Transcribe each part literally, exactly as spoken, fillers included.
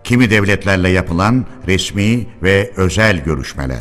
kimi devletlerle yapılan resmi ve özel görüşmeler.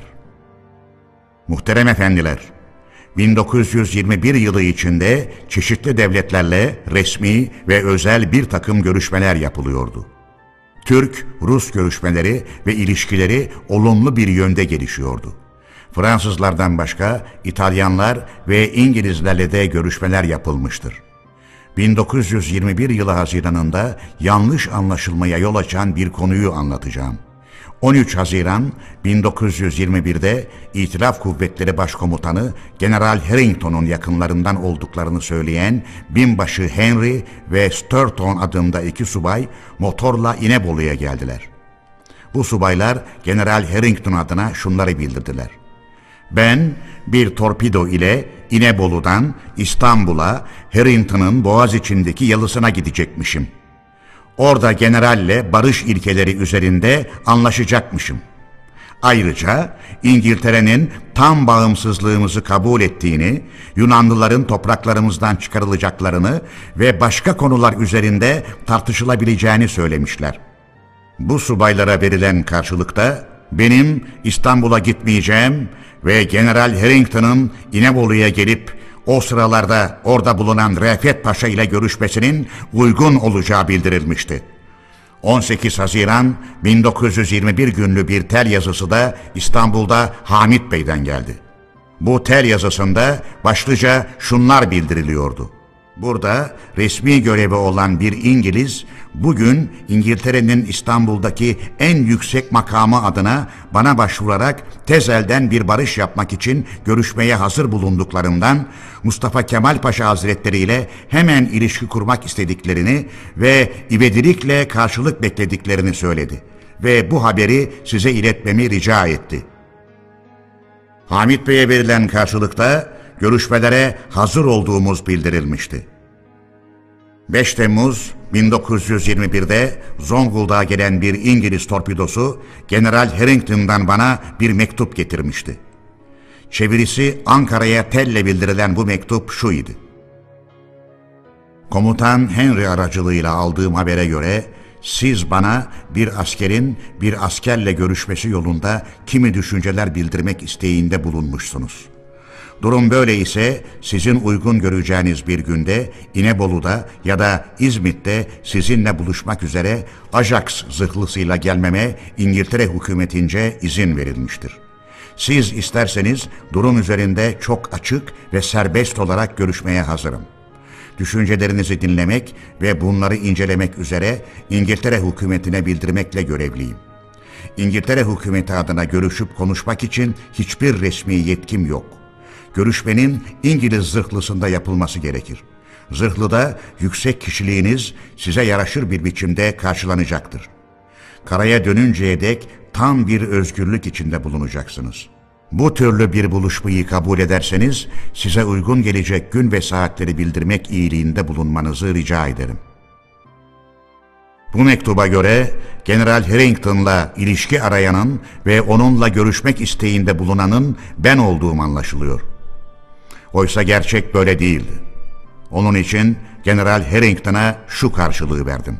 Muhterem efendiler, bin dokuz yüz yirmi bir yılı içinde çeşitli devletlerle resmi ve özel bir takım görüşmeler yapılıyordu. Türk-Rus görüşmeleri ve ilişkileri olumlu bir yönde gelişiyordu. Fransızlardan başka İtalyanlar ve İngilizlerle de görüşmeler yapılmıştır. bin dokuz yüz yirmi bir yılı Haziran'ında yanlış anlaşılmaya yol açan bir konuyu anlatacağım. on üç Haziran bin dokuz yüz yirmi bir'de İtilaf Kuvvetleri Başkomutanı General Harrington'un yakınlarından olduklarını söyleyen binbaşı Henry ve Sturton adında iki subay motorla İnebolu'ya geldiler. Bu subaylar General Harrington adına şunları bildirdiler: "Ben bir torpido ile İnebolu'dan İstanbul'a Harrington'ın Boğaziçi'ndeki yalısına gidecekmişim. Orada generalle barış ilkeleri üzerinde anlaşacakmışım. Ayrıca İngiltere'nin tam bağımsızlığımızı kabul ettiğini, Yunanlıların topraklarımızdan çıkarılacaklarını ve başka konular üzerinde tartışılabileceğini söylemişler." Bu subaylara verilen karşılıkta benim İstanbul'a gitmeyeceğim ve General Harrington'ın İnebolu'ya gelip o sıralarda orada bulunan Refet Paşa ile görüşmesinin uygun olacağı bildirilmişti. on sekiz Haziran bin dokuz yüz yirmi bir günlü bir tel yazısı da İstanbul'da Hamit Bey'den geldi. Bu tel yazısında başlıca şunlar bildiriliyordu: Burada resmi görevi olan bir İngiliz, bugün İngiltere'nin İstanbul'daki en yüksek makamı adına bana başvurarak tezelden bir barış yapmak için görüşmeye hazır bulunduklarından, Mustafa Kemal Paşa Hazretleri ile hemen ilişki kurmak istediklerini ve ivedilikle karşılık beklediklerini söyledi ve bu haberi size iletmemi rica etti. Hamit Bey'e verilen karşılıkta görüşmelere hazır olduğumuz bildirilmişti. beş Temmuz bin dokuz yüz yirmi bir'de Zonguldak'a gelen bir İngiliz torpidosu General Harrington'dan bana bir mektup getirmişti. Çevirisi Ankara'ya telle bildirilen bu mektup şu idi: Komutan Henry aracılığıyla aldığım habere göre siz bana bir askerin bir askerle görüşmesi yolunda kimi düşünceler bildirmek isteğinde bulunmuşsunuz. Durum böyle ise sizin uygun göreceğiniz bir günde İnebolu'da ya da İzmit'te sizinle buluşmak üzere Ajax zırhlısıyla gelmeme İngiltere hükümetince izin verilmiştir. Siz isterseniz durum üzerinde çok açık ve serbest olarak görüşmeye hazırım. Düşüncelerinizi dinlemek ve bunları incelemek üzere İngiltere hükümetine bildirmekle görevliyim. İngiltere hükümeti adına görüşüp konuşmak için hiçbir resmi yetkim yok. Görüşmenin İngiliz zırhlısında yapılması gerekir. Zırhlıda yüksek kişiliğiniz size yaraşır bir biçimde karşılanacaktır. Karaya dönünceye dek tam bir özgürlük içinde bulunacaksınız. Bu türlü bir buluşmayı kabul ederseniz size uygun gelecek gün ve saatleri bildirmek iyiliğinde bulunmanızı rica ederim. Bu mektuba göre General Harrington'la ilişki arayanın ve onunla görüşmek isteğinde bulunanın ben olduğum anlaşılıyor. Oysa gerçek böyle değildi. Onun için General Harrington'a şu karşılığı verdim: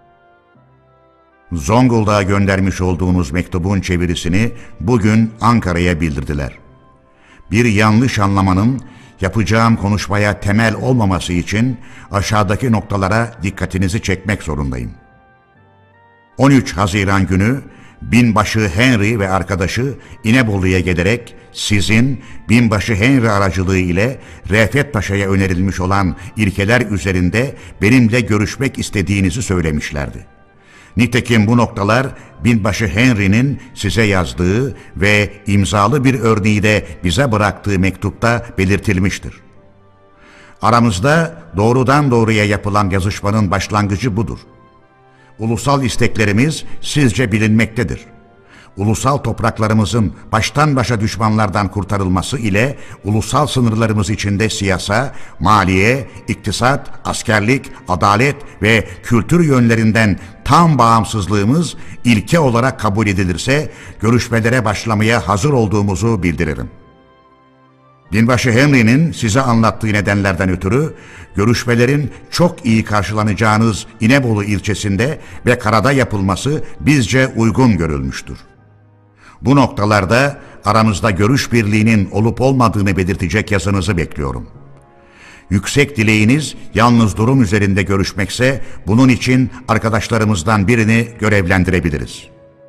Zonguldak'a göndermiş olduğunuz mektubun çevirisini bugün Ankara'ya bildirdiler. Bir yanlış anlamanın yapacağım konuşmaya temel olmaması için aşağıdaki noktalara dikkatinizi çekmek zorundayım. on üç Haziran günü binbaşı Henry ve arkadaşı İnebolu'ya gelerek sizin binbaşı Henry aracılığı ile Refet Paşa'ya önerilmiş olan ilkeler üzerinde benimle görüşmek istediğinizi söylemişlerdi. Nitekim bu noktalar binbaşı Henry'nin size yazdığı ve imzalı bir örneği de bize bıraktığı mektupta belirtilmiştir. Aramızda doğrudan doğruya yapılan yazışmanın başlangıcı budur. Ulusal isteklerimiz sizce bilinmektedir. Ulusal topraklarımızın baştan başa düşmanlardan kurtarılması ile ulusal sınırlarımız içinde siyasa, maliye, iktisat, askerlik, adalet ve kültür yönlerinden tam bağımsızlığımız ilke olarak kabul edilirse görüşmelere başlamaya hazır olduğumuzu bildiririm. Binbaşı Henry'nin size anlattığı nedenlerden ötürü görüşmelerin çok iyi karşılanacağınız İnebolu ilçesinde ve karada yapılması bizce uygun görülmüştür. Bu noktalarda aramızda görüş birliğinin olup olmadığını belirtecek yazınızı bekliyorum. Yüksek dileğiniz yalnız durum üzerinde görüşmekse bunun için arkadaşlarımızdan birini görevlendirebiliriz.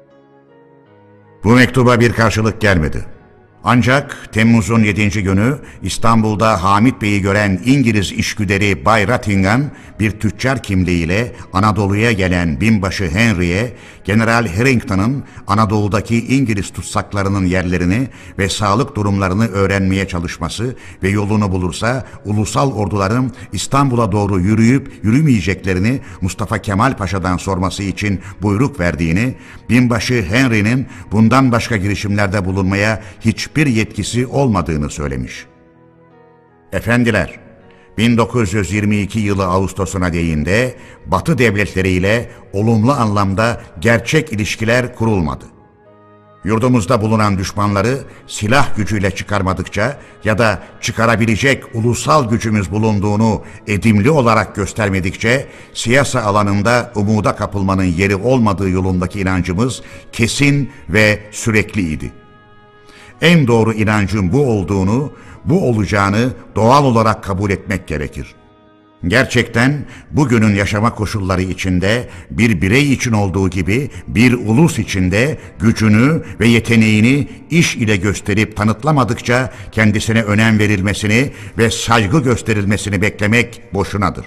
Bu mektuba bir karşılık gelmedi. Ancak Temmuz'un yedinci günü İstanbul'da Hamit Bey'i gören İngiliz işgüderi Bay Rattingham bir tüccar kimliğiyle Anadolu'ya gelen binbaşı Henry'e General Harrington'ın Anadolu'daki İngiliz tutsaklarının yerlerini ve sağlık durumlarını öğrenmeye çalışması ve yolunu bulursa ulusal orduların İstanbul'a doğru yürüyüp yürümeyeceklerini Mustafa Kemal Paşa'dan sorması için buyruk verdiğini, binbaşı Henry'nin bundan başka girişimlerde bulunmaya hiç bir yetkisi olmadığını söylemiş. Efendiler, bin dokuz yüz yirmi iki yılı Ağustos'una değin de Batı devletleriyle olumlu anlamda gerçek ilişkiler kurulmadı. Yurdumuzda bulunan düşmanları silah gücüyle çıkarmadıkça ya da çıkarabilecek ulusal gücümüz bulunduğunu edimli olarak göstermedikçe siyasa alanında umuda kapılmanın yeri olmadığı yolundaki inancımız kesin ve sürekliydi. En doğru inancın bu olduğunu, bu olacağını doğal olarak kabul etmek gerekir. Gerçekten bugünün yaşama koşulları içinde bir birey için olduğu gibi bir ulus içinde gücünü ve yeteneğini iş ile gösterip tanıtlamadıkça kendisine önem verilmesini ve saygı gösterilmesini beklemek boşunadır.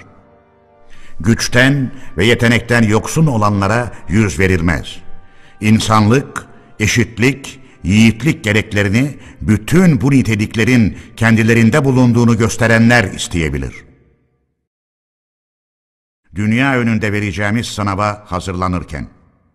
Güçten ve yetenekten yoksun olanlara yüz verilmez. İnsanlık, eşitlik, yiğitlik gereklerini bütün bu niteliklerin kendilerinde bulunduğunu gösterenler isteyebilir. Dünya önünde vereceğimiz sınava hazırlanırken,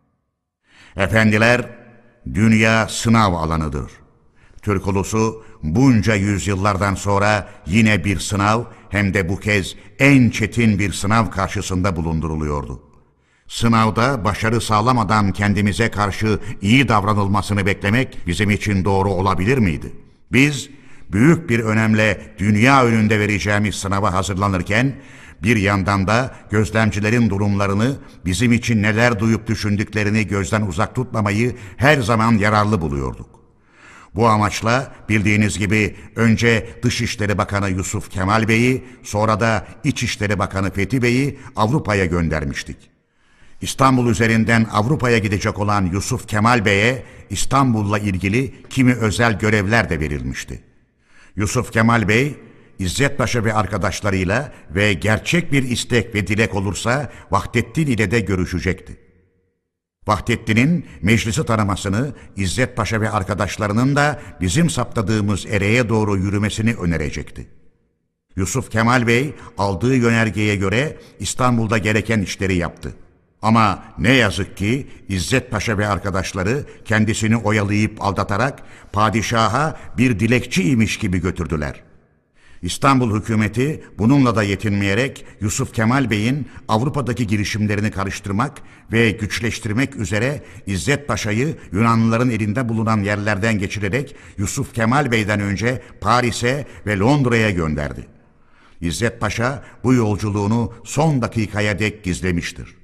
efendiler, dünya sınav alanıdır. Türk ulusu bunca yüzyıllardan sonra yine bir sınav, hem de bu kez en çetin bir sınav karşısında bulunduruluyordu. Sınavda başarı sağlamadan kendimize karşı iyi davranılmasını beklemek bizim için doğru olabilir miydi? Biz büyük bir önemle dünya önünde vereceğimiz sınava hazırlanırken bir yandan da gözlemcilerin durumlarını, bizim için neler duyup düşündüklerini gözden uzak tutmamayı her zaman yararlı buluyorduk. Bu amaçla bildiğiniz gibi önce Dışişleri Bakanı Yusuf Kemal Bey'i, sonra da İçişleri Bakanı Fethi Bey'i Avrupa'ya göndermiştik. İstanbul üzerinden Avrupa'ya gidecek olan Yusuf Kemal Bey'e İstanbul'la ilgili kimi özel görevler de verilmişti. Yusuf Kemal Bey, İzzet Paşa ve arkadaşlarıyla ve gerçek bir istek ve dilek olursa Vahdettin ile de görüşecekti. Vahdettin'in meclisi tanımasını, İzzet Paşa ve arkadaşlarının da bizim saptadığımız ereğe doğru yürümesini önerecekti. Yusuf Kemal Bey aldığı yönergeye göre İstanbul'da gereken işleri yaptı. Ama ne yazık ki İzzet Paşa ve arkadaşları kendisini oyalayıp aldatarak padişaha bir dilekçiymiş gibi götürdüler. İstanbul hükümeti bununla da yetinmeyerek Yusuf Kemal Bey'in Avrupa'daki girişimlerini karıştırmak ve güçleştirmek üzere İzzet Paşa'yı Yunanlıların elinde bulunan yerlerden geçirerek Yusuf Kemal Bey'den önce Paris'e ve Londra'ya gönderdi. İzzet Paşa bu yolculuğunu son dakikaya dek gizlemiştir.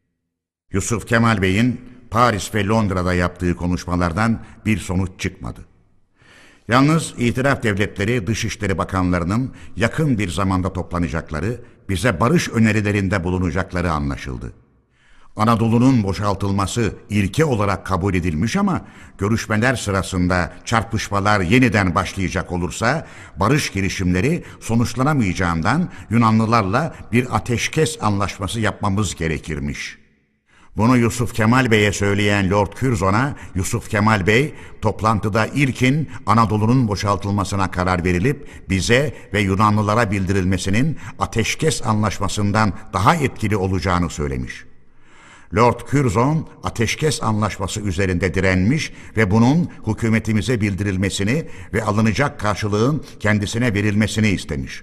Yusuf Kemal Bey'in Paris ve Londra'da yaptığı konuşmalardan bir sonuç çıkmadı. Yalnız itiraf devletleri Dışişleri Bakanlarının yakın bir zamanda toplanacakları, bize barış önerilerinde bulunacakları anlaşıldı. Anadolu'nun boşaltılması ilke olarak kabul edilmiş ama görüşmeler sırasında çarpışmalar yeniden başlayacak olursa barış girişimleri sonuçlanamayacağından Yunanlılarla bir ateşkes anlaşması yapmamız gerekirmiş. Bunu Yusuf Kemal Bey'e söyleyen Lord Curzon'a Yusuf Kemal Bey toplantıda ilkin Anadolu'nun boşaltılmasına karar verilip bize ve Yunanlılara bildirilmesinin ateşkes anlaşmasından daha etkili olacağını söylemiş. Lord Curzon ateşkes anlaşması üzerinde direnmiş ve bunun hükümetimize bildirilmesini ve alınacak karşılığın kendisine verilmesini istemiş.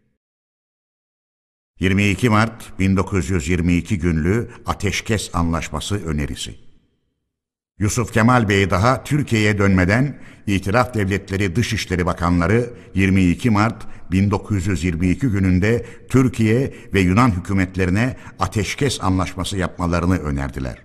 yirmi iki Mart bin dokuz yüz yirmi iki günlü Ateşkes Anlaşması önerisi. Yusuf Kemal Bey daha Türkiye'ye dönmeden İtilaf Devletleri Dışişleri Bakanları yirmi iki Mart bin dokuz yüz yirmi iki gününde Türkiye ve Yunan hükümetlerine ateşkes anlaşması yapmalarını önerdiler.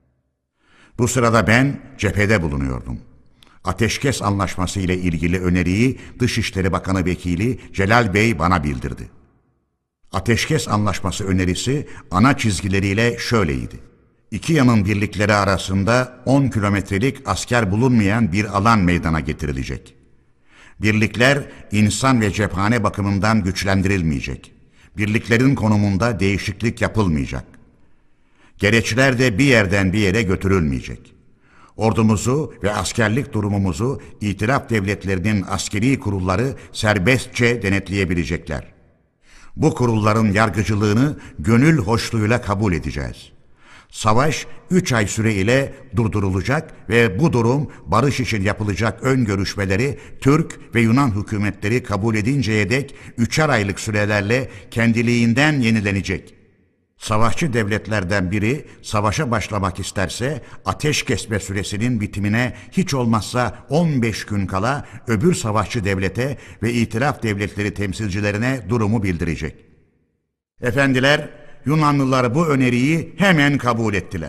Bu sırada ben cephede bulunuyordum. Ateşkes anlaşması ile ilgili öneriyi Dışişleri Bakanı Vekili Celal Bey bana bildirdi. Ateşkes anlaşması önerisi ana çizgileriyle şöyleydi. İki yanın birlikleri arasında on kilometrelik asker bulunmayan bir alan meydana getirilecek. Birlikler insan ve cephane bakımından güçlendirilmeyecek. Birliklerin konumunda değişiklik yapılmayacak. Gereçler de bir yerden bir yere götürülmeyecek. Ordumuzu ve askerlik durumumuzu İtilaf Devletlerinin askeri kurulları serbestçe denetleyebilecekler. Bu kurulların yargıcılığını gönül hoşluğuyla kabul edeceğiz. Savaş üç ay süreyle durdurulacak ve bu durum barış için yapılacak ön görüşmeleri Türk ve Yunan hükümetleri kabul edinceye dek üçer aylık sürelerle kendiliğinden yenilenecek. Savaşçı devletlerden biri savaşa başlamak isterse ateş kesme süresinin bitimine hiç olmazsa on beş gün kala öbür savaşçı devlete ve İtilaf Devletleri temsilcilerine durumu bildirecek. Efendiler, Yunanlılar bu öneriyi hemen kabul ettiler.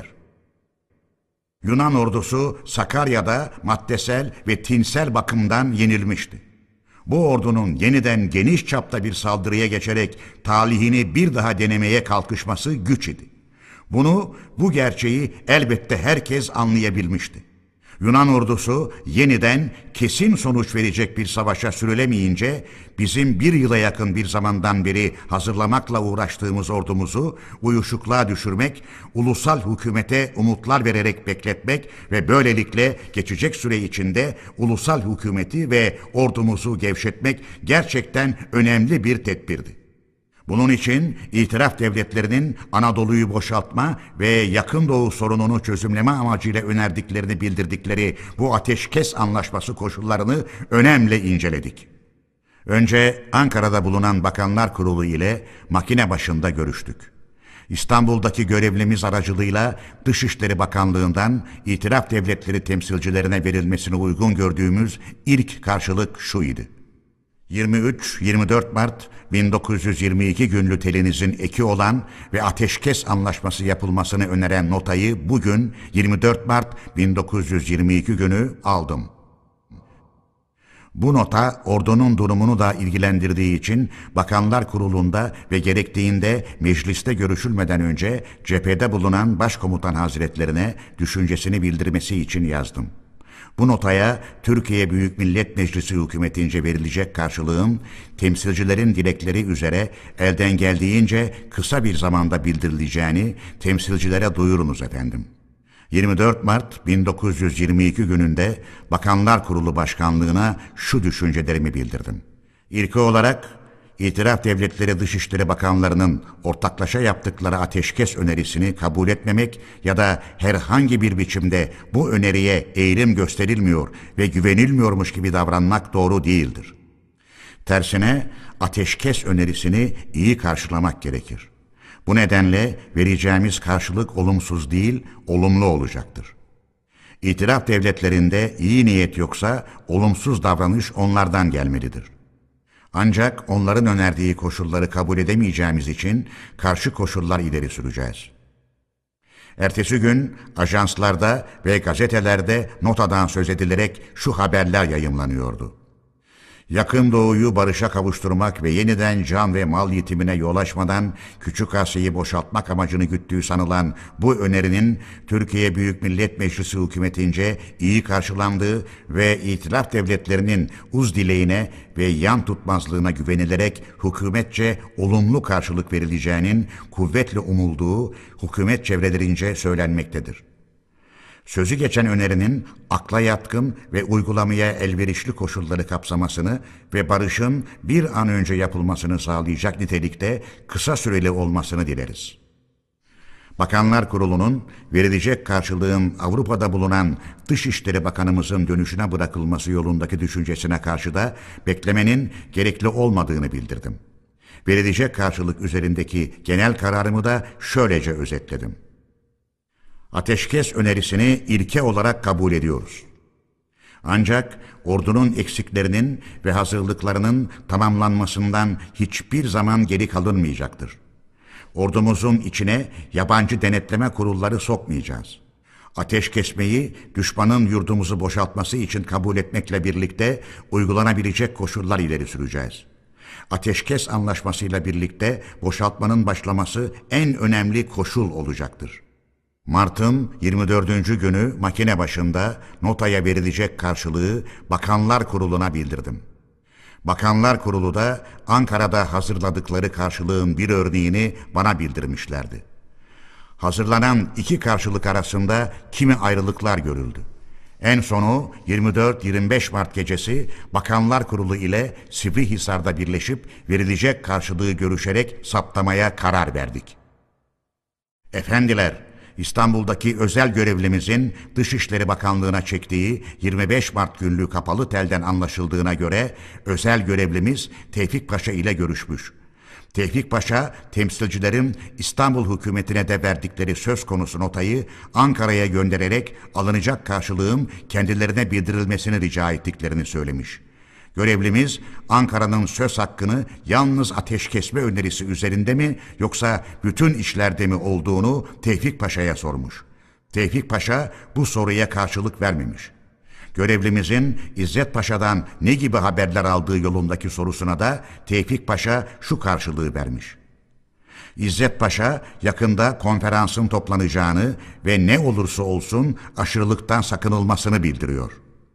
Yunan ordusu Sakarya'da maddesel ve tinsel bakımdan yenilmişti. Bu ordunun yeniden geniş çapta bir saldırıya geçerek talihini bir daha denemeye kalkışması güç idi. Bunu, bu gerçeği elbette herkes anlayabilmişti. Yunan ordusu yeniden kesin sonuç verecek bir savaşa sürülemeyince bizim bir yıla yakın bir zamandan beri hazırlamakla uğraştığımız ordumuzu uyuşukluğa düşürmek, ulusal hükümete umutlar vererek bekletmek ve böylelikle geçecek süre içinde ulusal hükümeti ve ordumuzu gevşetmek gerçekten önemli bir tedbirdi. Bunun için İtilaf Devletlerinin Anadolu'yu boşaltma ve Yakın Doğu sorununu çözümleme amacıyla önerdiklerini bildirdikleri bu ateşkes anlaşması koşullarını önemli inceledik. Önce Ankara'da bulunan Bakanlar Kurulu ile makine başında görüştük. İstanbul'daki görevlimiz aracılığıyla Dışişleri Bakanlığı'ndan İtilaf Devletleri temsilcilerine verilmesini uygun gördüğümüz ilk karşılık şuydu. yirmi üç yirmi dört Mart bin dokuz yüz yirmi iki günlü telinizin eki olan ve ateşkes anlaşması yapılmasını öneren notayı bugün yirmi dört Mart bin dokuz yüz yirmi iki günü aldım. Bu nota ordunun durumunu da ilgilendirdiği için Bakanlar Kurulu'nda ve gerektiğinde mecliste görüşülmeden önce cephede bulunan Başkomutan Hazretlerine düşüncesini bildirmesi için yazdım. Bu notaya Türkiye Büyük Millet Meclisi hükümetince verilecek karşılığın temsilcilerin dilekleri üzere elden geldiğince kısa bir zamanda bildirileceğini temsilcilere duyurunuz efendim. yirmi dört Mart bin dokuz yüz yirmi iki gününde Bakanlar Kurulu Başkanlığı'na şu düşüncelerimi bildirdim. İlki olarak İtilaf Devletleri Dışişleri Bakanlarının ortaklaşa yaptıkları ateşkes önerisini kabul etmemek ya da herhangi bir biçimde bu öneriye eğilim gösterilmiyor ve güvenilmiyormuş gibi davranmak doğru değildir. Tersine ateşkes önerisini iyi karşılamak gerekir. Bu nedenle vereceğimiz karşılık olumsuz değil, olumlu olacaktır. İtilaf devletlerinde iyi niyet yoksa olumsuz davranış onlardan gelmelidir. Ancak onların önerdiği koşulları kabul edemeyeceğimiz için karşı koşullar ileri süreceğiz. Ertesi gün ajanslarda ve gazetelerde notadan söz edilerek şu haberler yayımlanıyordu. Yakın Doğu'yu barışa kavuşturmak ve yeniden can ve mal yitimine yol açmadan Küçük Asya'yı boşaltmak amacını güttüğü sanılan bu önerinin Türkiye Büyük Millet Meclisi hükümetince iyi karşılandığı ve İtilaf Devletlerinin uz dileğine ve yan tutmazlığına güvenilerek hükümetçe olumlu karşılık verileceğinin kuvvetle umulduğu hükümet çevrelerince söylenmektedir. Sözü geçen önerinin akla yatkın ve uygulamaya elverişli koşulları kapsamasını ve barışın bir an önce yapılmasını sağlayacak nitelikte kısa süreli olmasını dileriz. Bakanlar Kurulu'nun verilecek karşılığın Avrupa'da bulunan Dışişleri Bakanımızın dönüşüne bırakılması yolundaki düşüncesine karşı da beklemenin gerekli olmadığını bildirdim. Verilecek karşılık üzerindeki genel kararımı da şöylece özetledim. Ateşkes önerisini ilke olarak kabul ediyoruz. Ancak ordunun eksiklerinin ve hazırlıklarının tamamlanmasından hiçbir zaman geri kalınmayacaktır. Ordumuzun içine yabancı denetleme kurulları sokmayacağız. Ateş kesmeyi düşmanın yurdumuzu boşaltması için kabul etmekle birlikte uygulanabilecek koşullar ileri süreceğiz. Ateşkes anlaşmasıyla birlikte boşaltmanın başlaması en önemli koşul olacaktır. Mart'ın yirmi dördüncü günü makine başında notaya verilecek karşılığı Bakanlar Kurulu'na bildirdim. Bakanlar Kurulu da Ankara'da hazırladıkları karşılığın bir örneğini bana bildirmişlerdi. Hazırlanan iki karşılık arasında kimi ayrılıklar görüldü. En sonu yirmi dört yirmi beş Mart gecesi Bakanlar Kurulu ile Sivrihisar'da birleşip verilecek karşılığı görüşerek saptamaya karar verdik. Efendiler, İstanbul'daki özel görevlimizin Dışişleri Bakanlığı'na çektiği yirmi beş Mart günlüğü kapalı telden anlaşıldığına göre özel görevlimiz Tevfik Paşa ile görüşmüş. Tevfik Paşa, temsilcilerin İstanbul hükümetine de verdikleri söz konusu notayı Ankara'ya göndererek alınacak karşılığın kendilerine bildirilmesini rica ettiklerini söylemiş. Görevlimiz Ankara'nın söz hakkını yalnız ateşkesme önerisi üzerinde mi yoksa bütün işlerde mi olduğunu Tevfik Paşa'ya sormuş. Tevfik Paşa bu soruya karşılık vermemiş. Görevlimizin İzzet Paşa'dan ne gibi haberler aldığı yolundaki sorusuna da Tevfik Paşa şu karşılığı vermiş. İzzet Paşa yakında konferansın toplanacağını ve ne olursa olsun aşırılıktan sakınılmasını bildiriyor.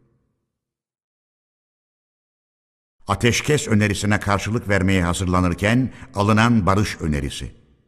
Ateşkes önerisine karşılık vermeye hazırlanırken alınan barış önerisi.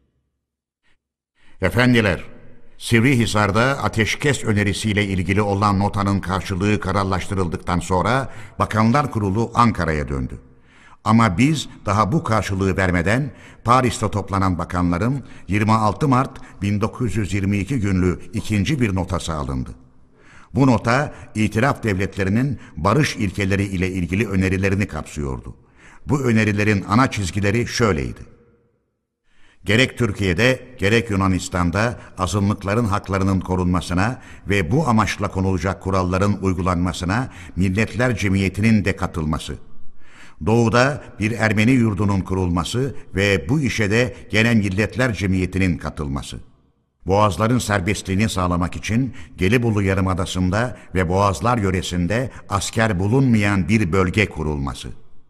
Efendiler, Sivrihisar'da ateşkes önerisiyle ilgili olan notanın karşılığı kararlaştırıldıktan sonra Bakanlar Kurulu Ankara'ya döndü. Ama biz daha bu karşılığı vermeden Paris'te toplanan bakanların yirmi altı Mart bin dokuz yüz yirmi iki günlü ikinci bir notası alındı. Bu nota itilaf devletlerinin barış ilkeleri ile ilgili önerilerini kapsıyordu. Bu önerilerin ana çizgileri şöyleydi. Gerek Türkiye'de gerek Yunanistan'da azınlıkların haklarının korunmasına ve bu amaçla konulacak kuralların uygulanmasına Milletler Cemiyeti'nin de katılması. Doğu'da bir Ermeni yurdunun kurulması ve bu işe de gene Milletler Cemiyeti'nin katılması. Boğazların serbestliğini sağlamak için Gelibolu Yarımadası'nda ve Boğazlar yöresinde asker bulunmayan bir bölge kurulması.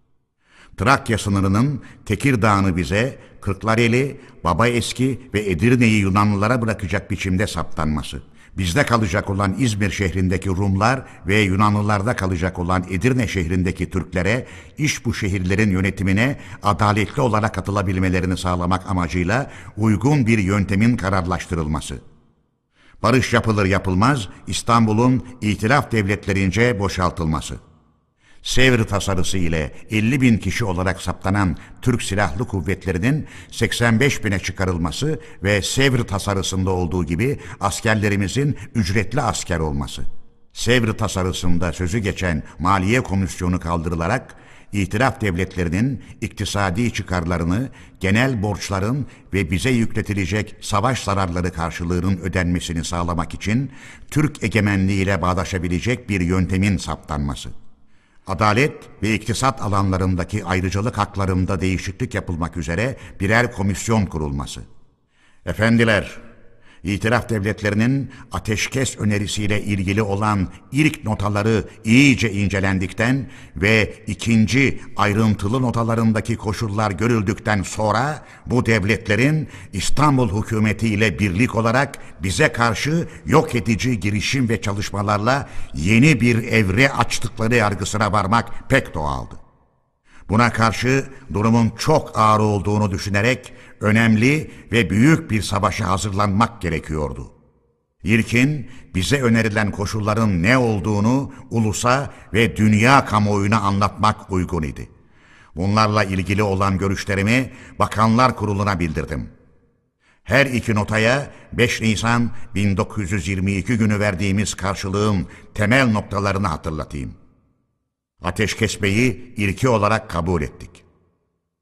Trakya sınırının Tekirdağ'ını bize, Kırklareli, Babaeski ve Edirne'yi Yunanlılara bırakacak biçimde saptanması. Bizde kalacak olan İzmir şehrindeki Rumlar ve Yunanlılarda kalacak olan Edirne şehrindeki Türklere iş bu şehirlerin yönetimine adaletli olarak katılabilmelerini sağlamak amacıyla uygun bir yöntemin kararlaştırılması. Barış yapılır yapılmaz İstanbul'un itilaf devletlerince boşaltılması. Sevr tasarısı ile elli bin kişi olarak saptanan Türk Silahlı Kuvvetleri'nin seksen beş bine çıkarılması ve Sevr tasarısında olduğu gibi askerlerimizin ücretli asker olması. Sevr tasarısında sözü geçen Maliye Komisyonu kaldırılarak itilaf devletlerinin iktisadi çıkarlarını, genel borçların ve bize yükletilecek savaş zararları karşılığının ödenmesini sağlamak için Türk egemenliğiyle bağdaşabilecek bir yöntemin saptanması. Adalet ve iktisat alanlarındaki ayrıcalık haklarında değişiklik yapılmak üzere birer komisyon kurulması. Efendiler, İtilaf devletlerinin ateşkes önerisiyle ilgili olan ilk notaları iyice incelendikten ve ikinci ayrıntılı notalarındaki koşullar görüldükten sonra bu devletlerin İstanbul hükümeti ile birlik olarak bize karşı yok edici girişim ve çalışmalarla yeni bir evre açtıkları yargısına varmak pek doğaldı. Buna karşı durumun çok ağır olduğunu düşünerek önemli ve büyük bir savaşa hazırlanmak gerekiyordu. İlkin bize önerilen koşulların ne olduğunu ulusa ve dünya kamuoyuna anlatmak uygun idi. Bunlarla ilgili olan görüşlerimi Bakanlar Kurulu'na bildirdim. Her iki notaya beş Nisan bin dokuz yüz yirmi iki günü verdiğimiz karşılığın temel noktalarını hatırlatayım. Ateşkesmeyi ilki olarak kabul ettik.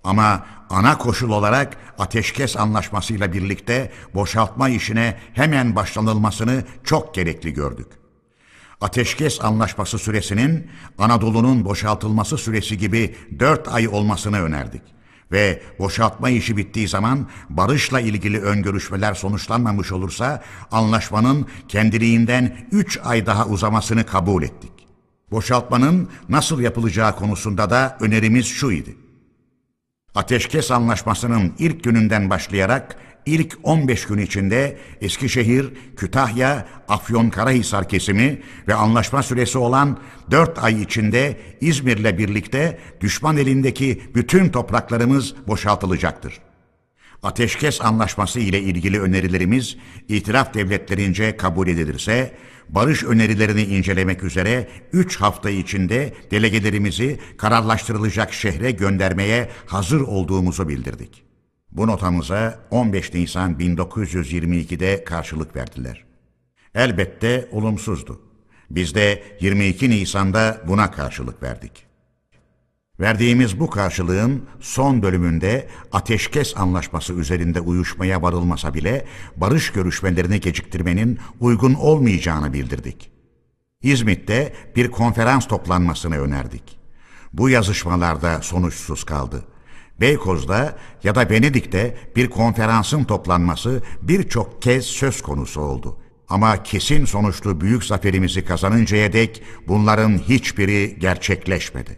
Ama ana koşul olarak ateşkes anlaşmasıyla birlikte boşaltma işine hemen başlanılmasını çok gerekli gördük. Ateşkes anlaşması süresinin Anadolu'nun boşaltılması süresi gibi dört ay olmasını önerdik. Ve boşaltma işi bittiği zaman barışla ilgili ön görüşmeler sonuçlanmamış olursa anlaşmanın kendiliğinden üç ay daha uzamasını kabul ettik. Boşaltmanın nasıl yapılacağı konusunda da önerimiz şu idi. Ateşkes anlaşmasının ilk gününden başlayarak ilk on beş gün içinde Eskişehir, Kütahya, Afyonkarahisar kesimi ve anlaşma süresi olan dört ay içinde İzmir'le birlikte düşman elindeki bütün topraklarımız boşaltılacaktır. Ateşkes anlaşması ile ilgili önerilerimiz itiraf devletlerince kabul edilirse, barış önerilerini incelemek üzere üç hafta içinde delegelerimizi kararlaştırılacak şehre göndermeye hazır olduğumuzu bildirdik. Bu notamıza on beş Nisan bin dokuz yüz yirmi iki'de karşılık verdiler. Elbette olumsuzdu. Biz de yirmi iki Nisan'da buna karşılık verdik. Verdiğimiz bu karşılığın son bölümünde ateşkes anlaşması üzerinde uyuşmaya varılmasa bile barış görüşmelerini geciktirmenin uygun olmayacağını bildirdik. İzmit'te bir konferans toplanmasını önerdik. Bu yazışmalarda sonuçsuz kaldı. Beykoz'da ya da Venedik'te bir konferansın toplanması birçok kez söz konusu oldu. Ama kesin sonuçlu büyük zaferimizi kazanıncaya dek bunların hiçbiri gerçekleşmedi.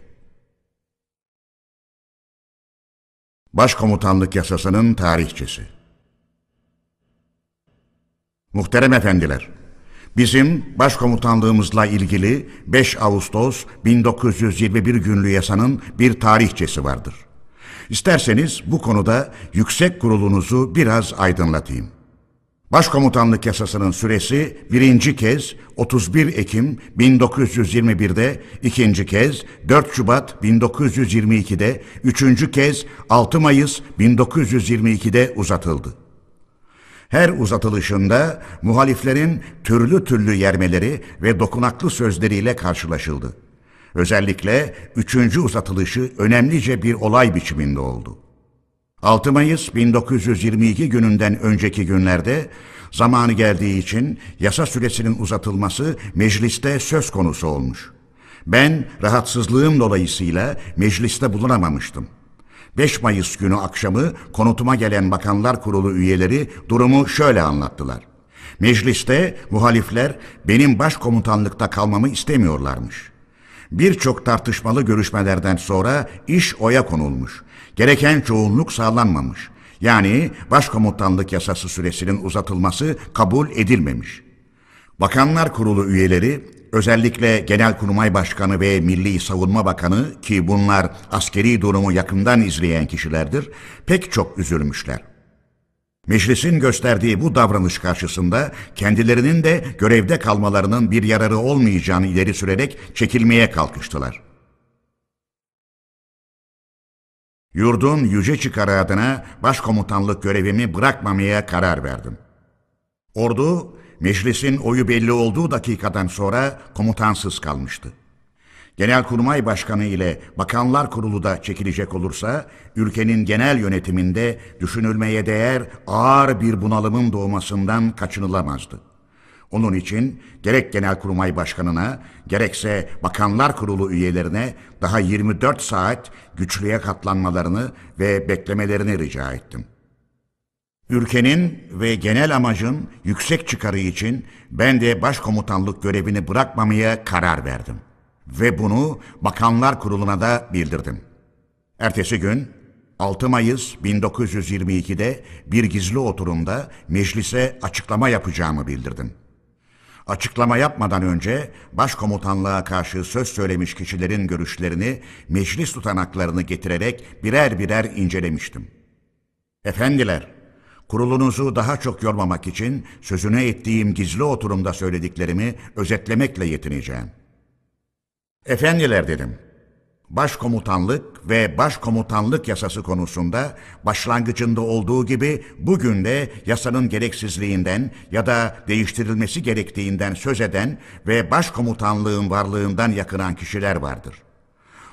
Başkomutanlık Yasası'nın tarihçesi. Muhterem efendiler, bizim başkomutanlığımızla ilgili beş Ağustos bin dokuz yüz yirmi bir günlü yasanın bir tarihçesi vardır. İsterseniz bu konuda yüksek kurulunuzu biraz aydınlatayım. Başkomutanlık Yasası'nın süresi birinci kez otuz bir Ekim bin dokuz yüz yirmi bir'de, ikinci kez dört Şubat bin dokuz yüz yirmi iki'de, üçüncü kez altı Mayıs bin dokuz yüz yirmi iki'de uzatıldı. Her uzatılışında muhaliflerin türlü türlü yermeleri ve dokunaklı sözleriyle karşılaşıldı. Özellikle üçüncü uzatılışı önemlice bir olay biçiminde oldu. altı Mayıs bin dokuz yüz yirmi iki gününden önceki günlerde zamanı geldiği için yasa süresinin uzatılması mecliste söz konusu olmuş. Ben rahatsızlığım dolayısıyla mecliste bulunamamıştım. beş Mayıs günü akşamı konutuma gelen Bakanlar Kurulu üyeleri durumu şöyle anlattılar. Mecliste muhalifler benim başkomutanlıkta kalmamı istemiyorlarmış. Birçok tartışmalı görüşmelerden sonra iş oya konulmuş. Gereken çoğunluk sağlanmamış. Yani başkomutanlık yasası süresinin uzatılması kabul edilmemiş. Bakanlar Kurulu üyeleri, özellikle Genelkurmay Başkanı ve Milli Savunma Bakanı ki bunlar askeri durumu yakından izleyen kişilerdir, pek çok üzülmüşler. Meclisin gösterdiği bu davranış karşısında kendilerinin de görevde kalmalarının bir yararı olmayacağını ileri sürerek çekilmeye kalkıştılar. Yurdun yüce çıkarı adına başkomutanlık görevimi bırakmamaya karar verdim. Ordu, meclisin oyu belli olduğu dakikadan sonra komutansız kalmıştı. Genelkurmay Başkanı ile Bakanlar Kurulu da çekilecek olursa, ülkenin genel yönetiminde düşünülmeye değer ağır bir bunalımın doğmasından kaçınılamazdı. Onun için gerek Genelkurmay Başkanı'na, gerekse Bakanlar Kurulu üyelerine daha yirmi dört saat güçlüğe katlanmalarını ve beklemelerini rica ettim. Ülkenin ve genel amacın yüksek çıkarı için ben de başkomutanlık görevini bırakmamaya karar verdim. Ve bunu Bakanlar Kurulu'na da bildirdim. Ertesi gün altı Mayıs bin dokuz yüz yirmi iki'de bir gizli oturumda meclise açıklama yapacağımı bildirdim. Açıklama yapmadan önce başkomutanlığa karşı söz söylemiş kişilerin görüşlerini, meclis tutanaklarını getirerek birer birer incelemiştim. Efendiler, kurulunuzu daha çok yormamak için sözüne ettiğim gizli oturumda söylediklerimi özetlemekle yetineceğim. Efendiler dedim, başkomutanlık ve başkomutanlık yasası konusunda başlangıcında olduğu gibi bugün de yasanın gereksizliğinden ya da değiştirilmesi gerektiğinden söz eden ve başkomutanlığın varlığından yakınan kişiler vardır.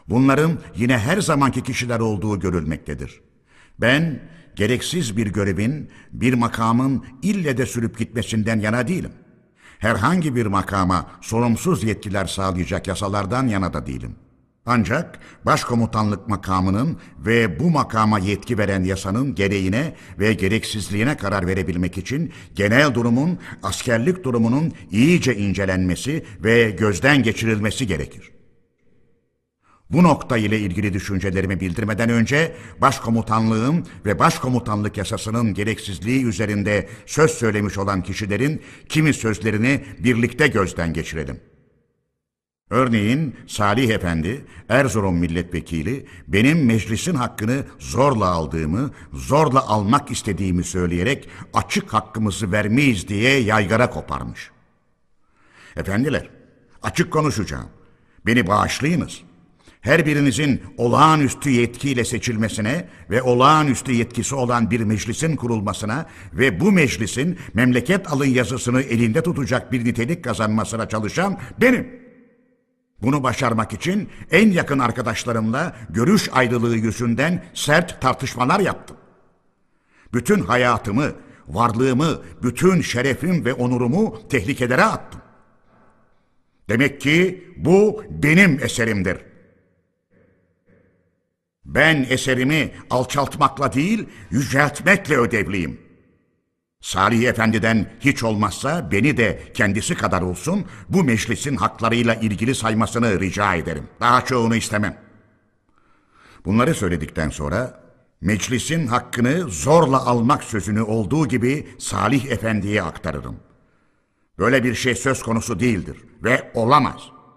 Bunların yine her zamanki kişiler olduğu görülmektedir. Ben gereksiz bir görevin, bir makamın ille de sürüp gitmesinden yana değilim. Herhangi bir makama sorumsuz yetkiler sağlayacak yasalardan yana da değilim. Ancak başkomutanlık makamının ve bu makama yetki veren yasanın gereğine ve gereksizliğine karar verebilmek için genel durumun, askerlik durumunun iyice incelenmesi ve gözden geçirilmesi gerekir. Bu nokta ile ilgili düşüncelerimi bildirmeden önce başkomutanlığın ve başkomutanlık yasasının gereksizliği üzerinde söz söylemiş olan kişilerin kimi sözlerini birlikte gözden geçirelim. Örneğin Salih Efendi, Erzurum milletvekili, benim meclisin hakkını zorla aldığımı, zorla almak istediğimi söyleyerek açık hakkımızı vermeyiz diye yaygara koparmış. Efendiler, açık konuşacağım. Beni bağışlayınız. Her birinizin olağanüstü yetkiyle seçilmesine ve olağanüstü yetkisi olan bir meclisin kurulmasına ve bu meclisin memleket alın yazısını elinde tutacak bir nitelik kazanmasına çalışan benim. Bunu başarmak için en yakın arkadaşlarımla görüş ayrılığı yüzünden sert tartışmalar yaptım. Bütün hayatımı, varlığımı, bütün şerefim ve onurumu tehlikelere attım. Demek ki bu benim eserimdir. Ben eserimi alçaltmakla değil, yüceltmekle ödevliyim. Salih Efendi'den hiç olmazsa beni de kendisi kadar olsun bu meclisin haklarıyla ilgili saymasını rica ederim. Daha çoğunu istemem. Bunları söyledikten sonra meclisin hakkını zorla almak sözünü olduğu gibi Salih Efendi'ye aktarırım. Böyle bir şey söz konusu değildir ve olamaz.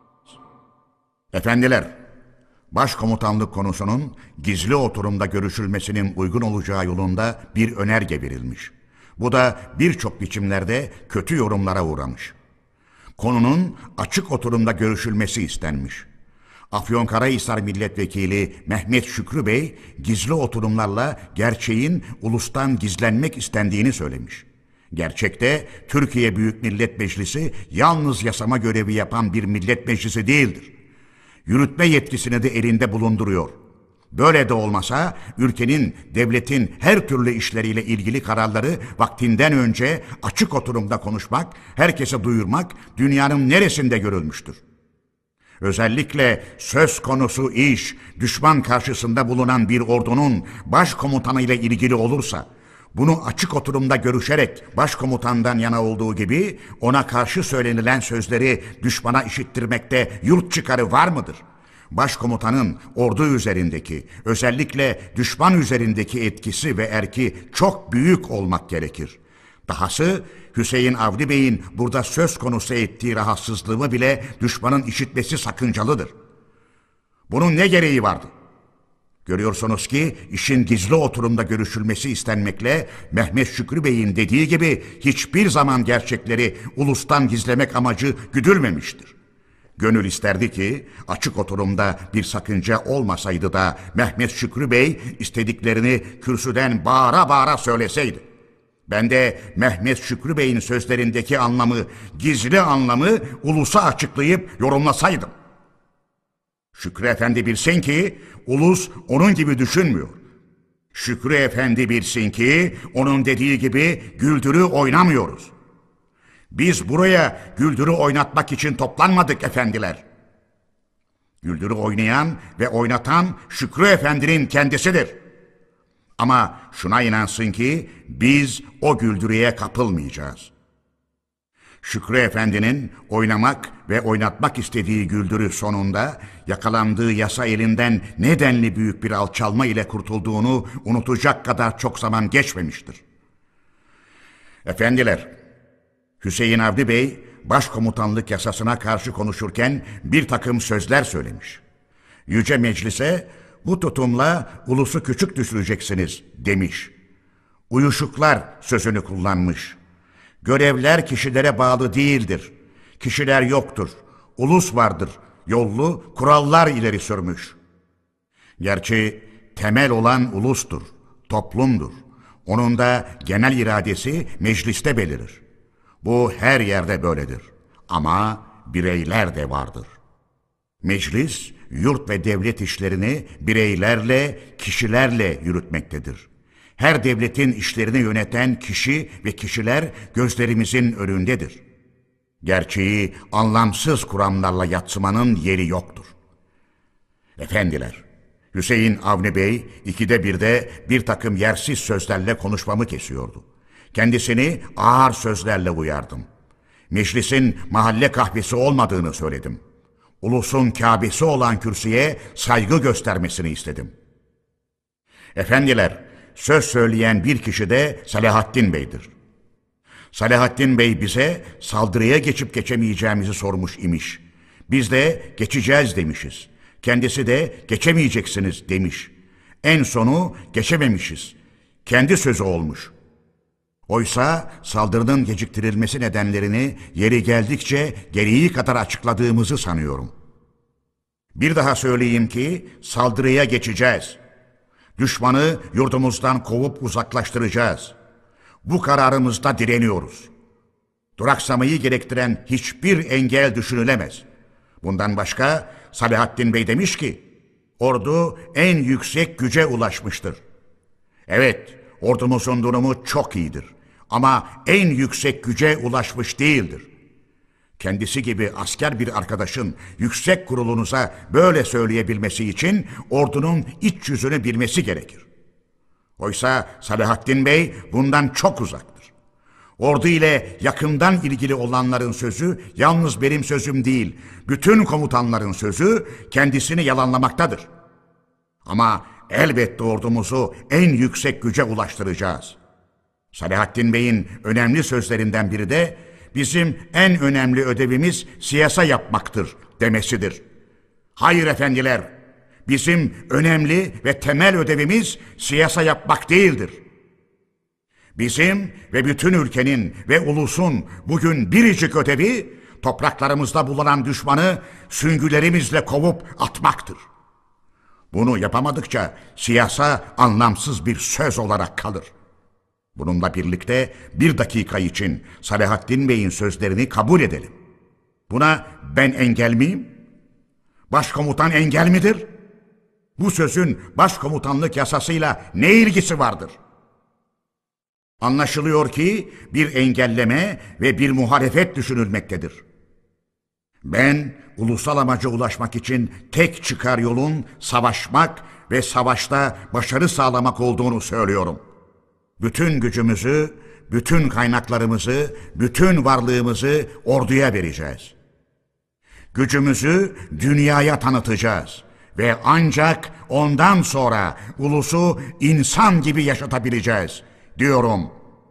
Efendiler, başkomutanlık konusunun gizli oturumda görüşülmesinin uygun olacağı yolunda bir önerge verilmiş. Bu da birçok biçimlerde kötü yorumlara uğramış. Konunun açık oturumda görüşülmesi istenmiş. Afyonkarahisar Milletvekili Mehmet Şükrü Bey, gizli oturumlarla gerçeğin ulustan gizlenmek istendiğini söylemiş. Gerçekte Türkiye Büyük Millet Meclisi yalnız yasama görevi yapan bir millet meclisi değildir. Yürütme yetkisini de elinde bulunduruyor. Böyle de olmasa ülkenin, devletin her türlü işleriyle ilgili kararları vaktinden önce açık oturumda konuşmak, herkese duyurmak dünyanın neresinde görülmüştür? Özellikle söz konusu iş, düşman karşısında bulunan bir ordunun başkomutanı ile ilgili olursa, bunu açık oturumda görüşerek başkomutandan yana olduğu gibi ona karşı söylenilen sözleri düşmana işittirmekte yurt çıkarı var mıdır? Başkomutanın ordu üzerindeki, özellikle düşman üzerindeki etkisi ve erki çok büyük olmak gerekir. Dahası Hüseyin Avni Bey'in burada söz konusu ettiği rahatsızlığımı bile düşmanın işitmesi sakıncalıdır. Bunun ne gereği vardı? Görüyorsunuz ki işin gizli oturumda görüşülmesi istenmekle Mehmet Şükrü Bey'in dediği gibi hiçbir zaman gerçekleri ulustan gizlemek amacı güdülmemiştir. Gönül isterdi ki açık oturumda bir sakınca olmasaydı da Mehmet Şükrü Bey istediklerini kürsüden bağıra bağıra söyleseydi. Ben de Mehmet Şükrü Bey'in sözlerindeki anlamı, gizli anlamı ulusa açıklayıp yorumlasaydım. Şükrü Efendi bilsin ki ulus onun gibi düşünmüyor. Şükrü Efendi bilsin ki onun dediği gibi güldürü oynamıyoruz. Biz buraya güldürü oynatmak için toplanmadık efendiler. Güldürü oynayan ve oynatan Şükrü Efendi'nin kendisidir. Ama şuna inansın ki biz o güldürüye kapılmayacağız. Şükrü Efendi'nin oynamak ve oynatmak istediği güldürü sonunda yakalandığı yasa elinden nedenli büyük bir alçalma ile kurtulduğunu unutacak kadar çok zaman geçmemiştir. Efendiler, Hüseyin Avni Bey başkomutanlık yasasına karşı konuşurken bir takım sözler söylemiş. Yüce Meclis'e bu tutumla ulusu küçük düşüreceksiniz demiş. Uyuşuklar sözünü kullanmış. Görevler kişilere bağlı değildir. Kişiler yoktur. Ulus vardır. Yollu kurallar ileri sürmüş. Gerçi temel olan ulustur, toplumdur. Onun da genel iradesi mecliste belirir. Bu her yerde böyledir. Ama bireyler de vardır. Meclis yurt ve devlet işlerini bireylerle, kişilerle yürütmektedir. Her devletin işlerini yöneten kişi ve kişiler gözlerimizin önündedir. Gerçeği anlamsız kuramlarla yadsımanın yeri yoktur. Efendiler, Hüseyin Avni Bey ikide birde bir takım yersiz sözlerle konuşmamı kesiyordu. Kendisini ağır sözlerle uyardım. Meclisin mahalle kahvesi olmadığını söyledim. Ulusun Kâbesi olan kürsüye saygı göstermesini istedim. Efendiler, söz söyleyen bir kişi de Selahaddin Bey'dir. Selahaddin Bey bize saldırıya geçip geçemeyeceğimizi sormuş imiş. Biz de geçeceğiz demişiz. Kendisi de geçemeyeceksiniz demiş. En sonu geçememişiz. Kendi sözü olmuş. Oysa saldırının geciktirilmesi nedenlerini yeri geldikçe gereği kadar açıkladığımızı sanıyorum. Bir daha söyleyeyim ki saldırıya geçeceğiz. Düşmanı yurdumuzdan kovup uzaklaştıracağız. Bu kararımızda direniyoruz. Duraksamayı gerektiren hiçbir engel düşünülemez. Bundan başka Selahaddin Bey demiş ki, ordu en yüksek güce ulaşmıştır. Evet, ordumuzun durumu çok iyidir. Ama en yüksek güce ulaşmış değildir. Kendisi gibi asker bir arkadaşın yüksek kurulunuza böyle söyleyebilmesi için ordunun iç yüzünü bilmesi gerekir. Oysa Selahaddin Bey bundan çok uzaktır. Ordu ile yakından ilgili olanların sözü yalnız benim sözüm değil, bütün komutanların sözü kendisini yalanlamaktadır. Ama elbette ordumuzu en yüksek güce ulaştıracağız. Selahaddin Bey'in önemli sözlerinden biri de bizim en önemli ödevimiz siyasa yapmaktır demesidir. Hayır efendiler, bizim önemli ve temel ödevimiz siyasa yapmak değildir. Bizim ve bütün ülkenin ve ulusun bugün biricik ödevi topraklarımızda bulunan düşmanı süngülerimizle kovup atmaktır. Bunu yapamadıkça siyasa anlamsız bir söz olarak kalır. Bununla birlikte bir dakika için Selahaddin Bey'in sözlerini kabul edelim. Buna ben engel miyim? Başkomutan engel midir? Bu sözün başkomutanlık yasasıyla ne ilgisi vardır? Anlaşılıyor ki bir engelleme ve bir muhalefet düşünülmektedir. Ben ulusal amaca ulaşmak için tek çıkar yolun savaşmak ve savaşta başarı sağlamak olduğunu söylüyorum. Bütün gücümüzü, bütün kaynaklarımızı, bütün varlığımızı orduya vereceğiz. Gücümüzü dünyaya tanıtacağız ve ancak ondan sonra ulusu insan gibi yaşatabileceğiz diyorum.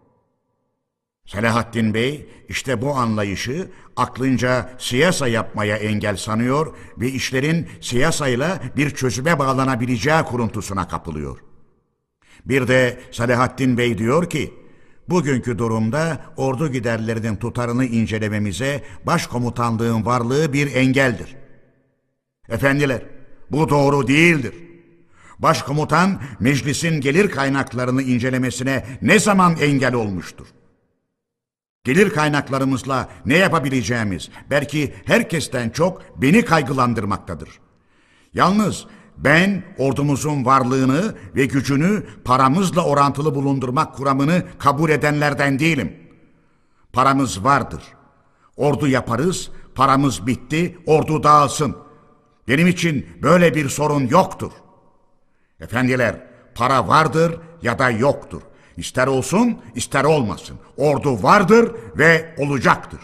Selahaddin Bey işte bu anlayışı aklınca siyasa yapmaya engel sanıyor ve işlerin siyasayla bir çözüme bağlanabileceği kuruntusuna kapılıyor. Bir de Selahaddin Bey diyor ki, bugünkü durumda ordu giderlerinin tutarını incelememize başkomutanlığın varlığı bir engeldir. Efendiler, bu doğru değildir. Başkomutan meclisin gelir kaynaklarını incelemesine ne zaman engel olmuştur? Gelir kaynaklarımızla ne yapabileceğimiz belki herkesten çok beni kaygılandırmaktadır. Yalnız ben ordumuzun varlığını ve gücünü paramızla orantılı bulundurmak kuramını kabul edenlerden değilim. Paramız vardır. Ordu yaparız, paramız bitti, ordu dağılsın. Benim için böyle bir sorun yoktur. Efendiler, para vardır ya da yoktur. İster olsun, ister olmasın. Ordu vardır ve olacaktır.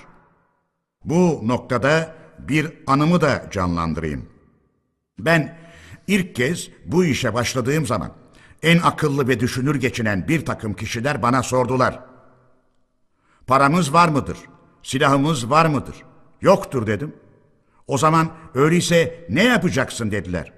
Bu noktada bir anımı da canlandırayım. Ben ilk kez bu işe başladığım zaman en akıllı ve düşünür geçinen bir takım kişiler bana sordular. Paramız var mıdır? Silahımız var mıdır? Yoktur dedim. O zaman öyleyse ne yapacaksın dediler.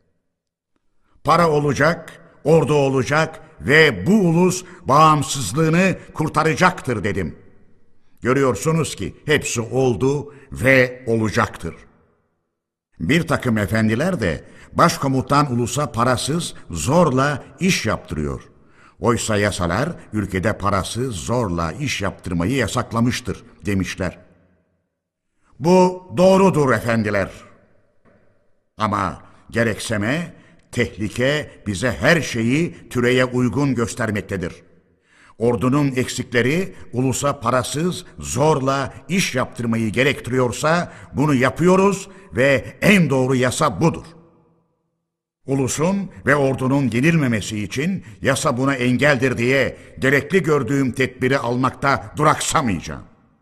Para olacak, ordu olacak ve bu ulus bağımsızlığını kurtaracaktır dedim. Görüyorsunuz ki hepsi oldu ve olacaktır. Bir takım efendiler de başkomutan ulusa parasız zorla iş yaptırıyor. Oysa yasalar ülkede parasız zorla iş yaptırmayı yasaklamıştır demişler. Bu doğrudur efendiler. Ama gerekseme, tehlike bize her şeyi türeye uygun göstermektedir. Ordunun eksikleri ulusa parasız, zorla iş yaptırmayı gerektiriyorsa bunu yapıyoruz ve en doğru yasa budur. Ulusun ve ordunun yenilmemesi için yasa buna engeldir diye gerekli gördüğüm tedbiri almakta duraksamayacağım.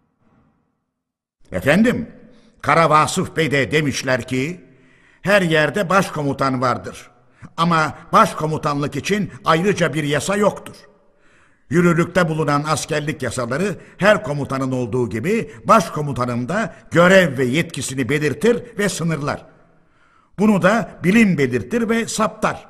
Efendim, Kara Vasıf Bey de demişler ki, her yerde başkomutan vardır. Ama başkomutanlık için ayrıca bir yasa yoktur. Yürürlükte bulunan askerlik yasaları her komutanın olduğu gibi başkomutanın da görev ve yetkisini belirtir ve sınırlar. Bunu da bilim belirtir ve saptar.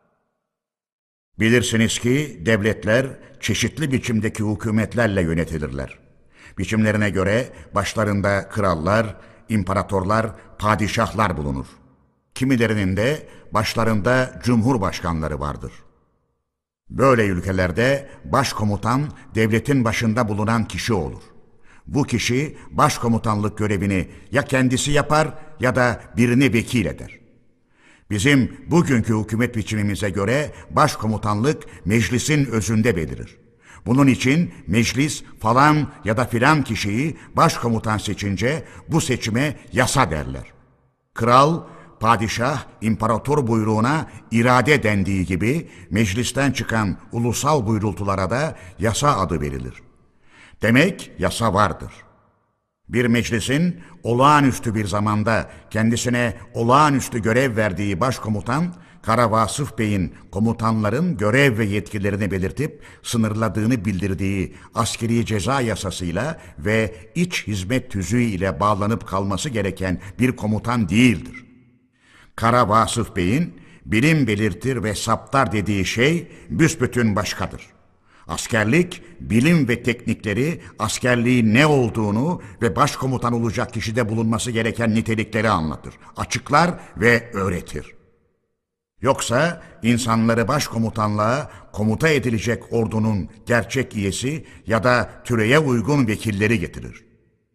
Bilirsiniz ki devletler çeşitli biçimdeki hükümetlerle yönetilirler. Biçimlerine göre başlarında krallar, imparatorlar, padişahlar bulunur. Kimilerinin de başlarında cumhurbaşkanları vardır. Böyle ülkelerde başkomutan devletin başında bulunan kişi olur. Bu kişi başkomutanlık görevini ya kendisi yapar ya da birini vekil eder. Bizim bugünkü hükümet biçimimize göre başkomutanlık meclisin özünde belirir. Bunun için meclis falan ya da filan kişiyi başkomutan seçince bu seçime yasa derler. Kral, padişah, imparator buyruğuna irade dendiği gibi meclisten çıkan ulusal buyrultulara da yasa adı verilir. Demek yasa vardır. Bir meclisin olağanüstü bir zamanda kendisine olağanüstü görev verdiği başkomutan, Kara Vasıf Bey'in komutanların görev ve yetkilerini belirtip sınırladığını bildirdiği askeri ceza yasasıyla ve iç hizmet tüzüğü ile bağlanıp kalması gereken bir komutan değildir. Kara Vasıf Bey'in bilim belirtir ve saptar dediği şey büsbütün başkadır. Askerlik, bilim ve teknikleri, askerliğin ne olduğunu ve başkomutan olacak kişide bulunması gereken nitelikleri anlatır, açıklar ve öğretir. Yoksa insanları başkomutanlığa komuta edilecek ordunun gerçek üyesi ya da türeye uygun vekilleri getirir.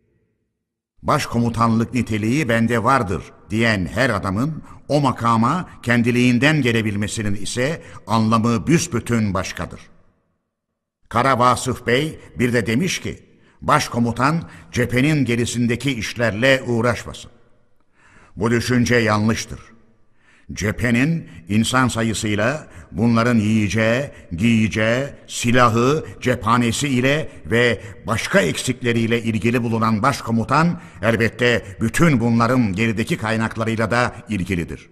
Başkomutanlık niteliği bende vardır diyen her adamın o makama kendiliğinden gelebilmesinin ise anlamı büsbütün başkadır. Kara Vasıf Bey bir de demiş ki, başkomutan cephenin gerisindeki işlerle uğraşmasın. Bu düşünce yanlıştır. Cephenin insan sayısıyla bunların yiyeceği, giyeceği, silahı, cephanesi ile ve başka eksikleriyle ilgili bulunan başkomutan elbette bütün bunların gerideki kaynaklarıyla da ilgilidir.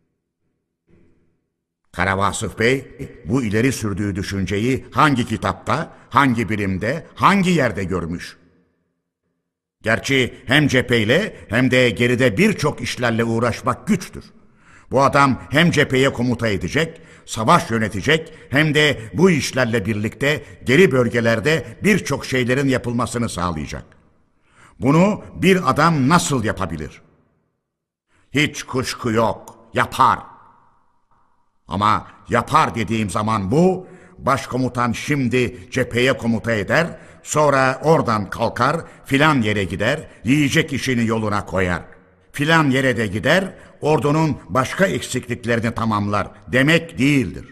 Kara Vasıf Bey bu ileri sürdüğü düşünceyi hangi kitapta, hangi birimde, hangi yerde görmüş? Gerçi hem cepheyle hem de geride birçok işlerle uğraşmak güçtür. Bu adam hem cepheye komuta edecek, savaş yönetecek hem de bu işlerle birlikte geri bölgelerde birçok şeylerin yapılmasını sağlayacak. Bunu bir adam nasıl yapabilir? Hiç kuşku yok, yapar. Ama yapar dediğim zaman bu, başkomutan şimdi cepheye komuta eder, sonra oradan kalkar, filan yere gider, yiyecek işini yoluna koyar. Filan yere de gider, ordunun başka eksikliklerini tamamlar demek değildir.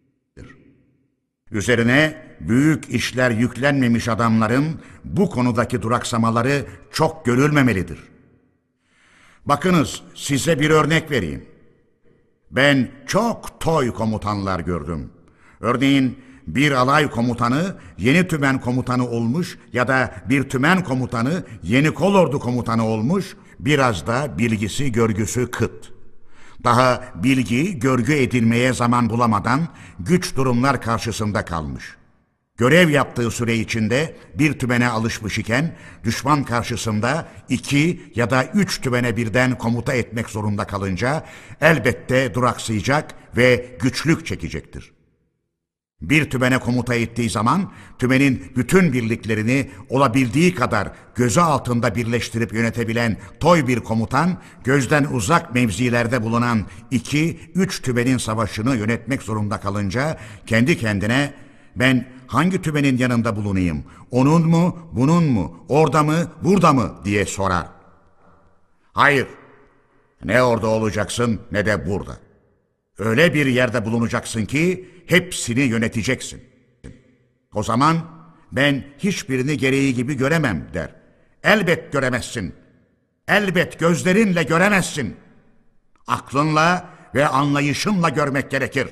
Üzerine büyük işler yüklenmemiş adamların bu konudaki duraksamaları çok görülmemelidir. Bakınız size bir örnek vereyim. Ben çok toy komutanlar gördüm. Örneğin bir alay komutanı yeni tümen komutanı olmuş ya da bir tümen komutanı yeni kolordu komutanı olmuş, biraz da bilgisi görgüsü kıt. Daha bilgi, görgü edinmeye zaman bulamadan güç durumlar karşısında kalmış. Görev yaptığı süre içinde bir tümene alışmış iken düşman karşısında iki ya da üç tümene birden komuta etmek zorunda kalınca elbette duraksayacak ve güçlük çekecektir. Bir tümene komuta ettiği zaman tümenin bütün birliklerini olabildiği kadar gözü altında birleştirip yönetebilen toy bir komutan, gözden uzak mevzilerde bulunan iki üç tümenin savaşını yönetmek zorunda kalınca kendi kendine ben hangi tümenin yanında bulunayım, onun mu, bunun mu, orada mı, burada mı diye sorar. Hayır, Ne orada olacaksın ne de burada. Öyle bir yerde bulunacaksın ki hepsini yöneteceksin. O zaman ben hiçbirini gereği gibi göremem der. Elbet göremezsin. Elbet gözlerinle göremezsin. Aklınla ve anlayışınla görmek gerekir.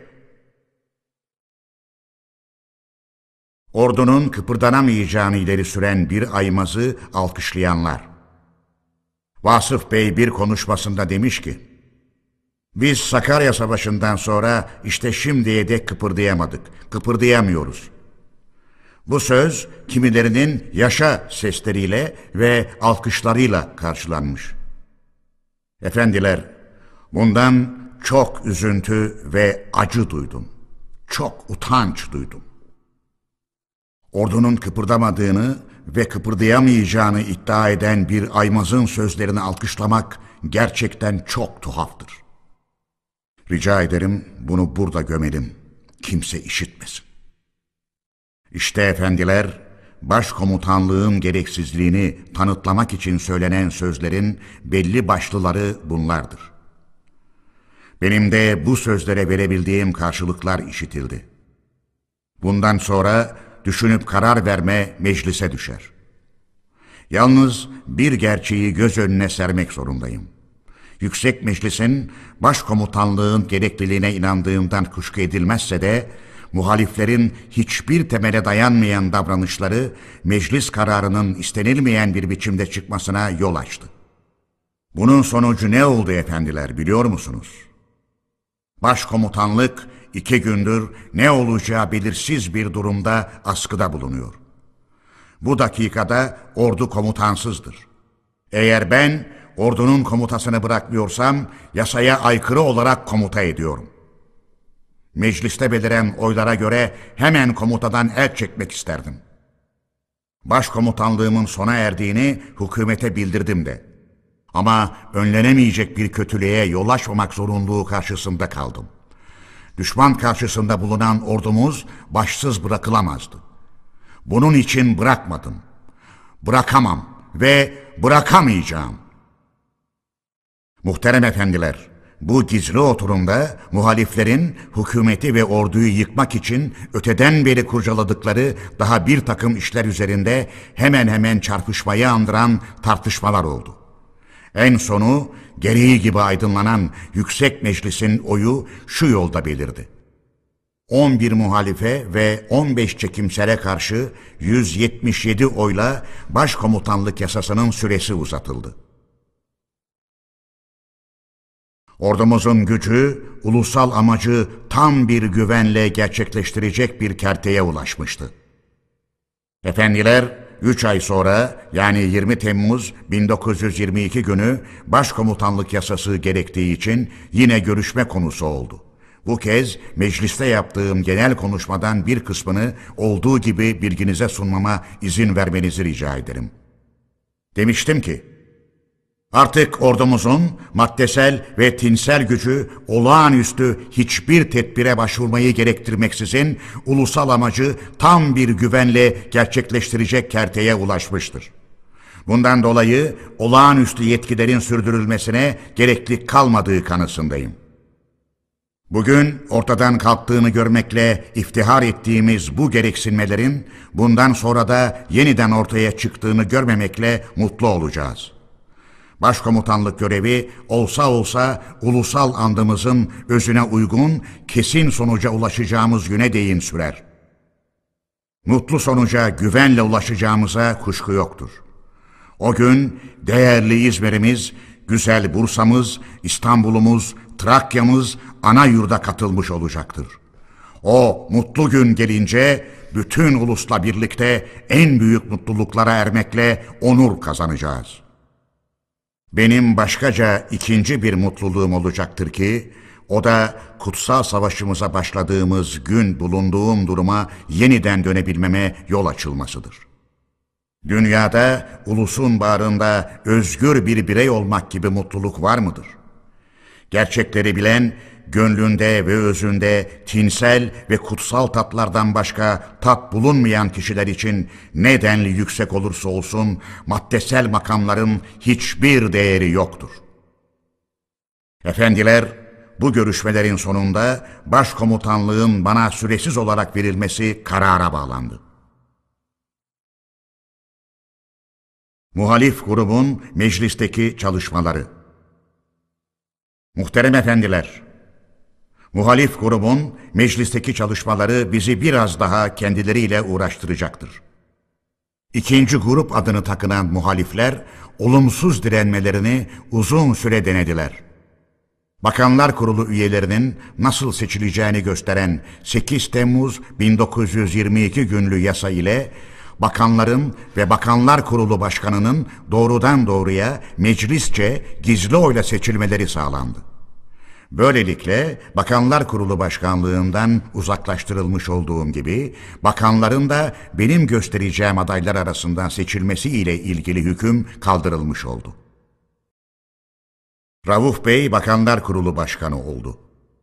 Ordunun kıpırdanamayacağını ileri süren bir aymazı alkışlayanlar. Vasıf Bey bir konuşmasında demiş ki, biz Sakarya Savaşı'ndan sonra işte şimdiye dek kıpırdayamadık, kıpırdayamıyoruz. Bu söz kimilerinin yaşa sesleriyle ve alkışlarıyla karşılanmış. Efendiler, bundan çok üzüntü ve acı duydum. Çok utanç duydum. Ordunun kıpırdamadığını ve kıpırdayamayacağını iddia eden bir aymazın sözlerini alkışlamak gerçekten çok tuhaftır. Rica ederim bunu burada gömelim, kimse işitmesin. İşte efendiler, başkomutanlığın gereksizliğini tanıtlamak için söylenen sözlerin belli başlıları bunlardır. Benim de bu sözlere verebildiğim karşılıklar işitildi. Bundan sonra düşünüp karar verme meclise düşer. Yalnız bir gerçeği göz önüne sermek zorundayım. Yüksek Meclis'in başkomutanlığın gerekliliğine inandığımdan kuşku edilmezse de muhaliflerin hiçbir temele dayanmayan davranışları meclis kararının istenilmeyen bir biçimde çıkmasına yol açtı. Bunun sonucu ne oldu efendiler biliyor musunuz? Başkomutanlık iki gündür ne olacağı belirsiz bir durumda askıda bulunuyor. Bu dakikada ordu komutansızdır. Eğer ben ordunun komutasını bırakmıyorsam yasaya aykırı olarak komuta ediyorum. Mecliste beliren oylara göre hemen komutadan el çekmek isterdim. Başkomutanlığımın sona erdiğini hükümete bildirdim de. Ama önlenemeyecek bir kötülüğe yol açmamak zorunluluğu karşısında kaldım. Düşman karşısında bulunan ordumuz başsız bırakılamazdı. Bunun için bırakmadım. Bırakamam ve bırakamayacağım. Muhterem efendiler, bu gizli oturumda muhaliflerin hükümeti ve orduyu yıkmak için öteden beri kurcaladıkları daha bir takım işler üzerinde hemen hemen çarpışmayı andıran tartışmalar oldu. En sonu gereği gibi aydınlanan Yüksek Meclis'in oyu şu yolda belirdi. on bir muhalife ve on beş çekimsere karşı yüz yetmiş yedi oyla başkomutanlık yasasının süresi uzatıldı. Ordumuzun gücü, ulusal amacı tam bir güvenle gerçekleştirecek bir kerteye ulaşmıştı. Efendiler, üç ay sonra yani yirmi Temmuz bin dokuz yüz yirmi iki günü başkomutanlık yasası gerektiği için yine görüşme konusu oldu. Bu kez mecliste yaptığım genel konuşmadan bir kısmını olduğu gibi bilginize sunmama izin vermenizi rica ederim. Demiştim ki, artık ordumuzun maddesel ve tinsel gücü olağanüstü hiçbir tedbire başvurmayı gerektirmeksizin ulusal amacı tam bir güvenle gerçekleştirecek kerteye ulaşmıştır. Bundan dolayı olağanüstü yetkilerin sürdürülmesine gerekli kalmadığı kanısındayım. Bugün ortadan kalktığını görmekle iftihar ettiğimiz bu gereksinmelerin bundan sonra da yeniden ortaya çıktığını görmemekle mutlu olacağız. Başkomutanlık görevi olsa olsa ulusal andımızın özüne uygun kesin sonuca ulaşacağımız güne değin sürer. Mutlu sonuca güvenle ulaşacağımıza kuşku yoktur. O gün değerli İzmir'imiz, güzel Bursa'mız, İstanbul'umuz, Trakya'mız ana yurda katılmış olacaktır. O mutlu gün gelince bütün ulusla birlikte en büyük mutluluklara ermekle onur kazanacağız. Benim başkaca ikinci bir mutluluğum olacaktır ki, o da kutsal savaşımıza başladığımız gün bulunduğum duruma yeniden dönebilmeme yol açılmasıdır. Dünyada ulusun bağrında özgür bir birey olmak gibi mutluluk var mıdır? Gerçekleri bilen, gönlünde ve özünde tinsel ve kutsal tatlardan başka tat bulunmayan kişiler için ne denli yüksek olursa olsun maddesel makamların hiçbir değeri yoktur. Efendiler, bu görüşmelerin sonunda başkomutanlığın bana süresiz olarak verilmesi karara bağlandı. Muhalif grubun meclisteki çalışmaları. Muhterem efendiler, muhalif grubun meclisteki çalışmaları bizi biraz daha kendileriyle uğraştıracaktır. İkinci grup adını takınan muhalifler, olumsuz direnmelerini uzun süre denediler. Bakanlar Kurulu üyelerinin nasıl seçileceğini gösteren sekiz Temmuz bin dokuz yüz yirmi iki günlü yasa ile bakanların ve Bakanlar Kurulu Başkanı'nın doğrudan doğruya meclisçe gizli oyla seçilmeleri sağlandı. Böylelikle Bakanlar Kurulu Başkanlığından uzaklaştırılmış olduğum gibi, bakanların da benim göstereceğim adaylar arasından seçilmesi ile ilgili hüküm kaldırılmış oldu. Rauf Bey Bakanlar Kurulu Başkanı oldu.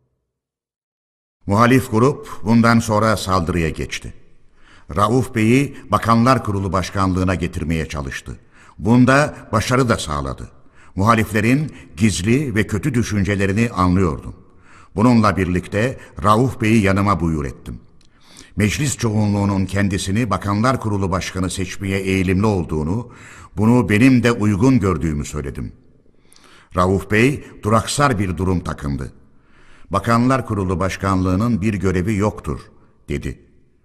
Muhalif grup bundan sonra saldırıya geçti. Rauf Bey'i Bakanlar Kurulu Başkanlığına getirmeye çalıştı. Bunda başarı da sağladı. Muhaliflerin gizli ve kötü düşüncelerini anlıyordum. Bununla birlikte Rauf Bey'i yanıma buyur ettim. Meclis çoğunluğunun kendisini Bakanlar Kurulu Başkanı seçmeye eğilimli olduğunu, bunu benim de uygun gördüğümü söyledim. Rauf Bey duraksar bir durum takındı. Bakanlar Kurulu Başkanlığı'nın bir görevi yoktur, dedi.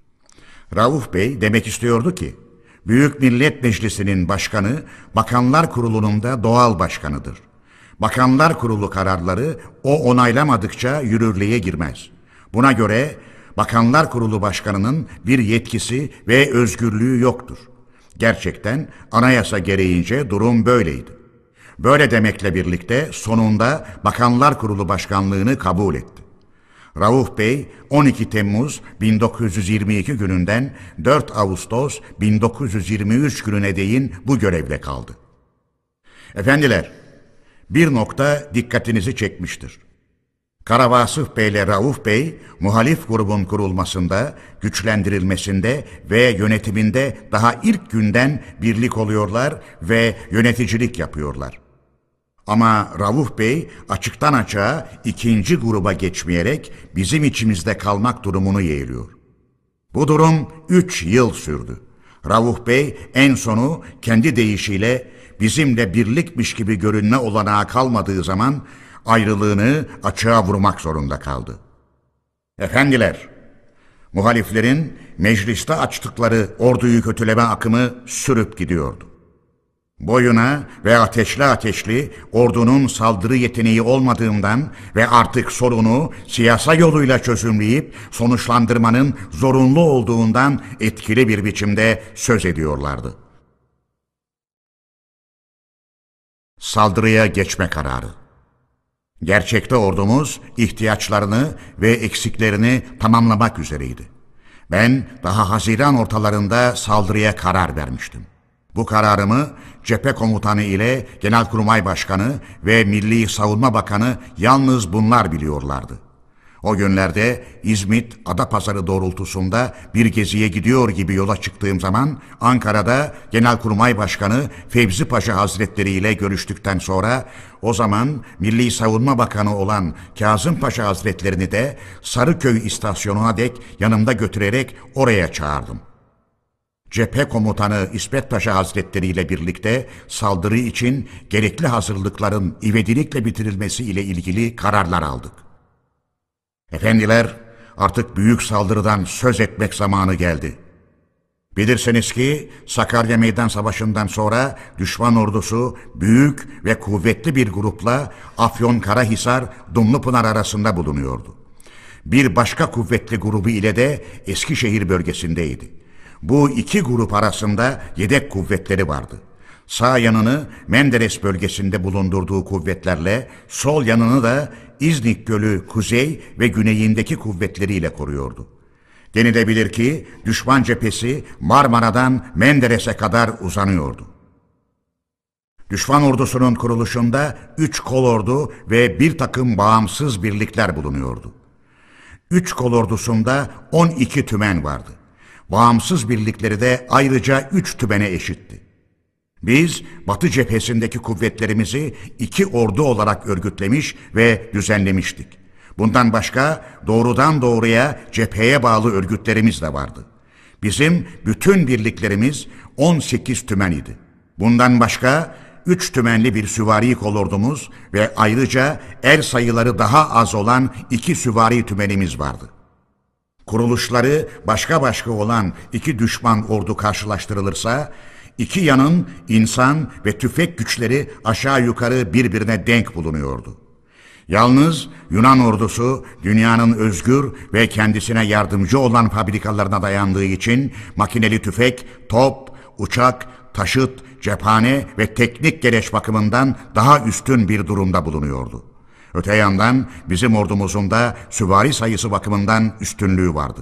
Rauf Bey demek istiyordu ki, Büyük Millet Meclisi'nin başkanı, Bakanlar Kurulu'nun da doğal başkanıdır. Bakanlar Kurulu kararları o onaylamadıkça yürürlüğe girmez. Buna göre Bakanlar Kurulu Başkanı'nın bir yetkisi ve özgürlüğü yoktur. Gerçekten anayasa gereğince durum böyleydi. Böyle demekle birlikte sonunda Bakanlar Kurulu Başkanlığını kabul etti. Rauf Bey on iki Temmuz bin dokuz yüz yirmi iki gününden dört Ağustos bin dokuz yüz yirmi üç gününe değin bu görevde kaldı. Efendiler, bir nokta dikkatinizi çekmiştir. Karavasıf Bey ile Rauf Bey, muhalif grubun kurulmasında, güçlendirilmesinde ve yönetiminde daha ilk günden birlik oluyorlar ve yöneticilik yapıyorlar. Ama Rauf Bey açıktan açığa ikinci gruba geçmeyerek bizim içimizde kalmak durumunu yeğliyor. Bu durum üç yıl sürdü. Rauf Bey en sonu kendi deyişiyle bizimle birlikmiş gibi görünme olanağı kalmadığı zaman ayrılığını açığa vurmak zorunda kaldı. Efendiler, muhaliflerin mecliste açtıkları orduyu kötüleme akımı sürüp gidiyordu. Boyuna ve ateşli ateşli ordunun saldırı yeteneği olmadığından ve artık sorunu siyasa yoluyla çözümleyip sonuçlandırmanın zorunlu olduğundan etkili bir biçimde söz ediyorlardı. Saldırıya geçme kararı. Gerçekte ordumuz ihtiyaçlarını ve eksiklerini tamamlamak üzereydi. Ben daha Haziran ortalarında saldırıya karar vermiştim. Bu kararımı Cephe Komutanı ile Genelkurmay Başkanı ve Milli Savunma Bakanı yalnız bunlar biliyorlardı. O günlerde İzmit, Adapazarı doğrultusunda bir geziye gidiyor gibi yola çıktığım zaman Ankara'da Genelkurmay Başkanı Fevzi Paşa Hazretleri ile görüştükten sonra o zaman Milli Savunma Bakanı olan Kazım Paşa Hazretlerini de Sarıköy istasyonuna dek yanımda götürerek oraya çağırdım. Cephe Komutanı İsmet Paşa Hazretleri ile birlikte saldırı için gerekli hazırlıkların ivedilikle bitirilmesi ile ilgili kararlar aldık. Efendiler, artık büyük saldırıdan söz etmek zamanı geldi. Bilirsiniz ki Sakarya Meydan Savaşı'ndan sonra düşman ordusu büyük ve kuvvetli bir grupla Afyonkarahisar, Dumlupınar arasında bulunuyordu. Bir başka kuvvetli grubu ile de Eskişehir bölgesindeydi. Bu iki grup arasında yedek kuvvetleri vardı. Sağ yanını Menderes bölgesinde bulundurduğu kuvvetlerle, sol yanını da İznik Gölü kuzey ve güneyindeki kuvvetleriyle koruyordu. Denilebilir ki düşman cephesi Marmara'dan Menderes'e kadar uzanıyordu. Düşman ordusunun kuruluşunda üç kolordu ve bir takım bağımsız birlikler bulunuyordu. Üç kolordusunda on iki tümen vardı. Bağımsız birlikleri de ayrıca üç tümene eşitti. Biz Batı cephesindeki kuvvetlerimizi iki ordu olarak örgütlemiş ve düzenlemiştik. Bundan başka doğrudan doğruya cepheye bağlı örgütlerimiz de vardı. Bizim bütün birliklerimiz on sekiz tümen idi. Bundan başka üç tümenli bir süvari kolordumuz ve ayrıca er sayıları daha az olan iki süvari tümenimiz vardı. Kuruluşları başka başka olan iki düşman ordu karşılaştırılırsa, iki yanın insan ve tüfek güçleri aşağı yukarı birbirine denk bulunuyordu. Yalnız Yunan ordusu dünyanın özgür ve kendisine yardımcı olan fabrikalarına dayandığı için makineli tüfek, top, uçak, taşıt, cephane ve teknik gereç bakımından daha üstün bir durumda bulunuyordu. Öte yandan bizim ordumuzun da süvari sayısı bakımından üstünlüğü vardı.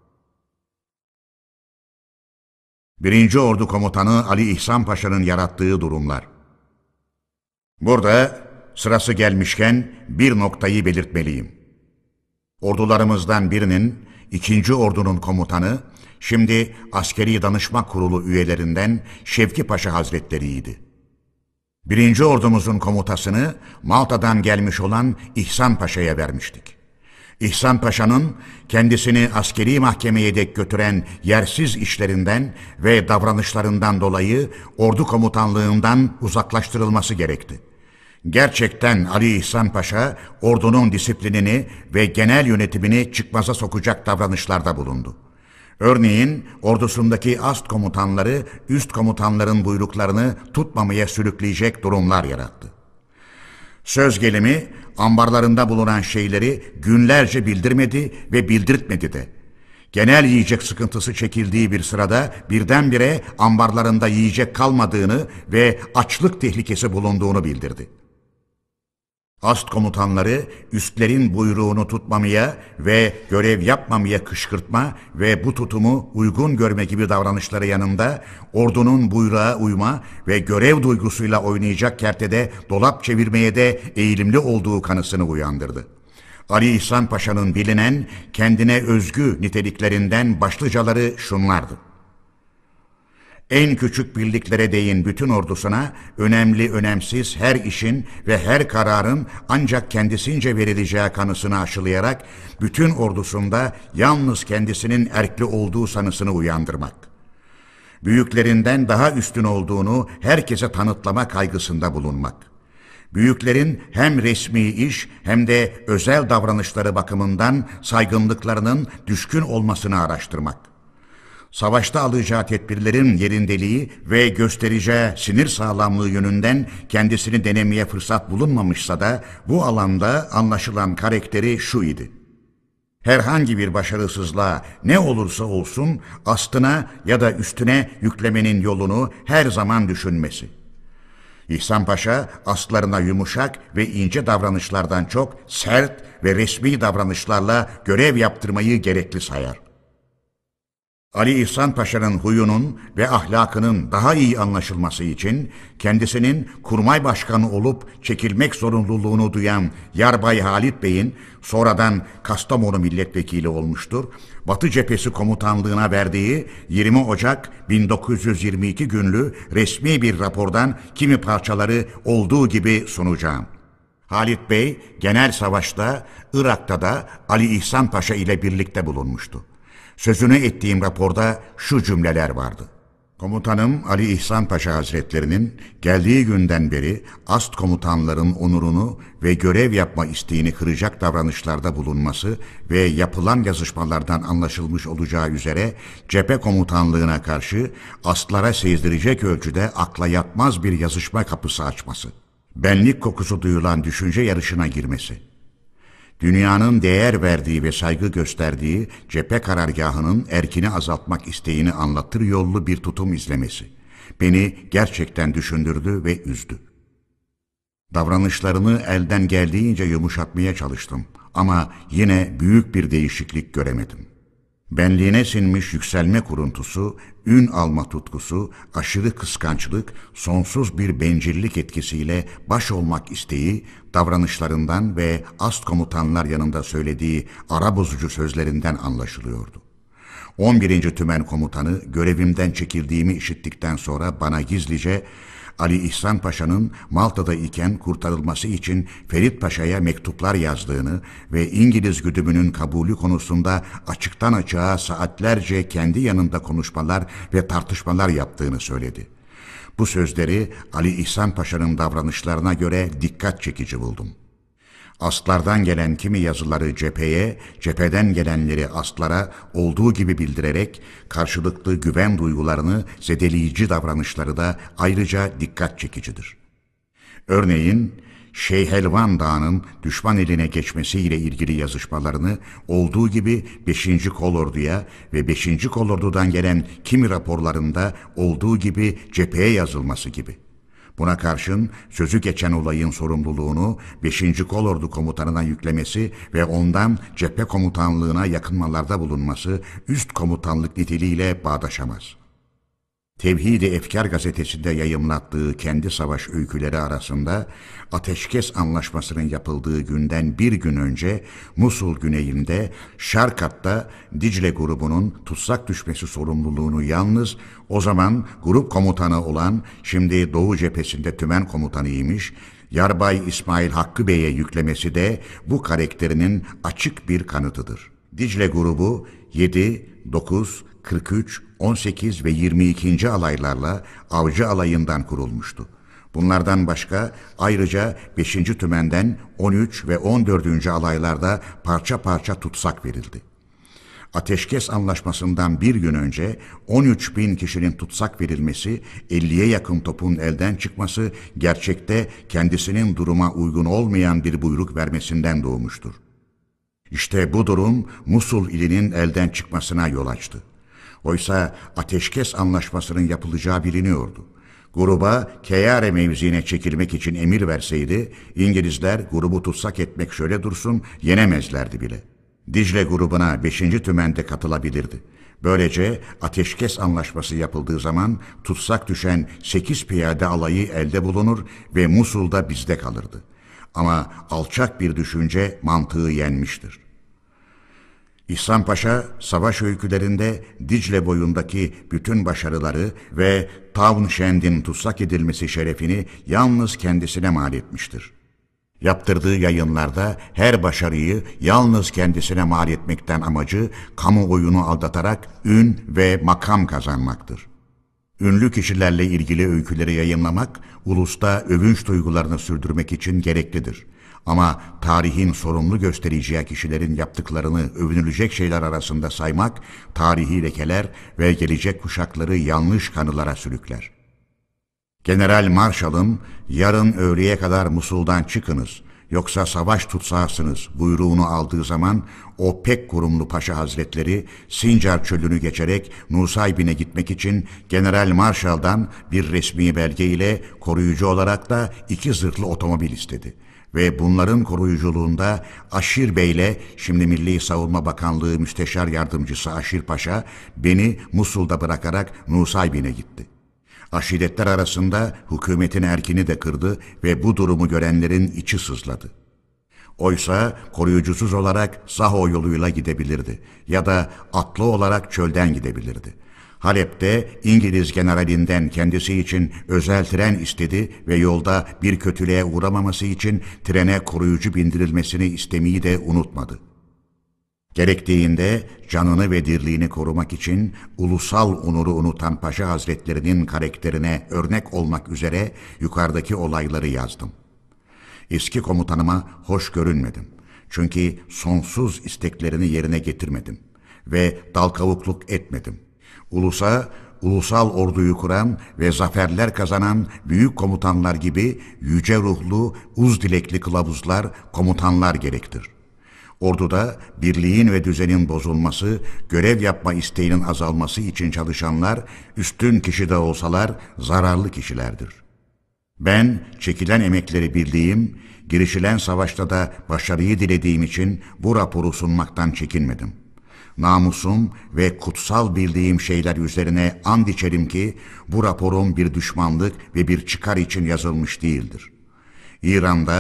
Birinci Ordu Komutanı Ali İhsan Paşa'nın yarattığı durumlar. Burada sırası gelmişken bir noktayı belirtmeliyim. Ordularımızdan birinin, ikinci Ordu'nun komutanı, şimdi Askeri Danışma Kurulu üyelerinden Şevki Paşa Hazretleri'ydi. Birinci Ordumuzun komutasını Malta'dan gelmiş olan İhsan Paşa'ya vermiştik. İhsan Paşa'nın kendisini askeri mahkemeye dek götüren yersiz işlerinden ve davranışlarından dolayı ordu komutanlığından uzaklaştırılması gerekti. Gerçekten Ali İhsan Paşa ordunun disiplinini ve genel yönetimini çıkmaza sokacak davranışlarda bulundu. Örneğin ordusundaki ast komutanları üst komutanların buyruklarını tutmamaya sürükleyecek durumlar yarattı. Söz gelimi ambarlarında bulunan şeyleri günlerce bildirmedi ve bildirtmedi de. Genel yiyecek sıkıntısı çekildiği bir sırada birdenbire ambarlarında yiyecek kalmadığını ve açlık tehlikesi bulunduğunu bildirdi. Ast komutanları üstlerin buyruğunu tutmamaya ve görev yapmamaya kışkırtma ve bu tutumu uygun görme gibi davranışları yanında ordunun buyruğa uyma ve görev duygusuyla oynayacak kertede dolap çevirmeye de eğilimli olduğu kanısını uyandırdı. Ali İhsan Paşa'nın bilinen kendine özgü niteliklerinden başlıcaları şunlardı. En küçük birliklere değin bütün ordusuna önemli önemsiz her işin ve her kararın ancak kendisince verileceği kanısını aşılayarak bütün ordusunda yalnız kendisinin erkli olduğu sanısını uyandırmak. Büyüklerinden daha üstün olduğunu herkese tanıtlama kaygısında bulunmak. Büyüklerin hem resmi iş hem de özel davranışları bakımından saygınlıklarının düşkün olmasını araştırmak. Savaşta alacağı tedbirlerin yerindeliği ve göstereceği sinir sağlamlığı yönünden kendisini denemeye fırsat bulunmamışsa da bu alanda anlaşılan karakteri şu idi. Herhangi bir başarısızlığa ne olursa olsun astına ya da üstüne yüklemenin yolunu her zaman düşünmesi. İhsan Paşa astlarına yumuşak ve ince davranışlardan çok sert ve resmi davranışlarla görev yaptırmayı gerekli sayar. Ali İhsan Paşa'nın huyunun ve ahlakının daha iyi anlaşılması için kendisinin kurmay başkanı olup çekilmek zorunluluğunu duyan Yarbay Halit Bey'in sonradan Kastamonu milletvekili olmuştur, Batı Cephesi Komutanlığına verdiği yirmi Ocak bin dokuz yüz yirmi iki günlü resmi bir rapordan kimi parçaları olduğu gibi sunacağım. Halit Bey genel savaşta Irak'ta da Ali İhsan Paşa ile birlikte bulunmuştu. Sözünü ettiğim raporda şu cümleler vardı. Komutanım Ali İhsan Paşa Hazretlerinin geldiği günden beri ast komutanların onurunu ve görev yapma isteğini kıracak davranışlarda bulunması ve yapılan yazışmalardan anlaşılmış olacağı üzere cephe komutanlığına karşı astlara sezdirecek ölçüde akla yatmaz bir yazışma kapısı açması, benlik kokusu duyulan düşünce yarışına girmesi, dünyanın değer verdiği ve saygı gösterdiği cephe karargahının erkini azaltmak isteğini anlatır yollu bir tutum izlemesi beni gerçekten düşündürdü ve üzdü. Davranışlarını elden geldiğince yumuşatmaya çalıştım ama yine büyük bir değişiklik göremedim. Benliğine sinmiş yükselme kuruntusu, ün alma tutkusu, aşırı kıskançlık, sonsuz bir bencillik etkisiyle baş olmak isteği, davranışlarından ve ast komutanlar yanında söylediği ara bozucu sözlerinden anlaşılıyordu. on birinci Tümen Komutanı görevimden çekildiğimi işittikten sonra bana gizlice Ali İhsan Paşa'nın Malta'da iken kurtarılması için Ferit Paşa'ya mektuplar yazdığını ve İngiliz güdümünün kabulü konusunda açıktan açığa saatlerce kendi yanında konuşmalar ve tartışmalar yaptığını söyledi. Bu sözleri Ali İhsan Paşa'nın davranışlarına göre dikkat çekici buldum. Aslardan gelen kimi yazıları cepheye, cepheden gelenleri aslara olduğu gibi bildirerek karşılıklı güven duygularını zedeleyici davranışları da ayrıca dikkat çekicidir. Örneğin Şeyhelvan Dağı'nın düşman eline geçmesiyle ilgili yazışmalarını olduğu gibi beşinci Kolordu'ya ve beşinci Kolordu'dan gelen kimi raporlarında olduğu gibi cepheye yazılması gibi. Buna karşın sözü geçen olayın sorumluluğunu beşinci Kolordu komutanına yüklemesi ve ondan cephe komutanlığına yakınmalarda bulunması üst komutanlık niteliğiyle bağdaşamaz. Tevhid-i Efkar gazetesinde yayımlattığı kendi savaş öyküleri arasında ateşkes anlaşmasının yapıldığı günden bir gün önce Musul güneyinde Şarkat'ta Dicle grubunun tutsak düşmesi sorumluluğunu yalnız o zaman grup komutanı olan, şimdi Doğu cephesinde tümen komutanıymış, Yarbay İsmail Hakkı Bey'e yüklemesi de bu karakterinin açık bir kanıtıdır. Dicle grubu yedi, dokuz, kırk üç, on sekiz ve yirmi ikinci alaylarla Avcı alayından kurulmuştu. Bunlardan başka ayrıca beşinci tümenden on üç ve on dördüncü alaylarda parça parça tutsak verildi. Ateşkes anlaşmasından bir gün önce on üç bin kişinin tutsak verilmesi, elliye yakın topun elden çıkması gerçekte kendisinin duruma uygun olmayan bir buyruk vermesinden doğmuştur. İşte bu durum Musul ilinin elden çıkmasına yol açtı. Oysa ateşkes anlaşmasının yapılacağı biliniyordu. Gruba Keyare mevziine çekilmek için emir verseydi, İngilizler grubu tutsak etmek şöyle dursun yenemezlerdi bile. Dicle grubuna beşinci tümende katılabilirdi. Böylece ateşkes anlaşması yapıldığı zaman tutsak düşen sekiz piyade alayı elde bulunur ve Musul'da bizde kalırdı. Ama alçak bir düşünce mantığı yenmiştir. İhsan Paşa, savaş öykülerinde Dicle boyundaki bütün başarıları ve Townshend'in tutsak edilmesi şerefini yalnız kendisine mal etmiştir. Yaptırdığı yayınlarda her başarıyı yalnız kendisine mal etmekten amacı, kamuoyunu aldatarak ün ve makam kazanmaktır. Ünlü kişilerle ilgili öyküleri yayınlamak, ulusta övünç duygularını sürdürmek için gereklidir. Ama tarihin sorumlu göstereceği kişilerin yaptıklarını övünülecek şeyler arasında saymak, tarihi lekeler ve gelecek kuşakları yanlış kanılara sürükler. General Marshall'ın yarın öğleye kadar Musul'dan çıkınız, yoksa savaş tutsağısınız buyruğunu aldığı zaman o pek kurumlu paşa hazretleri Sincar çölünü geçerek Nusaybin'e gitmek için General Marshall'dan bir resmi belge ile koruyucu olarak da iki zırhlı otomobil istedi. Ve bunların koruyuculuğunda Aşir Bey'le şimdi Milli Savunma Bakanlığı Müsteşar Yardımcısı Aşir Paşa beni Musul'da bırakarak Nusaybin'e gitti. Aşiretler arasında hükümetin erkini de kırdı ve bu durumu görenlerin içi sızladı. Oysa koruyucusuz olarak Zaho yoluyla gidebilirdi ya da atlı olarak çölden gidebilirdi. Halep'te İngiliz generalinden kendisi için özel tren istedi ve yolda bir kötülüğe uğramaması için trene koruyucu bindirilmesini istemeyi de unutmadı. Gerektiğinde canını ve dirliğini korumak için ulusal onuru unutan Paşa Hazretlerinin karakterine örnek olmak üzere yukarıdaki olayları yazdım. Eski komutanıma hoş görünmedim. Çünkü sonsuz isteklerini yerine getirmedim ve dal kavukluk etmedim. Ulusa, ulusal orduyu kuran ve zaferler kazanan büyük komutanlar gibi yüce ruhlu, uz dilekli kılavuzlar, komutanlar gerektir. Orduda birliğin ve düzenin bozulması, görev yapma isteğinin azalması için çalışanlar, üstün kişi de olsalar zararlı kişilerdir. Ben çekilen emekleri bildiğim, girişilen savaşta da başarıyı dilediğim için bu raporu sunmaktan çekinmedim. Namusum ve kutsal bildiğim şeyler üzerine and içerim ki bu raporum bir düşmanlık ve bir çıkar için yazılmış değildir. İran'da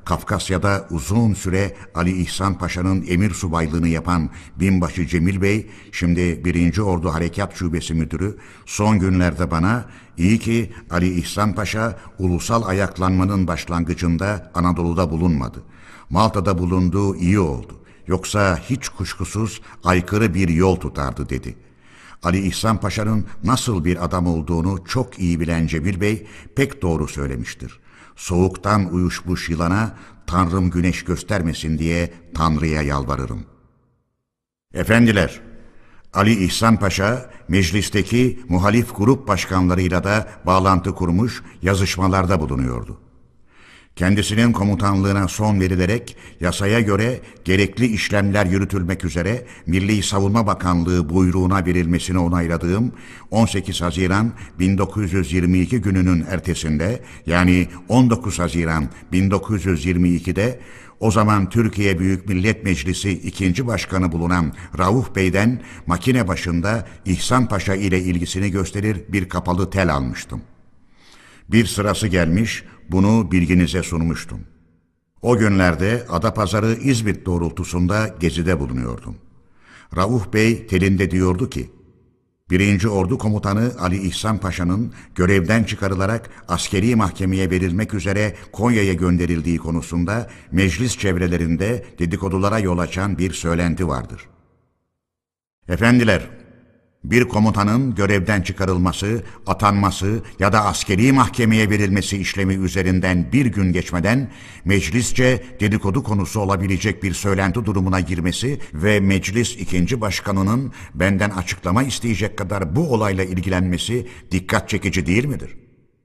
Kafkasya'da uzun süre Ali İhsan Paşa'nın emir subaylığını yapan binbaşı Cemil Bey, şimdi birinci Ordu Harekat Şubesi Müdürü, son günlerde bana iyi ki Ali İhsan Paşa ulusal ayaklanmanın başlangıcında Anadolu'da bulunmadı. Malta'da bulunduğu iyi oldu. Yoksa hiç kuşkusuz aykırı bir yol tutardı dedi. Ali İhsan Paşa'nın nasıl bir adam olduğunu çok iyi bilen Cemil Bey pek doğru söylemiştir. Soğuktan uyuşmuş yılana Tanrım güneş göstermesin diye Tanrı'ya yalvarırım. Efendiler, Ali İhsan Paşa meclisteki muhalif grup başkanlarıyla da bağlantı kurmuş, yazışmalarda bulunuyordu. Kendisinin komutanlığına son verilerek yasaya göre gerekli işlemler yürütülmek üzere Milli Savunma Bakanlığı buyruğuna verilmesini onayladığım on sekiz Haziran bin dokuz yüz yirmi iki gününün ertesinde, yani on dokuz Haziran bin dokuz yüz yirmi iki'de o zaman Türkiye Büyük Millet Meclisi ikinci Başkanı bulunan Rauf Bey'den makine başında İhsan Paşa ile ilgisini gösterir bir kapalı tel almıştım. Bir sırası gelmiş, bunu bilginize sunmuştum. O günlerde Adapazarı İzmit doğrultusunda gezide bulunuyordum. Rauf Bey telinde diyordu ki, birinci Ordu Komutanı Ali İhsan Paşa'nın görevden çıkarılarak askeri mahkemeye verilmek üzere Konya'ya gönderildiği konusunda meclis çevrelerinde dedikodulara yol açan bir söylenti vardır. Efendiler, bir komutanın görevden çıkarılması, atanması ya da askeri mahkemeye verilmesi işlemi üzerinden bir gün geçmeden meclisçe dedikodu konusu olabilecek bir söylenti durumuna girmesi ve meclis ikinci başkanının benden açıklama isteyecek kadar bu olayla ilgilenmesi dikkat çekici değil midir?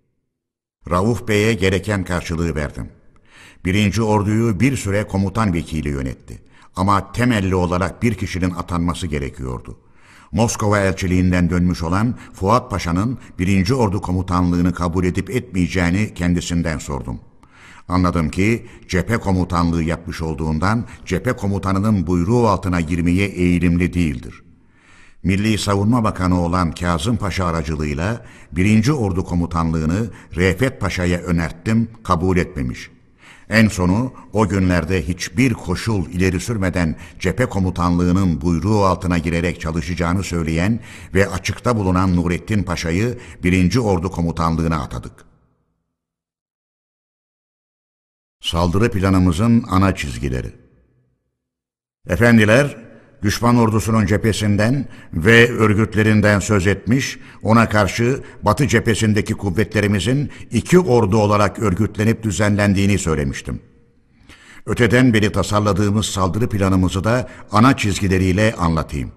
Rauf Bey'e gereken karşılığı verdim. Birinci Ordu'yu bir süre komutan vekili yönetti. Ama temelli olarak bir kişinin atanması gerekiyordu. Moskova elçiliğinden dönmüş olan Fuat Paşa'nın birinci Ordu komutanlığını kabul edip etmeyeceğini kendisinden sordum. Anladım ki cephe komutanlığı yapmış olduğundan cephe komutanının buyruğu altına girmeye eğilimli değildir. Milli Savunma Bakanı olan Kazım Paşa aracılığıyla birinci Ordu komutanlığını Refet Paşa'ya önerttim, kabul etmemiş. En sonu o günlerde hiçbir koşul ileri sürmeden cephe komutanlığının buyruğu altına girerek çalışacağını söyleyen ve açıkta bulunan Nurettin Paşa'yı birinci Ordu komutanlığına atadık. Saldırı planımızın ana çizgileri. Efendiler, düşman ordusunun cephesinden ve örgütlerinden söz etmiş, ona karşı Batı cephesindeki kuvvetlerimizin iki ordu olarak örgütlenip düzenlendiğini söylemiştim. Öteden beri tasarladığımız saldırı planımızı da ana çizgileriyle anlatayım.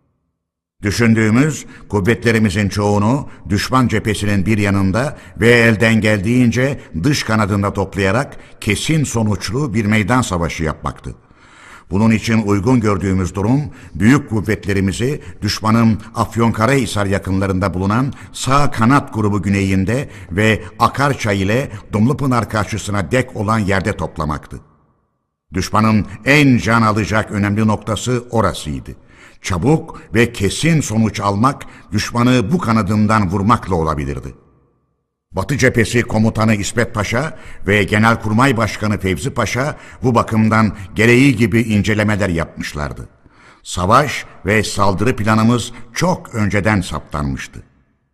Düşündüğümüz kuvvetlerimizin çoğunu düşman cephesinin bir yanında ve elden geldiğince dış kanadında toplayarak kesin sonuçlu bir meydan savaşı yapmaktı. Bunun için uygun gördüğümüz durum, büyük kuvvetlerimizi düşmanın Afyonkarahisar yakınlarında bulunan sağ kanat grubu güneyinde ve Akarçay ile Dumlupınar karşısına dek olan yerde toplamaktı. Düşmanın en can alacak önemli noktası orasıydı. Çabuk ve kesin sonuç almak, düşmanı bu kanadından vurmakla olabilirdi. Batı Cephesi Komutanı İsmet Paşa ve Genelkurmay Başkanı Fevzi Paşa bu bakımdan gereği gibi incelemeler yapmışlardı. Savaş ve saldırı planımız çok önceden saptanmıştı.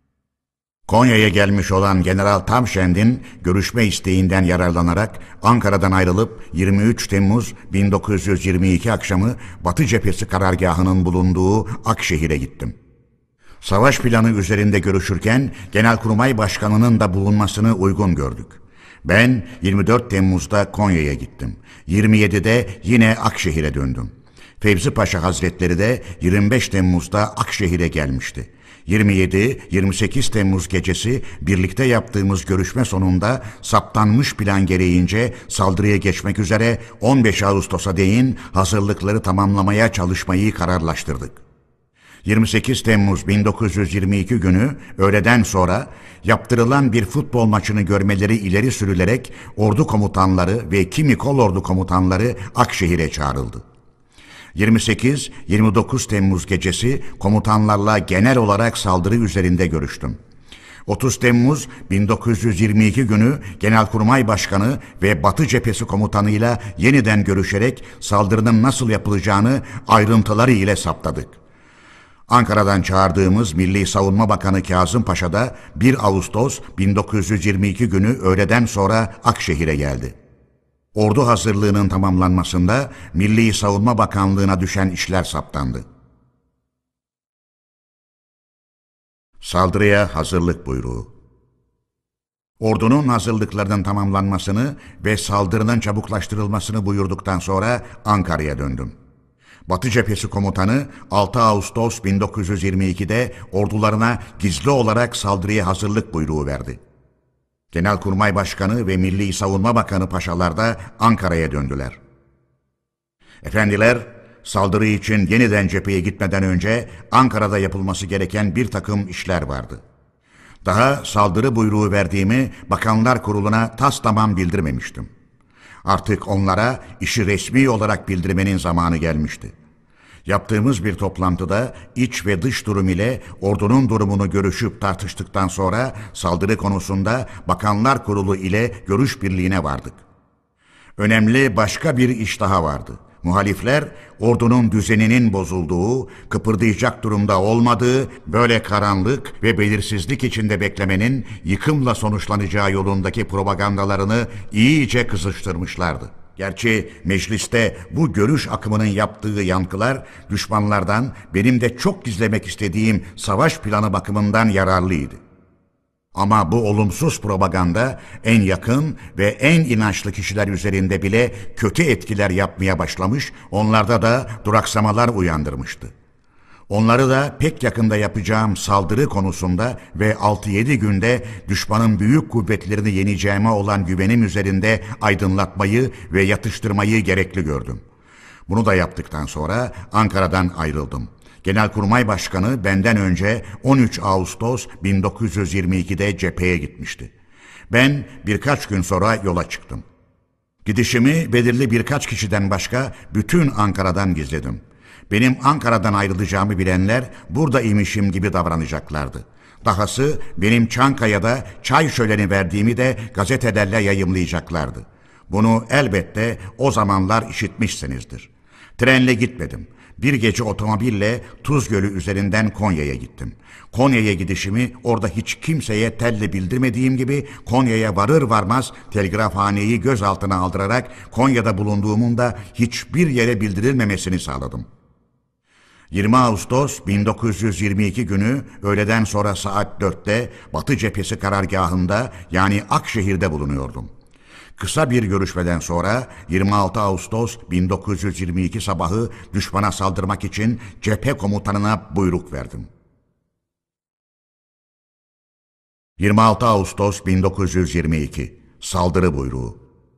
Konya'ya gelmiş olan General Tamşend'in görüşme isteğinden yararlanarak Ankara'dan ayrılıp yirmi üç Temmuz bin dokuz yüz yirmi iki akşamı Batı Cephesi karargahının bulunduğu Akşehir'e gittim. Savaş planı üzerinde görüşürken Genelkurmay Başkanı'nın da bulunmasını uygun gördük. Ben yirmi dört Temmuz'da Konya'ya gittim. yirmi yedi'de yine Akşehir'e döndüm. Fevzi Paşa Hazretleri de yirmi beş Temmuz'da Akşehir'e gelmişti. yirmi yedi yirmi sekiz Temmuz gecesi birlikte yaptığımız görüşme sonunda saptanmış plan gereğince saldırıya geçmek üzere on beş Ağustos'a değin hazırlıkları tamamlamaya çalışmayı kararlaştırdık. yirmi sekiz Temmuz bin dokuz yüz yirmi iki günü öğleden sonra yaptırılan bir futbol maçını görmeleri ileri sürülerek ordu komutanları ve kimi kolordu komutanları Akşehir'e çağrıldı. yirmi sekiz yirmi dokuz Temmuz gecesi komutanlarla genel olarak saldırı üzerinde görüştüm. otuz Temmuz bin dokuz yüz yirmi iki günü Genelkurmay Başkanı ve Batı Cephesi komutanıyla yeniden görüşerek saldırının nasıl yapılacağını ayrıntıları ile saptadık. Ankara'dan çağırdığımız Milli Savunma Bakanı Kazım Paşa da bir Ağustos bin dokuz yüz yirmi iki günü öğleden sonra Akşehir'e geldi. Ordu hazırlığının tamamlanmasında Milli Savunma Bakanlığı'na düşen işler saptandı. Saldırıya hazırlık buyruğu. Ordunun hazırlıklarının tamamlanmasını ve saldırının çabuklaştırılmasını buyurduktan sonra Ankara'ya döndüm. Batı Cephesi Komutanı altı Ağustos bin dokuz yüz yirmi iki'de ordularına gizli olarak saldırıya hazırlık buyruğu verdi. Genelkurmay Başkanı ve Milli Savunma Bakanı paşalar da Ankara'ya döndüler. Efendiler, saldırı için yeniden cepheye gitmeden önce Ankara'da yapılması gereken bir takım işler vardı. Daha saldırı buyruğu verdiğimi Bakanlar Kurulu'na taslamam bildirmemiştim. Artık onlara işi resmi olarak bildirmenin zamanı gelmişti. Yaptığımız bir toplantıda iç ve dış durum ile ordunun durumunu görüşüp tartıştıktan sonra saldırı konusunda Bakanlar Kurulu ile görüş birliğine vardık. Önemli başka bir iş daha vardı. Muhalifler, ordunun düzeninin bozulduğu, kıpırdayacak durumda olmadığı, böyle karanlık ve belirsizlik içinde beklemenin yıkımla sonuçlanacağı yolundaki propagandalarını iyice kızıştırmışlardı. Gerçi mecliste bu görüş akımının yaptığı yankılar düşmanlardan benim de çok gizlemek istediğim savaş planı bakımından yararlıydı. Ama bu olumsuz propaganda en yakın ve en inançlı kişiler üzerinde bile kötü etkiler yapmaya başlamış, onlarda da duraksamalar uyandırmıştı. Onları da pek yakında yapacağım saldırı konusunda ve altı yedi günde düşmanın büyük kuvvetlerini yeneceğime olan güvenim üzerinde aydınlatmayı ve yatıştırmayı gerekli gördüm. Bunu da yaptıktan sonra Ankara'dan ayrıldım. Genelkurmay Başkanı benden önce on üç Ağustos bin dokuz yüz yirmi iki'de cepheye gitmişti. Ben birkaç gün sonra yola çıktım. Gidişimi belirli birkaç kişiden başka bütün Ankara'dan gizledim. Benim Ankara'dan ayrılacağımı bilenler burada imişim gibi davranacaklardı. Dahası benim Çankaya'da çay şöleni verdiğimi de gazetelerle yayımlayacaklardı. Bunu elbette o zamanlar işitmişsinizdir. Trenle gitmedim. Bir gece otomobille Tuz Gölü üzerinden Konya'ya gittim. Konya'ya gidişimi orada hiç kimseye telle bildirmediğim gibi Konya'ya varır varmaz telgrafhaneyi gözaltına aldırarak Konya'da bulunduğumun da hiçbir yere bildirilmemesini sağladım. yirmi Ağustos bin dokuz yüz yirmi iki günü öğleden sonra saat dörtte Batı Cephesi karargahında yani Akşehir'de bulunuyordum. Kısa bir görüşmeden sonra yirmi altı Ağustos bin dokuz yüz yirmi iki sabahı düşmana saldırmak için cephe komutanına buyruk verdim. yirmi altı Ağustos bin dokuz yüz yirmi iki Saldırı buyruğu.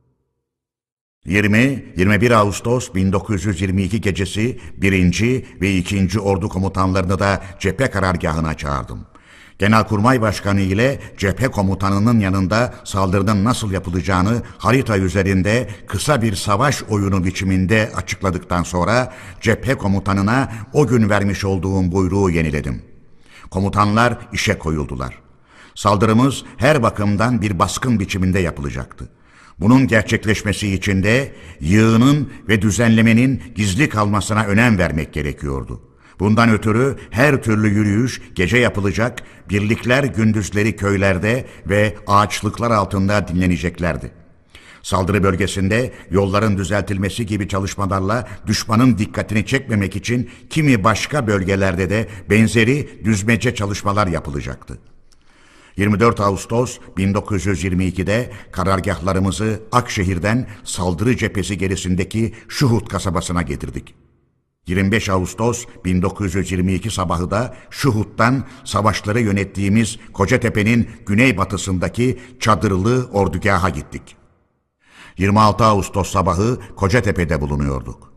yirmi yirmi bir Ağustos bin dokuz yüz yirmi iki gecesi birinci ve ikinci Ordu komutanlarını da cephe karargahına çağırdım. Genelkurmay Başkanı ile cephe komutanının yanında saldırının nasıl yapılacağını harita üzerinde kısa bir savaş oyunu biçiminde açıkladıktan sonra cephe komutanına o gün vermiş olduğum buyruğu yeniledim. Komutanlar işe koyuldular. Saldırımız her bakımdan bir baskın biçiminde yapılacaktı. Bunun gerçekleşmesi için de yığının ve düzenlemenin gizli kalmasına önem vermek gerekiyordu. Bundan ötürü her türlü yürüyüş gece yapılacak, birlikler gündüzleri köylerde ve ağaçlıklar altında dinleneceklerdi. Saldırı bölgesinde yolların düzeltilmesi gibi çalışmalarla düşmanın dikkatini çekmemek için kimi başka bölgelerde de benzeri düzmece çalışmalar yapılacaktı. yirmi dört Ağustos bin dokuz yüz yirmi iki'de karargahlarımızı Akşehir'den saldırı cephesi gerisindeki Şuhut kasabasına getirdik. yirmi beş Ağustos bin dokuz yüz yirmi iki sabahı da Şuhut'tan savaşları yönettiğimiz Kocatepe'nin güneybatısındaki çadırlı ordugaha gittik. yirmi altı Ağustos sabahı Kocatepe'de bulunuyorduk.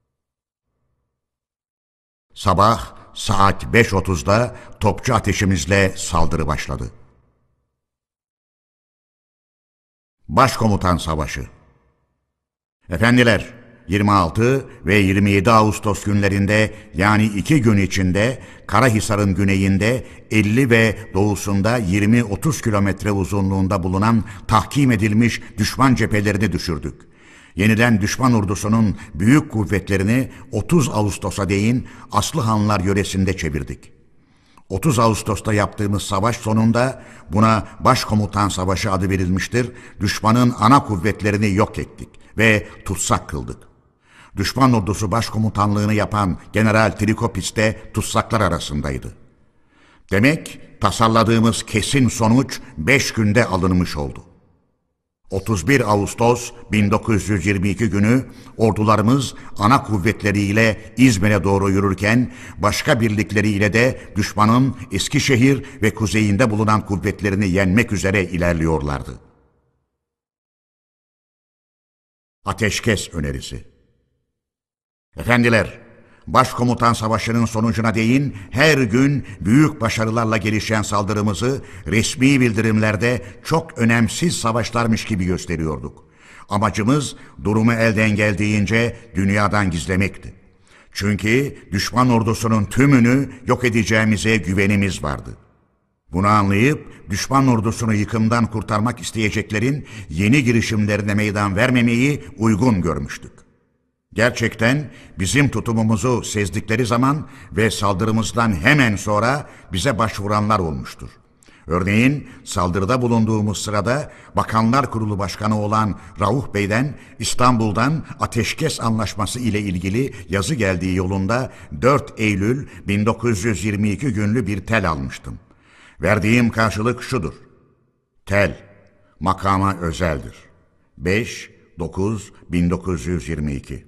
Sabah saat beş otuzda topçu ateşimizle saldırı başladı. Başkomutan Savaşı. Efendiler, yirmi altı ve yirmi yedi Ağustos günlerinde, yani iki gün içinde Karahisar'ın güneyinde elli ve doğusunda yirmi otuz kilometre uzunluğunda bulunan tahkim edilmiş düşman cephelerini düşürdük. Yenilen düşman ordusunun büyük kuvvetlerini otuz Ağustos'a değin Aslıhanlar yöresinde çevirdik. otuz Ağustos'ta yaptığımız savaş sonunda, buna Başkomutan Savaşı adı verilmiştir, düşmanın ana kuvvetlerini yok ettik ve tutsak kıldık. Düşman ordusu başkomutanlığını yapan General Trikopis de tutsaklar arasındaydı. Demek tasarladığımız kesin sonuç beş günde alınmış oldu. otuz bir Ağustos bin dokuz yüz yirmi iki günü ordularımız ana kuvvetleriyle İzmir'e doğru yürürken başka birlikleriyle de düşmanın Eskişehir ve kuzeyinde bulunan kuvvetlerini yenmek üzere ilerliyorlardı. Ateşkes önerisi. Efendiler, Başkomutan Savaşı'nın sonucuna değin her gün büyük başarılarla gelişen saldırımızı resmi bildirimlerde çok önemsiz savaşlarmış gibi gösteriyorduk. Amacımız durumu elden geldiğince dünyadan gizlemekti. Çünkü düşman ordusunun tümünü yok edeceğimize güvenimiz vardı. Bunu anlayıp düşman ordusunu yıkımdan kurtarmak isteyeceklerin yeni girişimlerine meydan vermemeyi uygun görmüştük. Gerçekten bizim tutumumuzu sezdikleri zaman ve saldırımızdan hemen sonra bize başvuranlar olmuştur. Örneğin saldırıda bulunduğumuz sırada Bakanlar Kurulu Başkanı olan Rauf Bey'den İstanbul'dan ateşkes anlaşması ile ilgili yazı geldiği yolunda dört Eylül bin dokuz yüz yirmi iki günlü bir tel almıştım. Verdiğim karşılık şudur: tel, makama özeldir. beş dokuz bin dokuz yüz yirmi iki.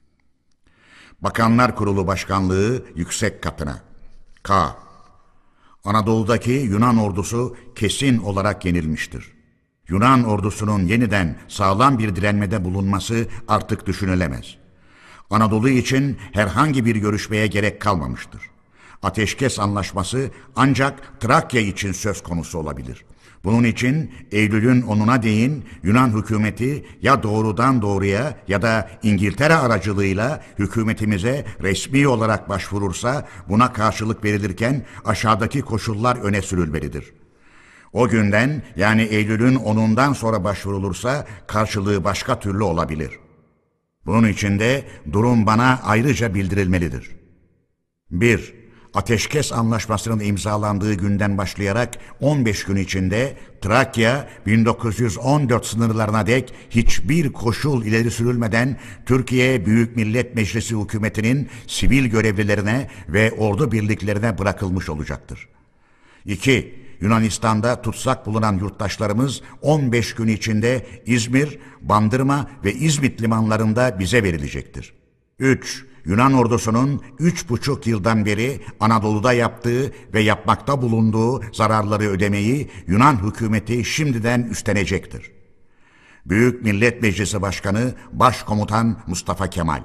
Bakanlar Kurulu Başkanlığı yüksek katına. K. Anadolu'daki Yunan ordusu kesin olarak yenilmiştir. Yunan ordusunun yeniden sağlam bir direnmede bulunması artık düşünülemez. Anadolu için herhangi bir görüşmeye gerek kalmamıştır. Ateşkes anlaşması ancak Trakya için söz konusu olabilir. Bunun için Eylül'ün onuna değin Yunan hükümeti ya doğrudan doğruya ya da İngiltere aracılığıyla hükümetimize resmi olarak başvurursa buna karşılık verilirken aşağıdaki koşullar öne sürülmelidir. O günden, yani Eylül'ün onundan sonra başvurulursa karşılığı başka türlü olabilir. Bunun için de durum bana ayrıca bildirilmelidir. bir. Ateşkes Anlaşması'nın imzalandığı günden başlayarak on beş gün içinde Trakya bin dokuz yüz on dört sınırlarına dek hiçbir koşul ileri sürülmeden Türkiye Büyük Millet Meclisi hükümetinin sivil görevlilerine ve ordu birliklerine bırakılmış olacaktır. iki. Yunanistan'da tutsak bulunan yurttaşlarımız on beş gün içinde İzmir, Bandırma ve İzmit limanlarında bize verilecektir. üç. Yunan ordusunun üç buçuk yıldan beri Anadolu'da yaptığı ve yapmakta bulunduğu zararları ödemeyi Yunan hükümeti şimdiden üstlenecektir. Büyük Millet Meclisi Başkanı Başkomutan Mustafa Kemal.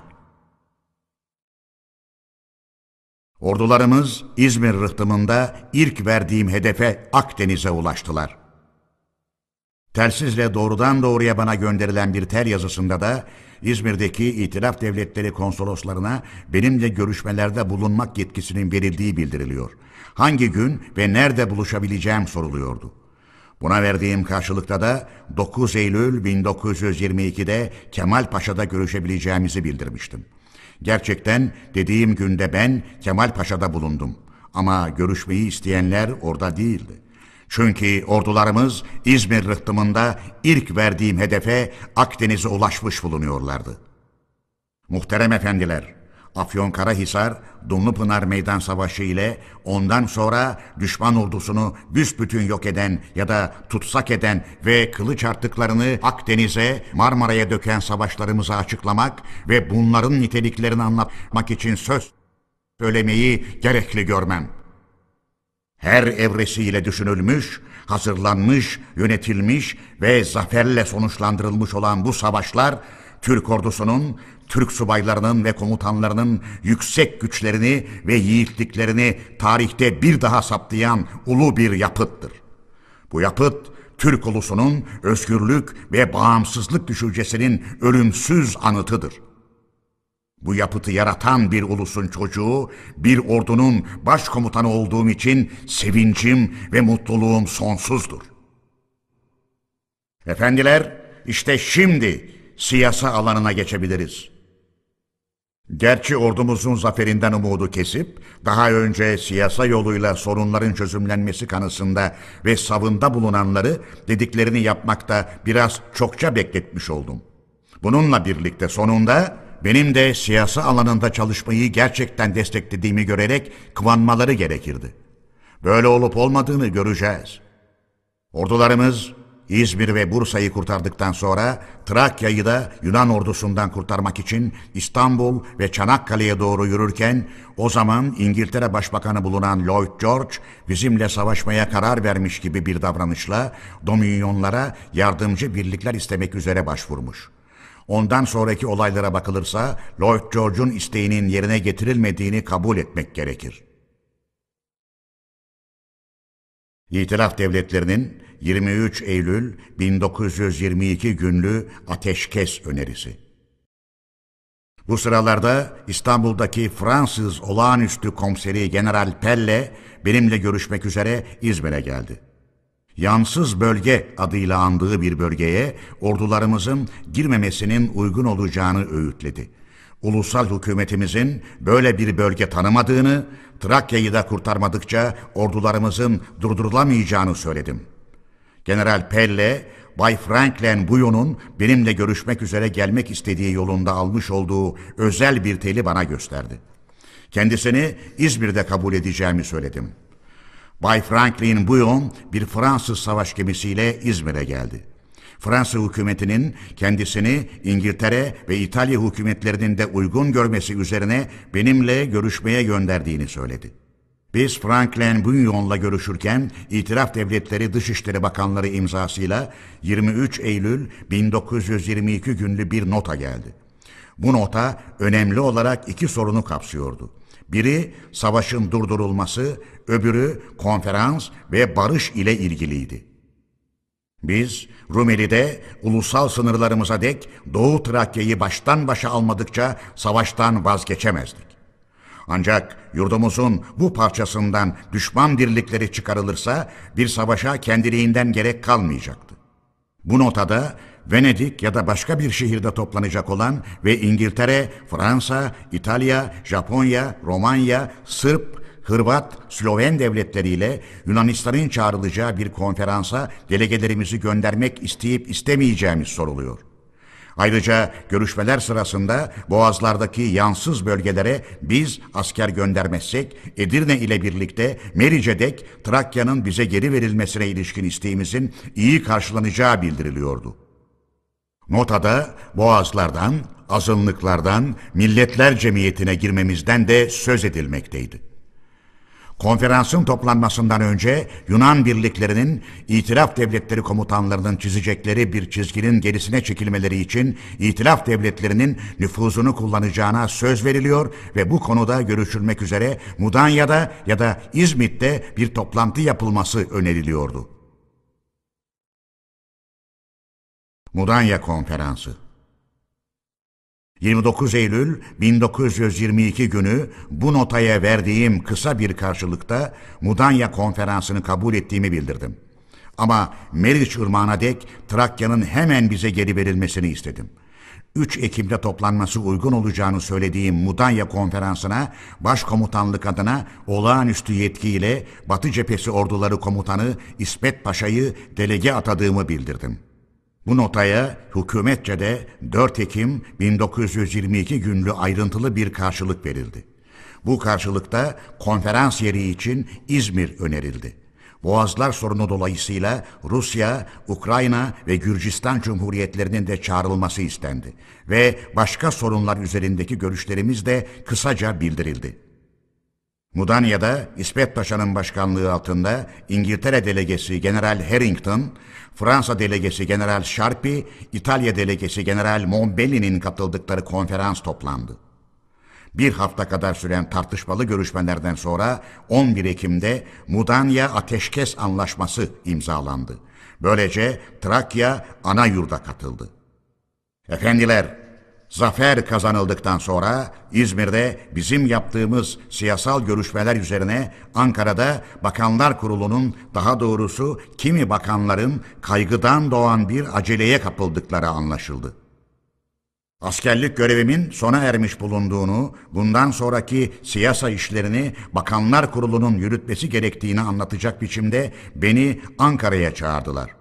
Ordularımız İzmir rıhtımında ilk verdiğim hedefe Akdeniz'e ulaştılar. Telsizle doğrudan doğruya bana gönderilen bir tel yazısında da İzmir'deki İtilaf Devletleri konsoloslarına benimle görüşmelerde bulunmak yetkisinin verildiği bildiriliyor. Hangi gün ve nerede buluşabileceğim soruluyordu. Buna verdiğim karşılıkta da dokuz Eylül bin dokuz yüz yirmi iki'de Kemal Paşa'da görüşebileceğimizi bildirmiştim. Gerçekten dediğim günde ben Kemal Paşa'da bulundum. Ama görüşmeyi isteyenler orada değildi. Çünkü ordularımız İzmir rıhtımında ilk verdiğim hedefe Akdeniz'e ulaşmış bulunuyorlardı. Muhterem efendiler, Afyonkarahisar, Dumlupınar Meydan Savaşı ile ondan sonra düşman ordusunu büsbütün yok eden ya da tutsak eden ve kılıç artıklarını Akdeniz'e, Marmara'ya döken savaşlarımızı açıklamak ve bunların niteliklerini anlatmak için söz söylemeyi gerekli görmem. Her evresiyle düşünülmüş, hazırlanmış, yönetilmiş ve zaferle sonuçlandırılmış olan bu savaşlar, Türk ordusunun, Türk subaylarının ve komutanlarının yüksek güçlerini ve yiğitliklerini tarihte bir daha saptayan ulu bir yapıttır. Bu yapıt, Türk ulusunun özgürlük ve bağımsızlık düşüncesinin ölümsüz anıtıdır. Bu yapıtı yaratan bir ulusun çocuğu, bir ordunun başkomutanı olduğum için sevincim ve mutluluğum sonsuzdur. Efendiler, işte şimdi siyasa alanına geçebiliriz. Gerçi ordumuzun zaferinden umudu kesip, daha önce siyasa yoluyla sorunların çözümlenmesi kanısında ve savında bulunanları dediklerini yapmakta biraz çokça bekletmiş oldum. Bununla birlikte sonunda benim de siyasa alanında çalışmayı gerçekten desteklediğimi görerek kıvanmaları gerekirdi. Böyle olup olmadığını göreceğiz. Ordularımız İzmir ve Bursa'yı kurtardıktan sonra Trakya'yı da Yunan ordusundan kurtarmak için İstanbul ve Çanakkale'ye doğru yürürken o zaman İngiltere Başbakanı bulunan Lloyd George bizimle savaşmaya karar vermiş gibi bir davranışla Dominionyonlara yardımcı birlikler istemek üzere başvurmuş. Ondan sonraki olaylara bakılırsa Lloyd George'un isteğinin yerine getirilmediğini kabul etmek gerekir. İtilaf devletlerinin yirmi üç Eylül bin dokuz yüz yirmi iki günlü ateşkes önerisi. Bu sıralarda İstanbul'daki Fransız olağanüstü komiseri General Pelle benimle görüşmek üzere İzmir'e geldi. Yansız bölge adıyla andığı bir bölgeye ordularımızın girmemesinin uygun olacağını öğütledi. Ulusal hükümetimizin böyle bir bölge tanımadığını, Trakya'yı da kurtarmadıkça ordularımızın durdurulamayacağını söyledim. General Pelle, Bay Franklin Bouillon'un benimle görüşmek üzere gelmek istediği yolunda almış olduğu özel bir teli bana gösterdi. Kendisini İzmir'de kabul edeceğimi söyledim. Bay Franklin Bouillon bir Fransız savaş gemisiyle İzmir'e geldi. Fransız hükümetinin kendisini İngiltere ve İtalya hükümetlerinin de uygun görmesi üzerine benimle görüşmeye gönderdiğini söyledi. Biz Franklin Bouillon'la görüşürken İtilaf Devletleri Dışişleri Bakanları imzasıyla yirmi üç Eylül bin dokuz yüz yirmi iki günlü bir nota geldi. Bu nota önemli olarak iki sorunu kapsıyordu. Biri savaşın durdurulması, öbürü konferans ve barış ile ilgiliydi. Biz Rumeli'de ulusal sınırlarımıza dek Doğu Trakya'yı baştan başa almadıkça savaştan vazgeçemezdik. Ancak yurdumuzun bu parçasından düşman birlikleri çıkarılırsa bir savaşa kendiliğinden gerek kalmayacaktı. Bu notada Venedik ya da başka bir şehirde toplanacak olan ve İngiltere, Fransa, İtalya, Japonya, Romanya, Sırp, Hırvat, Sloven devletleriyle Yunanistan'ın çağrılacağı bir konferansa delegelerimizi göndermek isteyip istemeyeceğimiz soruluyor. Ayrıca görüşmeler sırasında Boğazlardaki yansız bölgelere biz asker göndermezsek Edirne ile birlikte Meriç'e dek Trakya'nın bize geri verilmesine ilişkin isteğimizin iyi karşılanacağı bildiriliyordu. Notada Boğazlardan, azınlıklardan, Milletler Cemiyeti'ne girmemizden de söz edilmekteydi. Konferansın toplanmasından önce Yunan birliklerinin İtilaf Devletleri komutanlarının çizecekleri bir çizginin gerisine çekilmeleri için İtilaf Devletlerinin nüfuzunu kullanacağına söz veriliyor ve bu konuda görüşülmek üzere Mudanya'da ya da İzmit'te bir toplantı yapılması öneriliyordu. Mudanya Konferansı yirmi dokuz Eylül bin dokuz yüz yirmi iki günü bu notaya verdiğim kısa bir karşılıkta Mudanya Konferansı'nı kabul ettiğimi bildirdim. Ama Meriç Irmağı'na dek Trakya'nın hemen bize geri verilmesini istedim. üç Ekim'de toplanması uygun olacağını söylediğim Mudanya Konferansı'na başkomutanlık adına olağanüstü yetkiyle Batı Cephesi Orduları Komutanı İsmet Paşa'yı delege atadığımı bildirdim. Bu notaya hükümetçe de dört Ekim bin dokuz yüz yirmi iki günlü ayrıntılı bir karşılık verildi. Bu karşılıkta konferans yeri için İzmir önerildi. Boğazlar sorunu dolayısıyla Rusya, Ukrayna ve Gürcistan Cumhuriyetlerinin de çağrılması istendi ve başka sorunlar üzerindeki görüşlerimiz de kısaca bildirildi. Mudanya'da İsmet Paşa'nın başkanlığı altında İngiltere delegesi General Harrington, Fransa delegesi General Sharpie, İtalya delegesi General Mombelli'nin katıldıkları konferans toplandı. Bir hafta kadar süren tartışmalı görüşmelerden sonra on bir Ekim'de Mudanya Ateşkes Anlaşması imzalandı. Böylece Trakya ana yurda katıldı. Efendiler, Zafer kazanıldıktan sonra İzmir'de bizim yaptığımız siyasal görüşmeler üzerine Ankara'da Bakanlar Kurulu'nun, daha doğrusu kimi bakanların kaygıdan doğan bir aceleye kapıldıkları anlaşıldı. Askerlik görevimin sona ermiş bulunduğunu, bundan sonraki siyasa işlerini Bakanlar Kurulu'nun yürütmesi gerektiğini anlatacak biçimde beni Ankara'ya çağırdılar.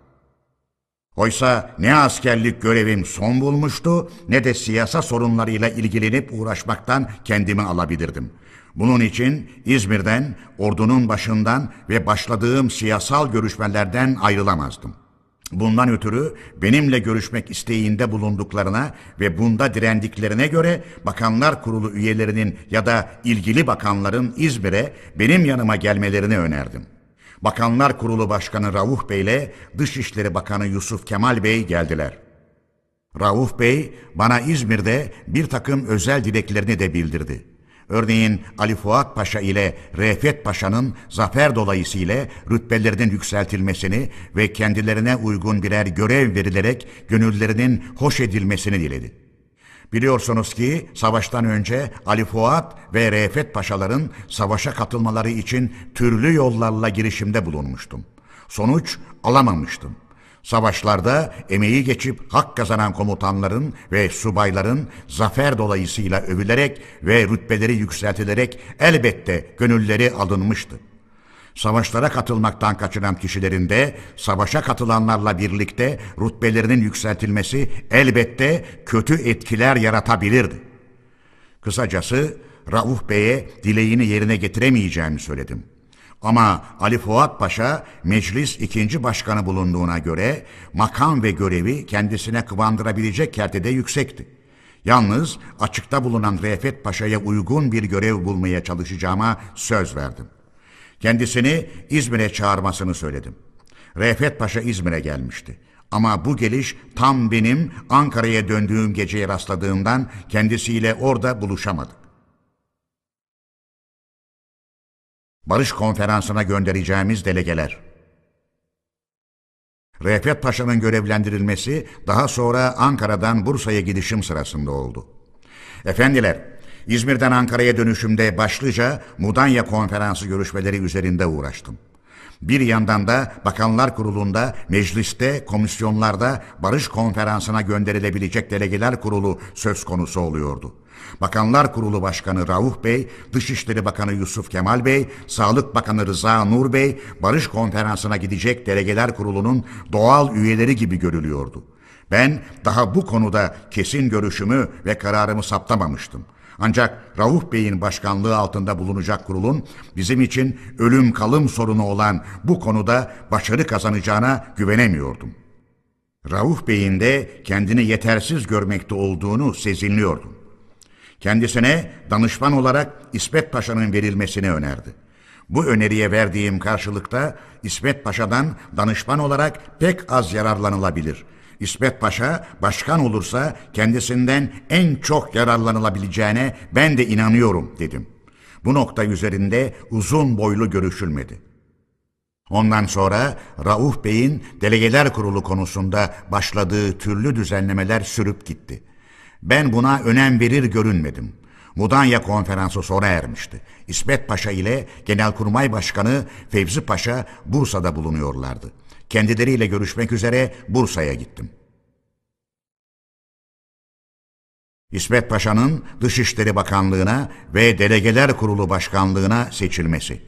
Oysa ne askerlik görevim son bulmuştu, ne de siyasa sorunlarıyla ilgilenip uğraşmaktan kendimi alabilirdim. Bunun için İzmir'den, ordunun başından ve başladığım siyasal görüşmelerden ayrılamazdım. Bundan ötürü benimle görüşmek isteğinde bulunduklarına ve bunda direndiklerine göre Bakanlar Kurulu üyelerinin ya da ilgili bakanların İzmir'e benim yanıma gelmelerini önerdim. Bakanlar Kurulu Başkanı Rauf Bey ile Dışişleri Bakanı Yusuf Kemal Bey geldiler. Rauf Bey bana İzmir'de bir takım özel dileklerini de bildirdi. Örneğin Ali Fuat Paşa ile Reşat Paşa'nın zafer dolayısıyla rütbelerinin yükseltilmesini ve kendilerine uygun birer görev verilerek gönüllerinin hoş edilmesini diledi. Biliyorsunuz ki savaştan önce Ali Fuat ve Reşat Paşaların savaşa katılmaları için türlü yollarla girişimde bulunmuştum. Sonuç alamamıştım. Savaşlarda emeği geçip hak kazanan komutanların ve subayların zafer dolayısıyla övülerek ve rütbeleri yükseltilerek elbette gönülleri alınmıştı. Savaşlara katılmaktan kaçınan kişilerin de savaşa katılanlarla birlikte rütbelerinin yükseltilmesi elbette kötü etkiler yaratabilirdi. Kısacası Rauf Bey'e dileğini yerine getiremeyeceğimi söyledim. Ama Ali Fuat Paşa meclis ikinci başkanı bulunduğuna göre makam ve görevi kendisine kıvandırabilecek kertede yüksekti. Yalnız açıkta bulunan Reşat Paşa'ya uygun bir görev bulmaya çalışacağıma söz verdim. Kendisini İzmir'e çağırmasını söyledim. Reşat Paşa İzmir'e gelmişti. Ama bu geliş tam benim Ankara'ya döndüğüm geceye rastladığımdan kendisiyle orada buluşamadık. Barış Konferansı'na göndereceğimiz delegeler. Reşat Paşa'nın görevlendirilmesi daha sonra Ankara'dan Bursa'ya gidişim sırasında oldu. Efendiler, İzmir'den Ankara'ya dönüşümde başlıca Mudanya Konferansı görüşmeleri üzerinde uğraştım. Bir yandan da Bakanlar Kurulu'nda, mecliste, komisyonlarda Barış Konferansı'na gönderilebilecek delegeler kurulu söz konusu oluyordu. Bakanlar Kurulu Başkanı Rauf Bey, Dışişleri Bakanı Yusuf Kemal Bey, Sağlık Bakanı Rıza Nur Bey, Barış Konferansı'na gidecek delegeler kurulunun doğal üyeleri gibi görülüyordu. Ben daha bu konuda kesin görüşümü ve kararımı saptamamıştım. Ancak Rauf Bey'in başkanlığı altında bulunacak kurulun bizim için ölüm kalım sorunu olan bu konuda başarı kazanacağına güvenemiyordum. Rauf Bey'in de kendini yetersiz görmekte olduğunu sezinliyordum. Kendisine danışman olarak İsmet Paşa'nın verilmesini önerdi. Bu öneriye verdiğim karşılıkta İsmet Paşa'dan danışman olarak pek az yararlanılabilir. İsmet Paşa başkan olursa kendisinden en çok yararlanılabileceğine ben de inanıyorum dedim. Bu nokta üzerinde uzun boylu görüşülmedi. Ondan sonra Rauf Bey'in delegeler kurulu konusunda başladığı türlü düzenlemeler sürüp gitti. Ben buna önem verir görünmedim. Mudanya Konferansı sona ermişti. İsmet Paşa ile Genelkurmay Başkanı Fevzi Paşa Bursa'da bulunuyorlardı. Kendileriyle görüşmek üzere Bursa'ya gittim. İsmet Paşa'nın Dışişleri Bakanlığı'na ve Delegeler Kurulu Başkanlığı'na seçilmesi.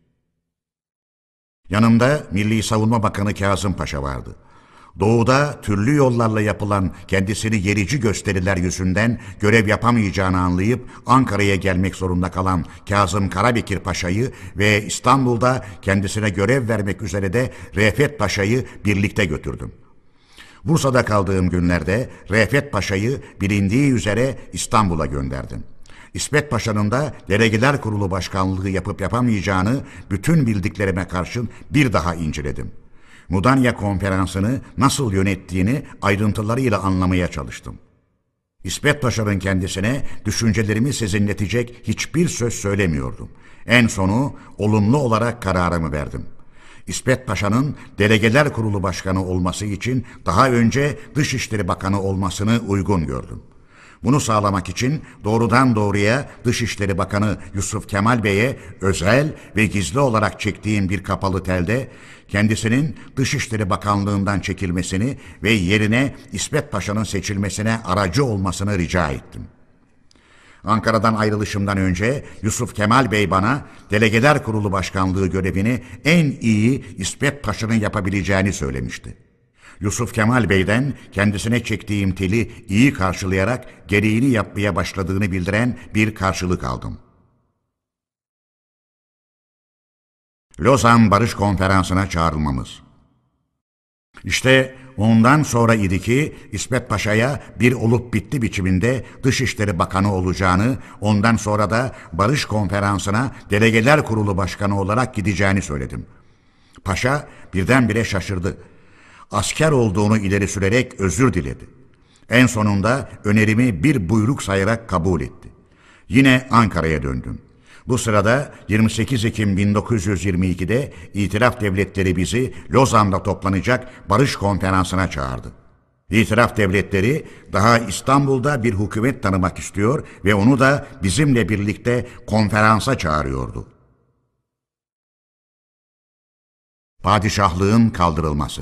Yanımda Milli Savunma Bakanı Kazım Paşa vardı. Doğuda türlü yollarla yapılan kendisini yerici gösteriler yüzünden görev yapamayacağını anlayıp Ankara'ya gelmek zorunda kalan Kazım Karabekir Paşa'yı ve İstanbul'da kendisine görev vermek üzere de Reşat Paşa'yı birlikte götürdüm. Bursa'da kaldığım günlerde Reşat Paşa'yı bilindiği üzere İstanbul'a gönderdim. İsmet Paşa'nın da Delegeler Kurulu Başkanlığı yapıp yapamayacağını bütün bildiklerime karşın bir daha inceledim. Mudanya Konferansı'nı nasıl yönettiğini ayrıntılarıyla anlamaya çalıştım. İsmet Paşa'nın kendisine düşüncelerimi sezinletecek hiçbir söz söylemiyordum. En sonu olumlu olarak kararımı verdim. İsmet Paşa'nın Delegeler Kurulu Başkanı olması için daha önce Dışişleri Bakanı olmasını uygun gördüm. Bunu sağlamak için doğrudan doğruya Dışişleri Bakanı Yusuf Kemal Bey'e özel ve gizli olarak çektiğim bir kapalı telde kendisinin Dışişleri Bakanlığından çekilmesini ve yerine İsmet Paşa'nın seçilmesine aracı olmasını rica ettim. Ankara'dan ayrılışımdan önce Yusuf Kemal Bey bana Delegeler Kurulu Başkanlığı görevini en iyi İsmet Paşa'nın yapabileceğini söylemişti. Yusuf Kemal Bey'den kendisine çektiğim teli iyi karşılayarak gereğini yapmaya başladığını bildiren bir karşılık aldım. Lozan Barış Konferansı'na çağrılmamız. İşte ondan sonra idi ki İsmet Paşa'ya bir olup bitti biçiminde Dışişleri Bakanı olacağını, ondan sonra da Barış Konferansı'na Delegeler Kurulu Başkanı olarak gideceğini söyledim. Paşa birdenbire şaşırdı. Asker olduğunu ileri sürerek özür diledi. En sonunda önerimi bir buyruk sayarak kabul etti. Yine Ankara'ya döndüm. Bu sırada yirmi sekiz Ekim bin dokuz yüz yirmi iki'de İtilaf Devletleri bizi Lozan'da toplanacak Barış Konferansı'na çağırdı. İtilaf Devletleri daha İstanbul'da bir hükümet tanımak istiyor ve onu da bizimle birlikte konferansa çağırıyordu. Padişahlığın kaldırılması.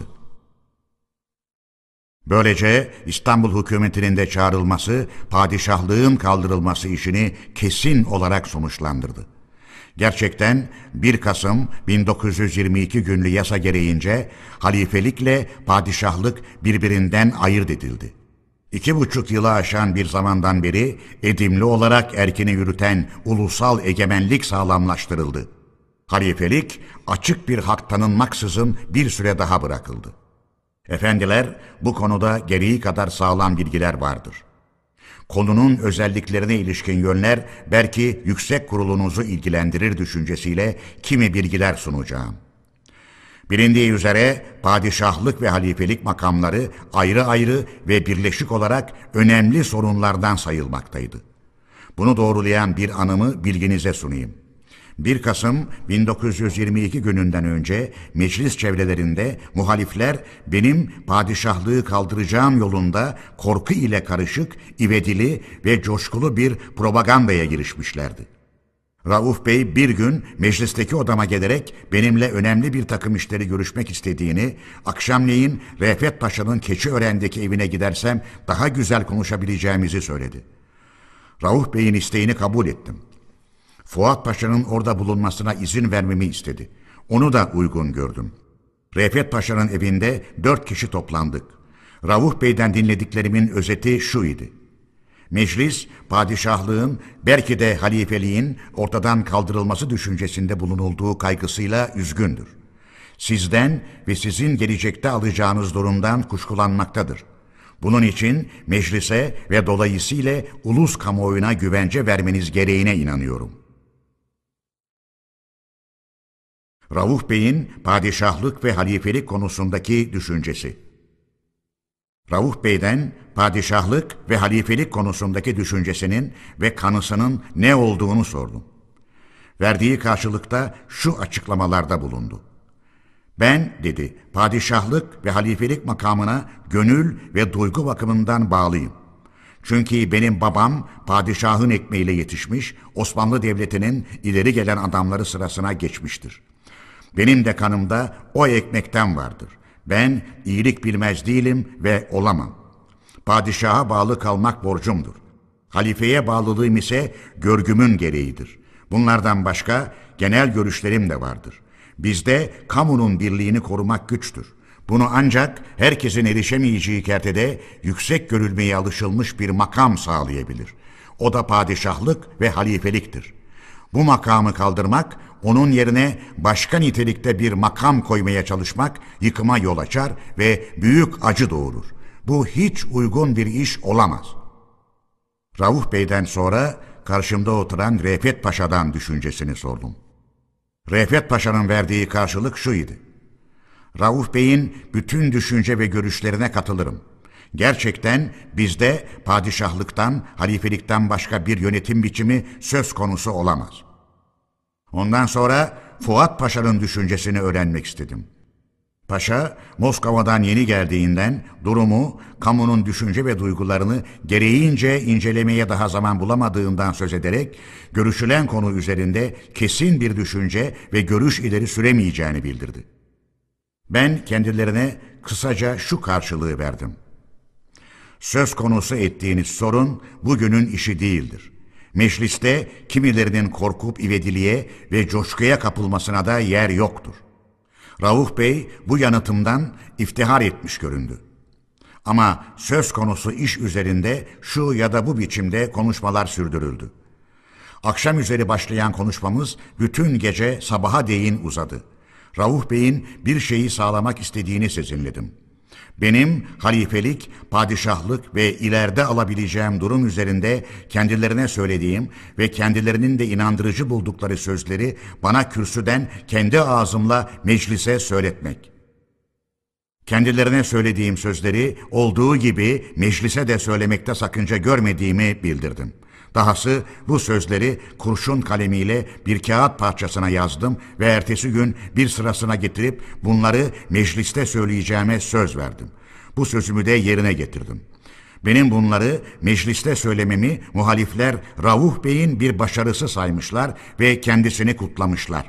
Böylece İstanbul hükümetinin de çağrılması, padişahlığın kaldırılması işini kesin olarak sonuçlandırdı. Gerçekten bir Kasım bin dokuz yüz yirmi iki günlü yasa gereğince halifelikle padişahlık birbirinden ayırt edildi. İki buçuk yılı aşan bir zamandan beri edimli olarak erkini yürüten ulusal egemenlik sağlamlaştırıldı. Halifelik açık bir hak tanınmaksızın bir süre daha bırakıldı. Efendiler, bu konuda gereği kadar sağlam bilgiler vardır. Konunun özelliklerine ilişkin yönler belki yüksek kurulunuzu ilgilendirir düşüncesiyle kimi bilgiler sunacağım. Bilindiği üzere padişahlık ve halifelik makamları ayrı ayrı ve birleşik olarak önemli sorunlardan sayılmaktaydı. Bunu doğrulayan bir anımı bilginize sunayım. bir Kasım bin dokuz yüz yirmi iki gününden önce meclis çevrelerinde muhalifler benim padişahlığı kaldıracağım yolunda korku ile karışık, ivedili ve coşkulu bir propagandaya girişmişlerdi. Rauf Bey bir gün meclisteki odama gelerek benimle önemli bir takım işleri görüşmek istediğini, akşamleyin Refet Paşa'nın Keçiören'deki evine gidersem daha güzel konuşabileceğimizi söyledi. Rauf Bey'in isteğini kabul ettim. Fuat Paşa'nın orada bulunmasına izin vermemi istedi. Onu da uygun gördüm. Refet Paşa'nın evinde dört kişi toplandık. Rauf Bey'den dinlediklerimin özeti şu idi. Meclis, padişahlığın belki de halifeliğin ortadan kaldırılması düşüncesinde bulunulduğu kaygısıyla üzgündür. Sizden ve sizin gelecekte alacağınız durumdan kuşkulanmaktadır. Bunun için meclise ve dolayısıyla ulus kamuoyuna güvence vermeniz gereğine inanıyorum. Rauf Bey'in padişahlık ve halifelik konusundaki düşüncesi. Rauf Bey'den padişahlık ve halifelik konusundaki düşüncesinin ve kanısının ne olduğunu sordum. Verdiği karşılıkta şu açıklamalarda bulundu. Ben, dedi, padişahlık ve halifelik makamına gönül ve duygu bakımından bağlıyım. Çünkü benim babam padişahın ekmeğiyle yetişmiş, Osmanlı Devleti'nin ileri gelen adamları sırasına geçmiştir. Benim de kanımda o ekmekten vardır. Ben iyilik bilmez değilim ve olamam. Padişaha bağlı kalmak borcumdur. Halifeye bağlılığım ise görgümün gereğidir. Bunlardan başka genel görüşlerim de vardır. Bizde kamunun birliğini korumak güçtür. Bunu ancak herkesin erişemeyeceği kertede yüksek görülmeye alışılmış bir makam sağlayabilir. O da padişahlık ve halifeliktir. Bu makamı kaldırmak, onun yerine başka nitelikte bir makam koymaya çalışmak yıkıma yol açar ve büyük acı doğurur. Bu hiç uygun bir iş olamaz. Rauf Bey'den sonra karşımda oturan Refet Paşa'dan düşüncesini sordum. Refet Paşa'nın verdiği karşılık şuydu. Rauf Bey'in bütün düşünce ve görüşlerine katılırım. Gerçekten bizde padişahlıktan, halifelikten başka bir yönetim biçimi söz konusu olamaz. Ondan sonra Fuat Paşa'nın düşüncesini öğrenmek istedim. Paşa, Moskova'dan yeni geldiğinden durumu, kamunun düşünce ve duygularını gereğince incelemeye daha zaman bulamadığından söz ederek, görüşülen konu üzerinde kesin bir düşünce ve görüş ileri süremeyeceğini bildirdi. Ben kendilerine kısaca şu karşılığı verdim. Söz konusu ettiğiniz sorun bugünün işi değildir. Mecliste kimilerinin korkup ivediliğe ve coşkuya kapılmasına da yer yoktur. Rauf Bey bu yanıtımdan iftihar etmiş göründü. Ama söz konusu iş üzerinde şu ya da bu biçimde konuşmalar sürdürüldü. Akşam üzeri başlayan konuşmamız bütün gece sabaha değin uzadı. Rauf Bey'in bir şeyi sağlamak istediğini sezinledim. Benim halifelik, padişahlık ve ileride alabileceğim durum üzerinde kendilerine söylediğim ve kendilerinin de inandırıcı buldukları sözleri bana kürsüden kendi ağzımla meclise söyletmek. Kendilerine söylediğim sözleri olduğu gibi meclise de söylemekte sakınca görmediğimi bildirdim. Dahası bu sözleri kurşun kalemiyle bir kağıt parçasına yazdım ve ertesi gün bir sırasına getirip bunları mecliste söyleyeceğime söz verdim. Bu sözümü de yerine getirdim. Benim bunları mecliste söylememi muhalifler Rauf Bey'in bir başarısı saymışlar ve kendisini kutlamışlar.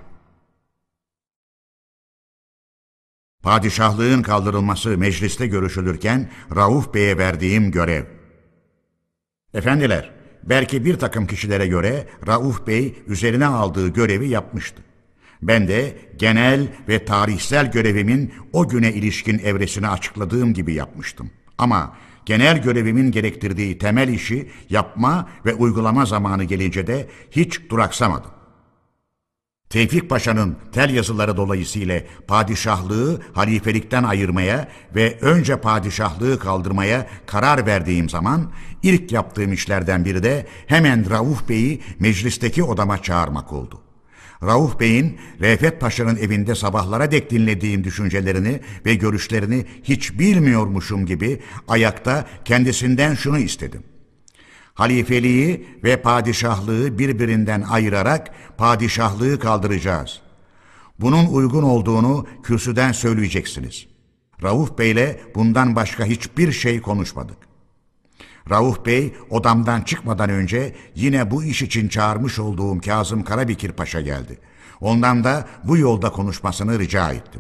Padişahlığın kaldırılması mecliste görüşülürken Rauf Bey'e verdiğim görev. Efendiler, belki bir takım kişilere göre Rauf Bey üzerine aldığı görevi yapmıştı. Ben de genel ve tarihsel görevimin o güne ilişkin evresini açıkladığım gibi yapmıştım. Ama genel görevimin gerektirdiği temel işi yapma ve uygulama zamanı gelince de hiç duraksamadım. Tevfik Paşa'nın tel yazıları dolayısıyla padişahlığı halifelikten ayırmaya ve önce padişahlığı kaldırmaya karar verdiğim zaman ilk yaptığım işlerden biri de hemen Rauf Bey'i meclisteki odama çağırmak oldu. Rauf Bey'in Refet Paşa'nın evinde sabahlara dek dinlediğim düşüncelerini ve görüşlerini hiç bilmiyormuşum gibi ayakta kendisinden şunu istedim. Halifeliği ve padişahlığı birbirinden ayırarak padişahlığı kaldıracağız. Bunun uygun olduğunu kürsüden söyleyeceksiniz. Rauf Bey'le bundan başka hiçbir şey konuşmadık. Rauf Bey odamdan çıkmadan önce yine bu iş için çağırmış olduğum Kazım Karabekir Paşa geldi. Ondan da bu yolda konuşmasını rica ettim.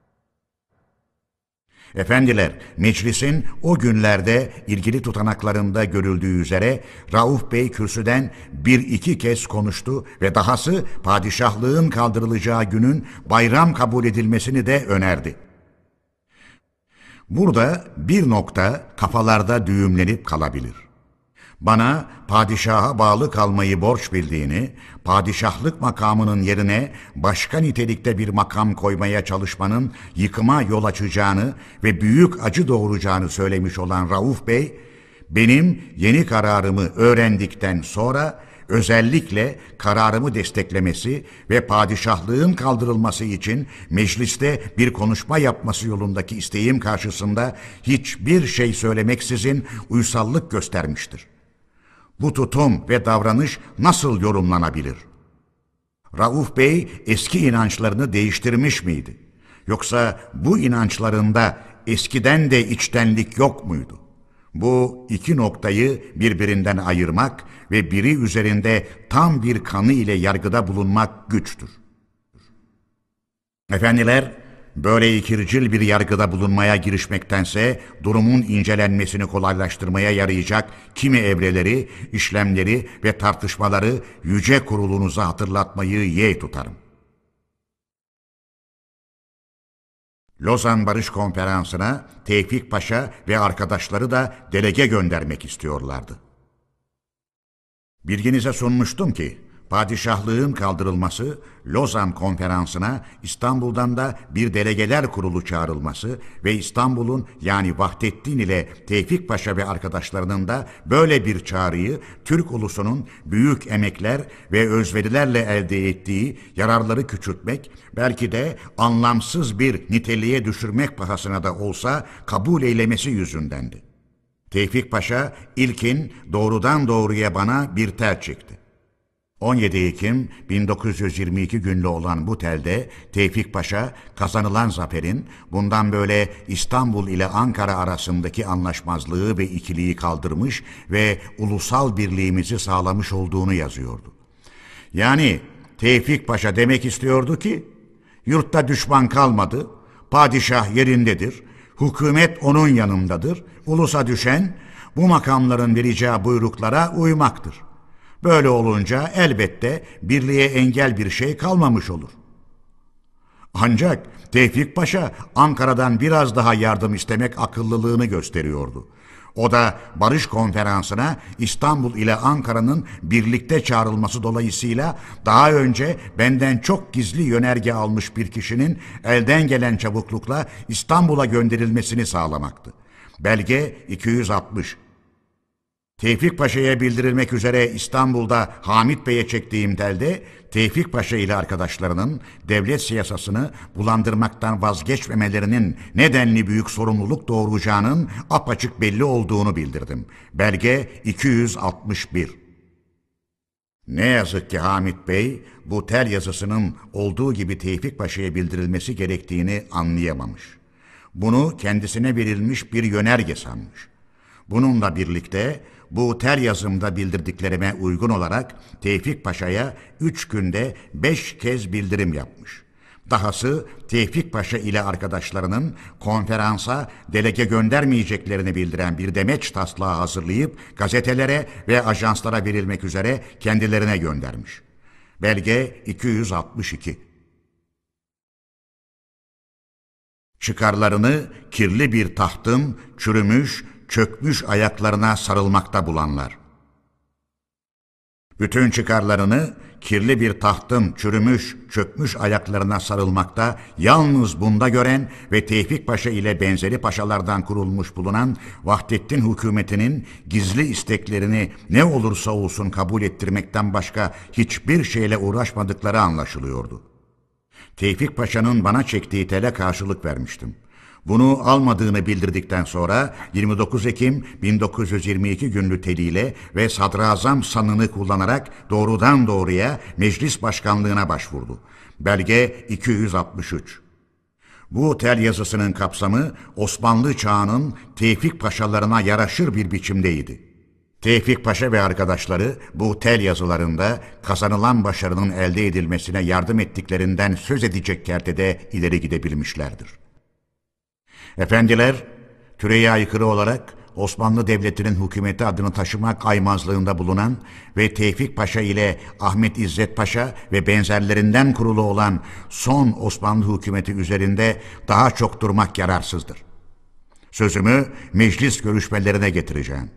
Efendiler, meclisin o günlerde ilgili tutanaklarında görüldüğü üzere Rauf Bey kürsüden bir iki kez konuştu ve dahası padişahlığın kaldırılacağı günün bayram kabul edilmesini de önerdi. Burada bir nokta kafalarda düğümlenip kalabilir. Bana padişaha bağlı kalmayı borç bildiğini, padişahlık makamının yerine başka nitelikte bir makam koymaya çalışmanın yıkıma yol açacağını ve büyük acı doğuracağını söylemiş olan Rauf Bey, benim yeni kararımı öğrendikten sonra özellikle kararımı desteklemesi ve padişahlığın kaldırılması için mecliste bir konuşma yapması yolundaki isteğim karşısında hiçbir şey söylemeksizin uysallık göstermiştir. Bu tutum ve davranış nasıl yorumlanabilir? Rauf Bey eski inançlarını değiştirmiş miydi? Yoksa bu inançlarında eskiden de içtenlik yok muydu? Bu iki noktayı birbirinden ayırmak ve biri üzerinde tam bir kanı ile yargıda bulunmak güçtür. Efendiler, böyle ikircil bir yargıda bulunmaya girişmektense durumun incelenmesini kolaylaştırmaya yarayacak kimi evreleri, işlemleri ve tartışmaları yüce kurulunuza hatırlatmayı yeğ tutarım. Lozan Barış Konferansı'na Tevfik Paşa ve arkadaşları da delege göndermek istiyorlardı. Bilginize sunmuştum ki, padişahlığın kaldırılması, Lozan Konferansı'na İstanbul'dan da bir delegeler kurulu çağrılması ve İstanbul'un yani Vahdettin ile Tevfik Paşa ve arkadaşlarının da böyle bir çağrıyı Türk ulusunun büyük emekler ve özverilerle elde ettiği yararları küçültmek, belki de anlamsız bir niteliğe düşürmek pahasına da olsa kabul eylemesi yüzündendi. Tevfik Paşa ilkin doğrudan doğruya bana bir tel çekti. on yedi Ekim bin dokuz yüz yirmi iki günlü olan bu telde Tevfik Paşa kazanılan zaferin bundan böyle İstanbul ile Ankara arasındaki anlaşmazlığı ve ikiliği kaldırmış ve ulusal birliğimizi sağlamış olduğunu yazıyordu. Yani Tevfik Paşa demek istiyordu ki yurtta düşman kalmadı, padişah yerindedir, hükümet onun yanındadır, ulusa düşen bu makamların vereceği buyruklara uymaktır. Böyle olunca elbette birliğe engel bir şey kalmamış olur. Ancak Tevfik Paşa Ankara'dan biraz daha yardım istemek akıllılığını gösteriyordu. O da barış konferansına İstanbul ile Ankara'nın birlikte çağrılması dolayısıyla daha önce benden çok gizli yönerge almış bir kişinin elden gelen çabuklukla İstanbul'a gönderilmesini sağlamaktı. Belge iki yüz altmış. Tevfik Paşa'ya bildirilmek üzere İstanbul'da Hamit Bey'e çektiğim telde Tevfik Paşa ile arkadaşlarının devlet siyasasını bulandırmaktan vazgeçmemelerinin nedenli büyük sorumluluk doğuracağının apaçık belli olduğunu bildirdim. Belge iki yüz altmış bir. Ne yazık ki Hamit Bey bu tel yazısının olduğu gibi Tevfik Paşa'ya bildirilmesi gerektiğini anlayamamış. Bunu kendisine verilmiş bir yönerge sanmış. Bununla birlikte bu tel yazımda bildirdiklerime uygun olarak Tevfik Paşa'ya üç günde beş kez bildirim yapmış. Dahası Tevfik Paşa ile arkadaşlarının konferansa delege göndermeyeceklerini bildiren bir demeç taslağı hazırlayıp gazetelere ve ajanslara verilmek üzere kendilerine göndermiş. Belge iki yüz altmış iki. Çıkarlarını kirli bir tahtın çürümüş, çökmüş ayaklarına sarılmakta bulanlar. Bütün çıkarlarını kirli bir tahtın çürümüş, çökmüş ayaklarına sarılmakta yalnız bunda gören ve Tevfik Paşa ile benzeri paşalardan kurulmuş bulunan Vahdettin hükümetinin gizli isteklerini ne olursa olsun kabul ettirmekten başka hiçbir şeyle uğraşmadıkları anlaşılıyordu. Tevfik Paşa'nın bana çektiği tele karşılık vermiştim. Bunu almadığını bildirdikten sonra yirmi dokuz Ekim bin dokuz yüz yirmi iki günlü teliyle ve sadrazam sanını kullanarak doğrudan doğruya meclis başkanlığına başvurdu. Belge iki yüz altmış üç. Bu tel yazısının kapsamı Osmanlı çağının Tevfik Paşalarına yaraşır bir biçimdeydi. Tevfik Paşa ve arkadaşları bu tel yazılarında kazanılan başarının elde edilmesine yardım ettiklerinden söz edecek kertede ileri gidebilmişlerdir. Efendiler, türeye aykırı olarak Osmanlı Devleti'nin hükümeti adını taşımak aymazlığında bulunan ve Tevfik Paşa ile Ahmet İzzet Paşa ve benzerlerinden kurulu olan son Osmanlı hükümeti üzerinde daha çok durmak yararsızdır. Sözümü meclis görüşmelerine getireceğim.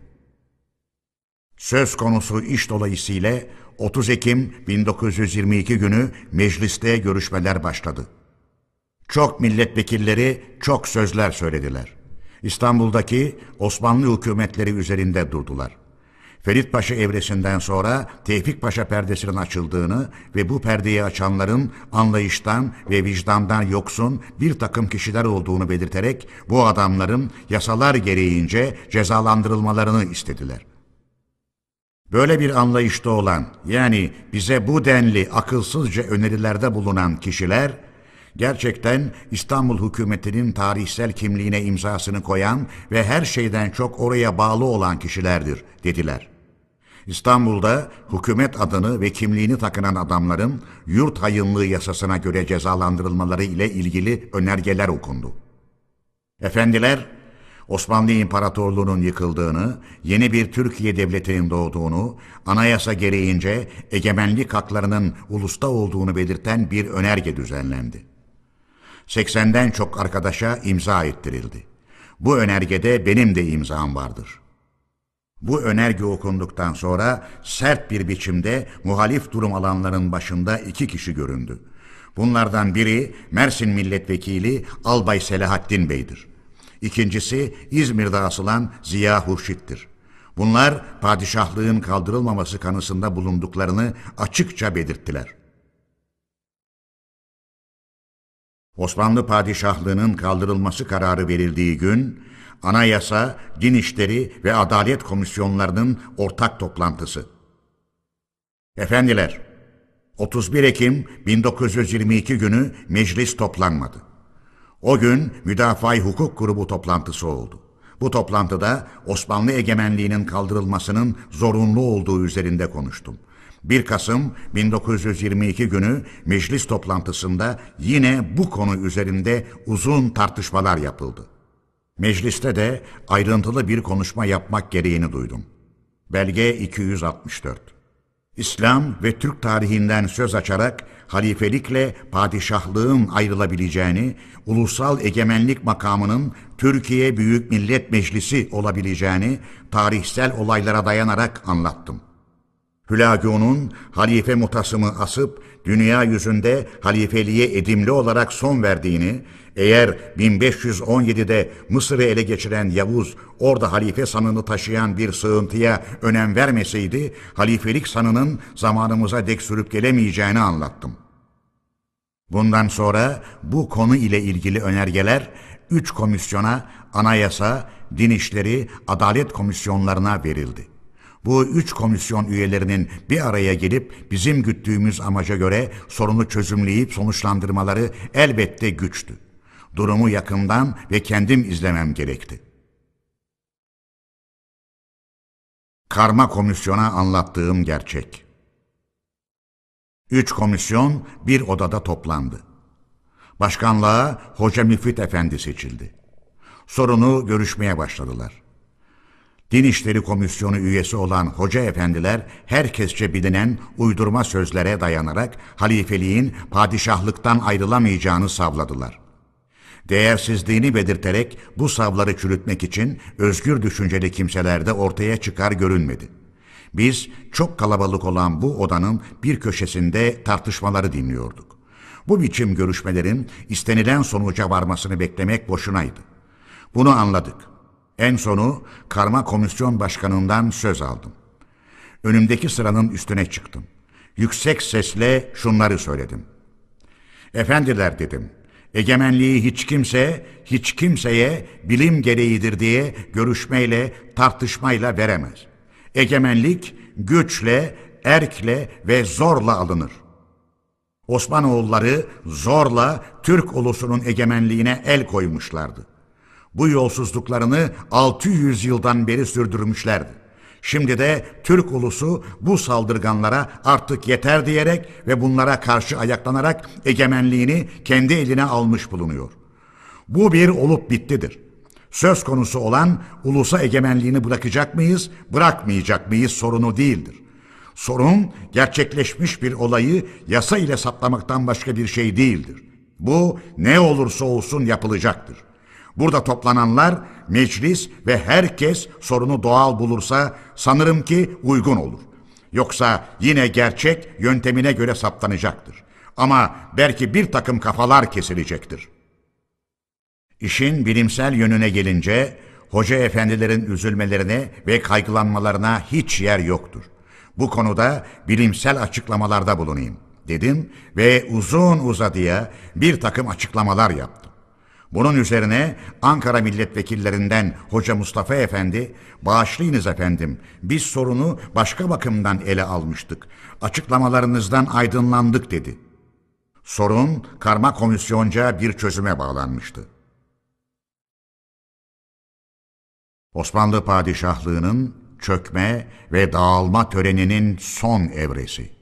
Söz konusu iş dolayısıyla otuz Ekim bin dokuz yüz yirmi iki günü mecliste görüşmeler başladı. Çok milletvekilleri çok sözler söylediler. İstanbul'daki Osmanlı hükümetleri üzerinde durdular. Ferit Paşa evresinden sonra Tevfik Paşa perdesinin açıldığını ve bu perdeyi açanların anlayıştan ve vicdandan yoksun bir takım kişiler olduğunu belirterek bu adamların yasalar gereğince cezalandırılmalarını istediler. Böyle bir anlayışta olan, yani bize bu denli akılsızca önerilerde bulunan kişiler, gerçekten İstanbul hükümetinin tarihsel kimliğine imzasını koyan ve her şeyden çok oraya bağlı olan kişilerdir, dediler. İstanbul'da hükümet adını ve kimliğini takınan adamların yurt hayınlığı yasasına göre cezalandırılmaları ile ilgili önergeler okundu. Efendiler, Osmanlı İmparatorluğu'nun yıkıldığını, yeni bir Türkiye Devleti'nin doğduğunu, anayasa gereğince egemenlik haklarının ulusta olduğunu belirten bir önerge düzenlendi. seksenden çok arkadaşa imza ettirildi. Bu önergede benim de imzam vardır. Bu önerge okunduktan sonra sert bir biçimde muhalif durum alanların başında iki kişi göründü. Bunlardan biri Mersin Milletvekili Albay Selahattin Bey'dir. İkincisi İzmir'de asılan Ziya Hurşit'tir. Bunlar padişahlığın kaldırılmaması kanısında bulunduklarını açıkça belirttiler. Osmanlı padişahlığının kaldırılması kararı verildiği gün, Anayasa, Din İşleri ve Adalet Komisyonlarının ortak toplantısı. Efendiler, otuz bir Ekim bin dokuz yüz yirmi iki günü meclis toplanmadı. O gün Müdafaa-i Hukuk Grubu toplantısı oldu. Bu toplantıda Osmanlı egemenliğinin kaldırılmasının zorunlu olduğu üzerinde konuştum. bir Kasım bin dokuz yüz yirmi iki günü meclis toplantısında yine bu konu üzerinde uzun tartışmalar yapıldı. Mecliste de ayrıntılı bir konuşma yapmak gereğini duydum. Belge iki yüz altmış dört. İslam ve Türk tarihinden söz açarak halifelikle padişahlığın ayrılabileceğini, ulusal egemenlik makamının Türkiye Büyük Millet Meclisi olabileceğini tarihsel olaylara dayanarak anlattım. Hülagü'nün halife mutasımı asıp dünya yüzünde halifeliğe edimli olarak son verdiğini, eğer bin beş yüz on yedide Mısır'ı ele geçiren Yavuz orada halife sanını taşıyan bir sığıntıya önem vermeseydi, halifelik sanının zamanımıza dek sürüp gelemeyeceğini anlattım. Bundan sonra bu konu ile ilgili önergeler üç komisyona, anayasa, din işleri, adalet komisyonlarına verildi. Bu üç komisyon üyelerinin bir araya gelip bizim güttüğümüz amaca göre sorunu çözümleyip sonuçlandırmaları elbette güçtü. Durumu yakından ve kendim izlemem gerekti. Karma komisyona anlattığım gerçek. Üç komisyon bir odada toplandı. Başkanlığa Hoca Müfit Efendi seçildi. Sorunu görüşmeye başladılar. Din İşleri Komisyonu üyesi olan hoca efendiler herkesçe bilinen uydurma sözlere dayanarak halifeliğin padişahlıktan ayrılamayacağını savladılar. Değersizliğini belirterek bu savları çürütmek için özgür düşünceli kimseler de ortaya çıkar görünmedi. Biz çok kalabalık olan bu odanın bir köşesinde tartışmaları dinliyorduk. Bu biçim görüşmelerin istenilen sonuca varmasını beklemek boşunaydı. Bunu anladık. En sonu karma komisyon başkanından söz aldım. Önümdeki sıranın üstüne çıktım. Yüksek sesle şunları söyledim. Efendiler dedim, egemenliği hiç kimse, hiç kimseye bilim gereğidir diye görüşmeyle, tartışmayla veremez. Egemenlik güçle, erkle ve zorla alınır. Osmanoğulları zorla Türk ulusunun egemenliğine el koymuşlardı. Bu yolsuzluklarını altı yüz yıldan beri sürdürmüşlerdi. Şimdi de Türk ulusu bu saldırganlara artık yeter diyerek ve bunlara karşı ayaklanarak egemenliğini kendi eline almış bulunuyor. Bu bir olup bittidir. Söz konusu olan ulusa egemenliğini bırakacak mıyız, bırakmayacak mıyız sorunu değildir. Sorun gerçekleşmiş bir olayı yasa ile saptamaktan başka bir şey değildir. Bu ne olursa olsun yapılacaktır. Burada toplananlar, meclis ve herkes sorunu doğal bulursa sanırım ki uygun olur. Yoksa yine gerçek yöntemine göre saptanacaktır. Ama belki bir takım kafalar kesilecektir. İşin bilimsel yönüne gelince hoca efendilerin üzülmelerine ve kaygılanmalarına hiç yer yoktur. Bu konuda bilimsel açıklamalarda bulunayım dedim ve uzun uzadıya bir takım açıklamalar yaptım. Bunun üzerine Ankara milletvekillerinden Hoca Mustafa Efendi, bağışlayınız efendim, biz sorunu başka bakımdan ele almıştık. Açıklamalarınızdan aydınlandık dedi. Sorun karma komisyonca bir çözüme bağlanmıştı. Osmanlı padişahlığının çökme ve dağılma töreninin son evresi.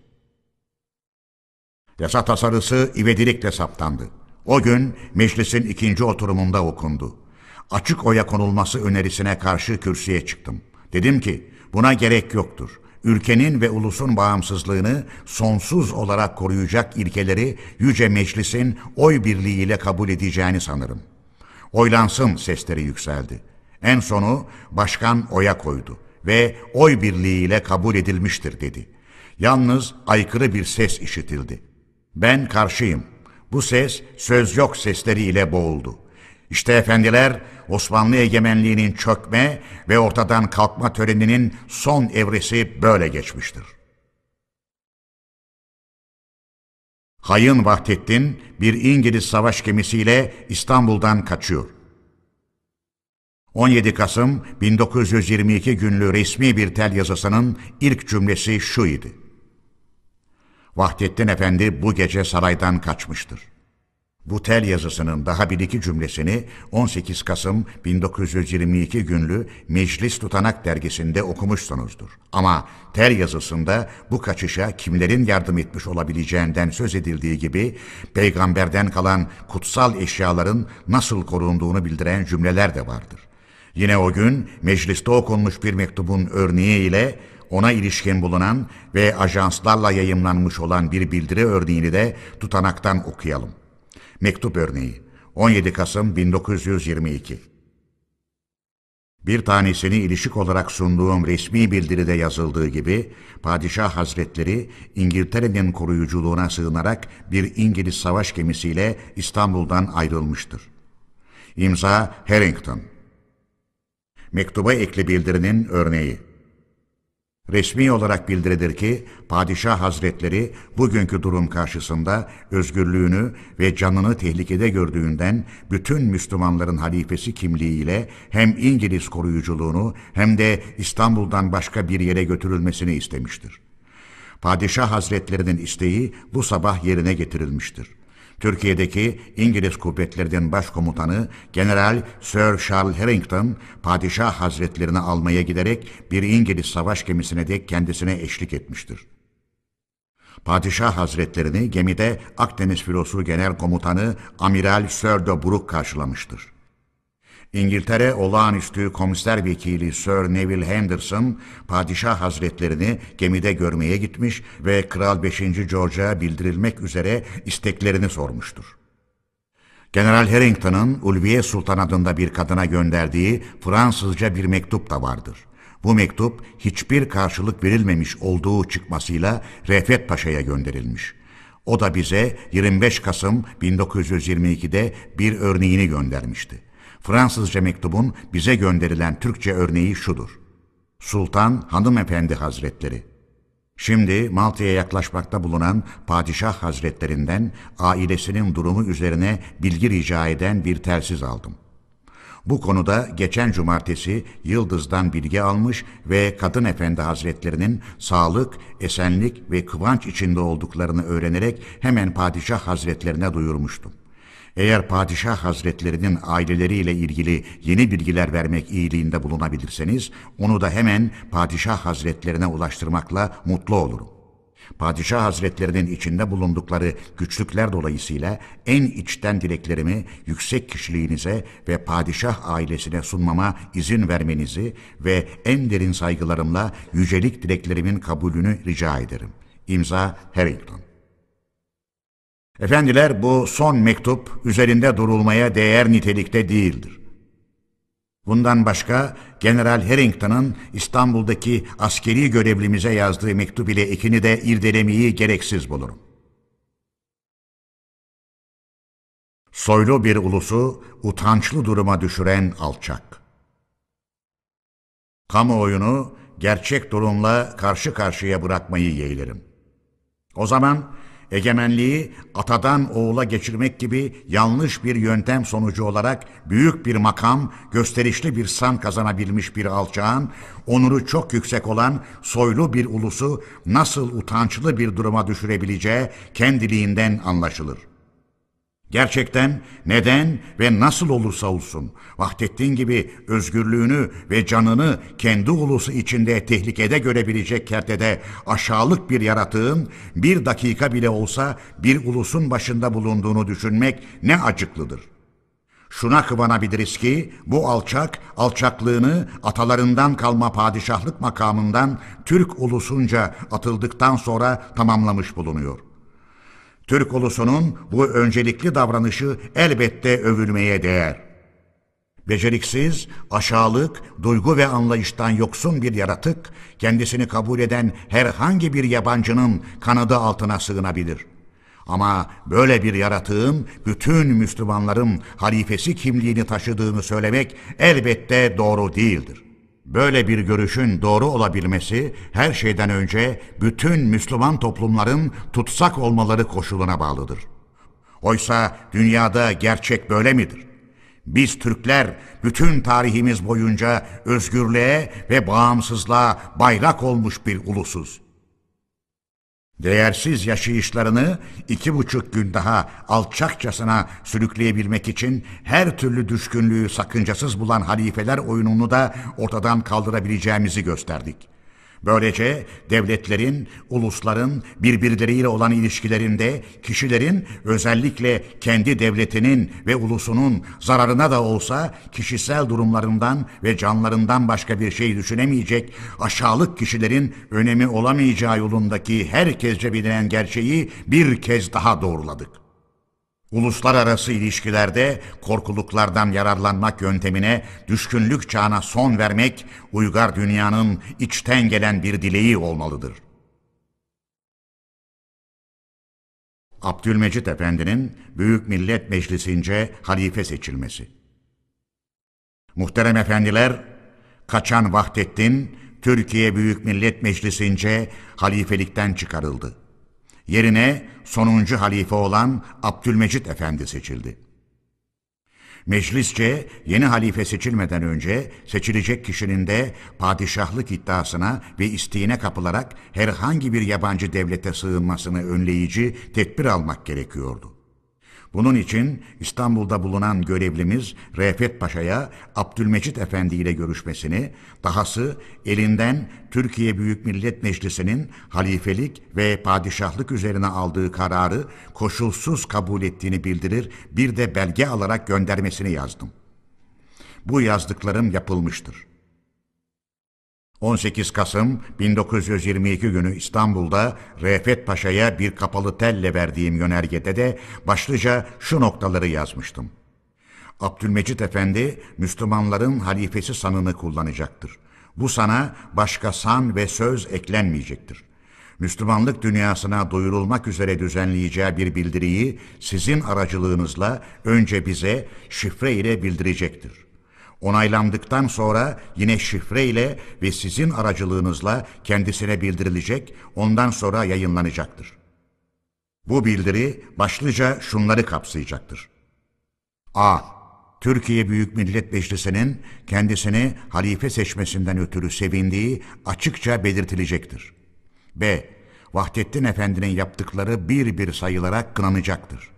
Yasa tasarısı ivedilikle saptandı. O gün meclisin ikinci oturumunda okundu. Açık oya konulması önerisine karşı kürsüye çıktım. Dedim ki buna gerek yoktur. Ülkenin ve ulusun bağımsızlığını sonsuz olarak koruyacak ilkeleri Yüce Meclis'in oy birliğiyle kabul edeceğini sanırım. Oylansın sesleri yükseldi. En sonu başkan oya koydu ve oy birliğiyle kabul edilmiştir dedi. Yalnız aykırı bir ses işitildi. Ben karşıyım. Bu ses söz yok sesleriyle boğuldu. İşte efendiler, Osmanlı egemenliğinin çökme ve ortadan kalkma töreninin son evresi böyle geçmiştir. Hayın Vahdettin bir İngiliz savaş gemisiyle İstanbul'dan kaçıyor. on yedi Kasım bin dokuz yüz yirmi iki günlü resmi bir tel yazısının ilk cümlesi şu idi. Vahdettin Efendi bu gece saraydan kaçmıştır. Bu tel yazısının daha bir iki cümlesini on sekiz Kasım bin dokuz yüz yirmi iki günlü Meclis Tutanak dergisinde okumuşsunuzdur. Ama tel yazısında bu kaçışa kimlerin yardım etmiş olabileceğinden söz edildiği gibi peygamberden kalan kutsal eşyaların nasıl korunduğunu bildiren cümleler de vardır. Yine o gün mecliste okunmuş bir mektubun örneği ile ona ilişkin bulunan ve ajanslarla yayımlanmış olan bir bildiri örneğini de tutanaktan okuyalım. Mektup örneği on yedi Kasım bin dokuz yüz yirmi iki. Bir tanesini ilişik olarak sunduğum resmi bildiride yazıldığı gibi Padişah Hazretleri İngiltere'nin koruyuculuğuna sığınarak bir İngiliz savaş gemisiyle İstanbul'dan ayrılmıştır. İmza Harrington. Mektuba ekli bildirinin örneği. Resmi olarak bildirilir ki Padişah Hazretleri bugünkü durum karşısında özgürlüğünü ve canını tehlikede gördüğünden bütün Müslümanların halifesi kimliğiyle hem İngiliz koruyuculuğunu hem de İstanbul'dan başka bir yere götürülmesini istemiştir. Padişah Hazretlerinin isteği bu sabah yerine getirilmiştir. Türkiye'deki İngiliz kuvvetlerinin başkomutanı General Sir Charles Harrington, Padişah Hazretlerini almaya giderek bir İngiliz savaş gemisine de kendisine eşlik etmiştir. Padişah Hazretlerini gemide Akdeniz Filosu Genel Komutanı Amiral Sir de Brook karşılamıştır. İngiltere Olağanüstü Komiser Vekili Sir Neville Henderson, Padişah Hazretlerini gemide görmeye gitmiş ve Kral beşinci George'a bildirilmek üzere isteklerini sormuştur. General Harrington'ın Ulviye Sultan adında bir kadına gönderdiği Fransızca bir mektup da vardır. Bu mektup hiçbir karşılık verilmemiş olduğu çıkmasıyla Refet Paşa'ya gönderilmiş. O da bize yirmi beş Kasım bin dokuz yüz yirmi iki'de bir örneğini göndermişti. Fransızca mektubun bize gönderilen Türkçe örneği şudur. Sultan Hanımefendi Hazretleri. Şimdi Malta'ya yaklaşmakta bulunan Padişah Hazretlerinden ailesinin durumu üzerine bilgi rica eden bir telsiz aldım. Bu konuda geçen cumartesi Yıldız'dan bilgi almış ve Kadın Efendi Hazretlerinin sağlık, esenlik ve kıvanç içinde olduklarını öğrenerek hemen Padişah Hazretlerine duyurmuştum. Eğer Padişah Hazretlerinin aileleriyle ilgili yeni bilgiler vermek iyiliğinde bulunabilirseniz, onu da hemen Padişah Hazretlerine ulaştırmakla mutlu olurum. Padişah Hazretlerinin içinde bulundukları güçlükler dolayısıyla en içten dileklerimi yüksek kişiliğinize ve Padişah ailesine sunmama izin vermenizi ve en derin saygılarımla yücelik dileklerimin kabulünü rica ederim. İmza Harrington. Efendiler, bu son mektup üzerinde durulmaya değer nitelikte değildir. Bundan başka General Harrington'ın İstanbul'daki askeri görevlimize yazdığı mektup ile ekini de irdelemeyi gereksiz bulurum. Soylu bir ulusu utançlı duruma düşüren alçak. Kamuoyunu gerçek durumla karşı karşıya bırakmayı yeğlerim. O zaman egemenliği atadan oğula geçirmek gibi yanlış bir yöntem sonucu olarak büyük bir makam, gösterişli bir san kazanabilmiş bir alçağın, onuru çok yüksek olan soylu bir ulusu nasıl utançlı bir duruma düşürebileceği kendiliğinden anlaşılır. Gerçekten neden ve nasıl olursa olsun Vahdettin gibi özgürlüğünü ve canını kendi ulusu içinde tehlikede görebilecek kertede aşağılık bir yaratığın bir dakika bile olsa bir ulusun başında bulunduğunu düşünmek ne acıklıdır. Şuna kıvanabiliriz ki bu alçak alçaklığını atalarından kalma padişahlık makamından Türk ulusunca atıldıktan sonra tamamlamış bulunuyor. Türk ulusunun bu öncelikli davranışı elbette övülmeye değer. Beceriksiz, aşağılık, duygu ve anlayıştan yoksun bir yaratık, kendisini kabul eden herhangi bir yabancının kanadı altına sığınabilir. Ama böyle bir yaratığın bütün Müslümanların halifesi kimliğini taşıdığını söylemek elbette doğru değildir. Böyle bir görüşün doğru olabilmesi her şeyden önce bütün Müslüman toplumların tutsak olmaları koşuluna bağlıdır. Oysa dünyada gerçek böyle midir? Biz Türkler bütün tarihimiz boyunca özgürlüğe ve bağımsızlığa bayrak olmuş bir ulusuz. Değersiz yaşayışlarını iki buçuk gün daha alçakçasına sürükleyebilmek için her türlü düşkünlüğü sakıncasız bulan halifeler oyununu da ortadan kaldırabileceğimizi gösterdik. Böylece devletlerin, ulusların birbirleriyle olan ilişkilerinde kişilerin özellikle kendi devletinin ve ulusunun zararına da olsa kişisel durumlarından ve canlarından başka bir şey düşünemeyecek aşağılık kişilerin önemi olamayacağı yolundaki herkesce bilinen gerçeği bir kez daha doğruladık. Uluslararası ilişkilerde korkuluklardan yararlanmak yöntemine, düşkünlük çağına son vermek, uygar dünyanın içten gelen bir dileği olmalıdır. Abdülmecit Efendi'nin Büyük Millet Meclisi'nce halife seçilmesi. Muhterem efendiler, kaçan Vahdettin, Türkiye Büyük Millet Meclisi'nce halifelikten çıkarıldı. Yerine sonuncu halife olan Abdülmecit Efendi seçildi. Meclisçe yeni halife seçilmeden önce seçilecek kişinin de padişahlık iddiasına ve isteğine kapılarak herhangi bir yabancı devlete sığınmasını önleyici tedbir almak gerekiyordu. Bunun için İstanbul'da bulunan görevlimiz Refet Paşa'ya Abdülmecit Efendi ile görüşmesini, dahası elinden Türkiye Büyük Millet Meclisi'nin halifelik ve padişahlık üzerine aldığı kararı koşulsuz kabul ettiğini bildirir, bir de belge alarak göndermesini yazdım. Bu yazdıklarım yapılmıştır. on sekiz Kasım bin dokuz yüz yirmi iki günü İstanbul'da Refet Paşa'ya bir kapalı telle verdiğim yönergede de başlıca şu noktaları yazmıştım. Abdülmecit Efendi, Müslümanların halifesi sanını kullanacaktır. Bu sana başka san ve söz eklenmeyecektir. Müslümanlık dünyasına duyurulmak üzere düzenleyeceği bir bildiriyi sizin aracılığınızla önce bize şifre ile bildirecektir. Onaylandıktan sonra yine şifre ile ve sizin aracılığınızla kendisine bildirilecek, ondan sonra yayınlanacaktır. Bu bildiri başlıca şunları kapsayacaktır. A. Türkiye Büyük Millet Meclisi'nin kendisini halife seçmesinden ötürü sevindiği açıkça belirtilecektir. B. Vahdettin Efendi'nin yaptıkları bir bir sayılarak kınanacaktır.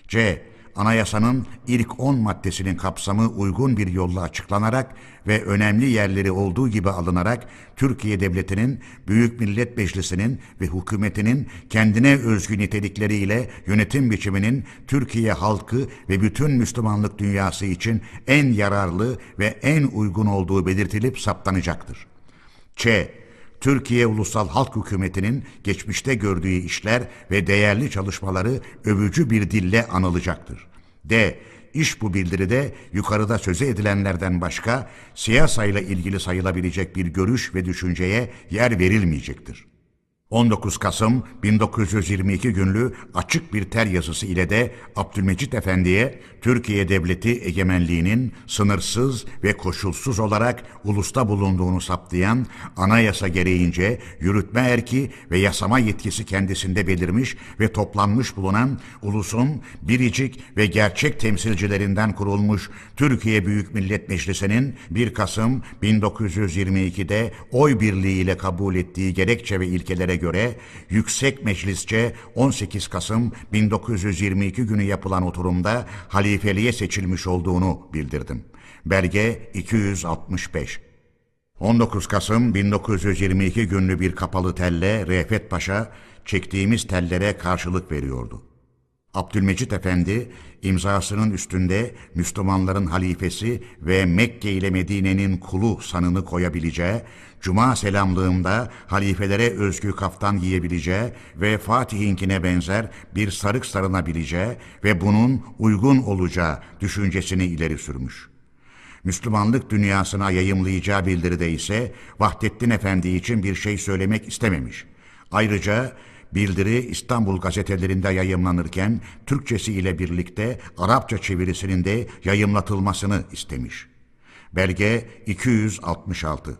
C. Anayasanın ilk on maddesinin kapsamı uygun bir yolla açıklanarak ve önemli yerleri olduğu gibi alınarak Türkiye Devleti'nin, Büyük Millet Meclisi'nin ve hükümetinin kendine özgü nitelikleriyle yönetim biçiminin Türkiye halkı ve bütün Müslümanlık dünyası için en yararlı ve en uygun olduğu belirtilip saptanacaktır. Ç. Türkiye Ulusal Halk Hükümeti'nin geçmişte gördüğü işler ve değerli çalışmaları övücü bir dille anılacaktır. D. İş bu bildiride yukarıda sözü edilenlerden başka siyasayla ilgili sayılabilecek bir görüş ve düşünceye yer verilmeyecektir. on dokuz Kasım bin dokuz yüz yirmi iki günlü açık bir ter yazısı ile de Abdülmecit Efendi'ye Türkiye Devleti egemenliğinin sınırsız ve koşulsuz olarak ulusta bulunduğunu saptayan anayasa gereğince yürütme erki ve yasama yetkisi kendisinde belirmiş ve toplanmış bulunan ulusun biricik ve gerçek temsilcilerinden kurulmuş Türkiye Büyük Millet Meclisi'nin bir Kasım bin dokuz yüz yirmi iki'de oy birliğiyle kabul ettiği gerekçe ve ilkelere göre Yüksek Meclisçe on sekiz Kasım bin dokuz yüz yirmi iki günü yapılan oturumda halifeliğe seçilmiş olduğunu bildirdim. Belge iki yüz altmış beş. on dokuz Kasım bin dokuz yüz yirmi iki günlü bir kapalı telle Refet Paşa çektiğimiz tellere karşılık veriyordu. Abdülmecit Efendi imzasının üstünde Müslümanların halifesi ve Mekke ile Medine'nin kulu sanını koyabileceği, Cuma selamlığında halifelere özgü kaftan giyebileceği ve Fatih'inkine benzer bir sarık sarınabileceği ve bunun uygun olacağı düşüncesini ileri sürmüş. Müslümanlık dünyasına yayımlayacağı bildiride ise Vahdettin Efendi için bir şey söylemek istememiş. Ayrıca bildiri İstanbul gazetelerinde yayımlanırken Türkçesi ile birlikte Arapça çevirisinin de yayımlatılmasını istemiş. Belge iki yüz altmış altı.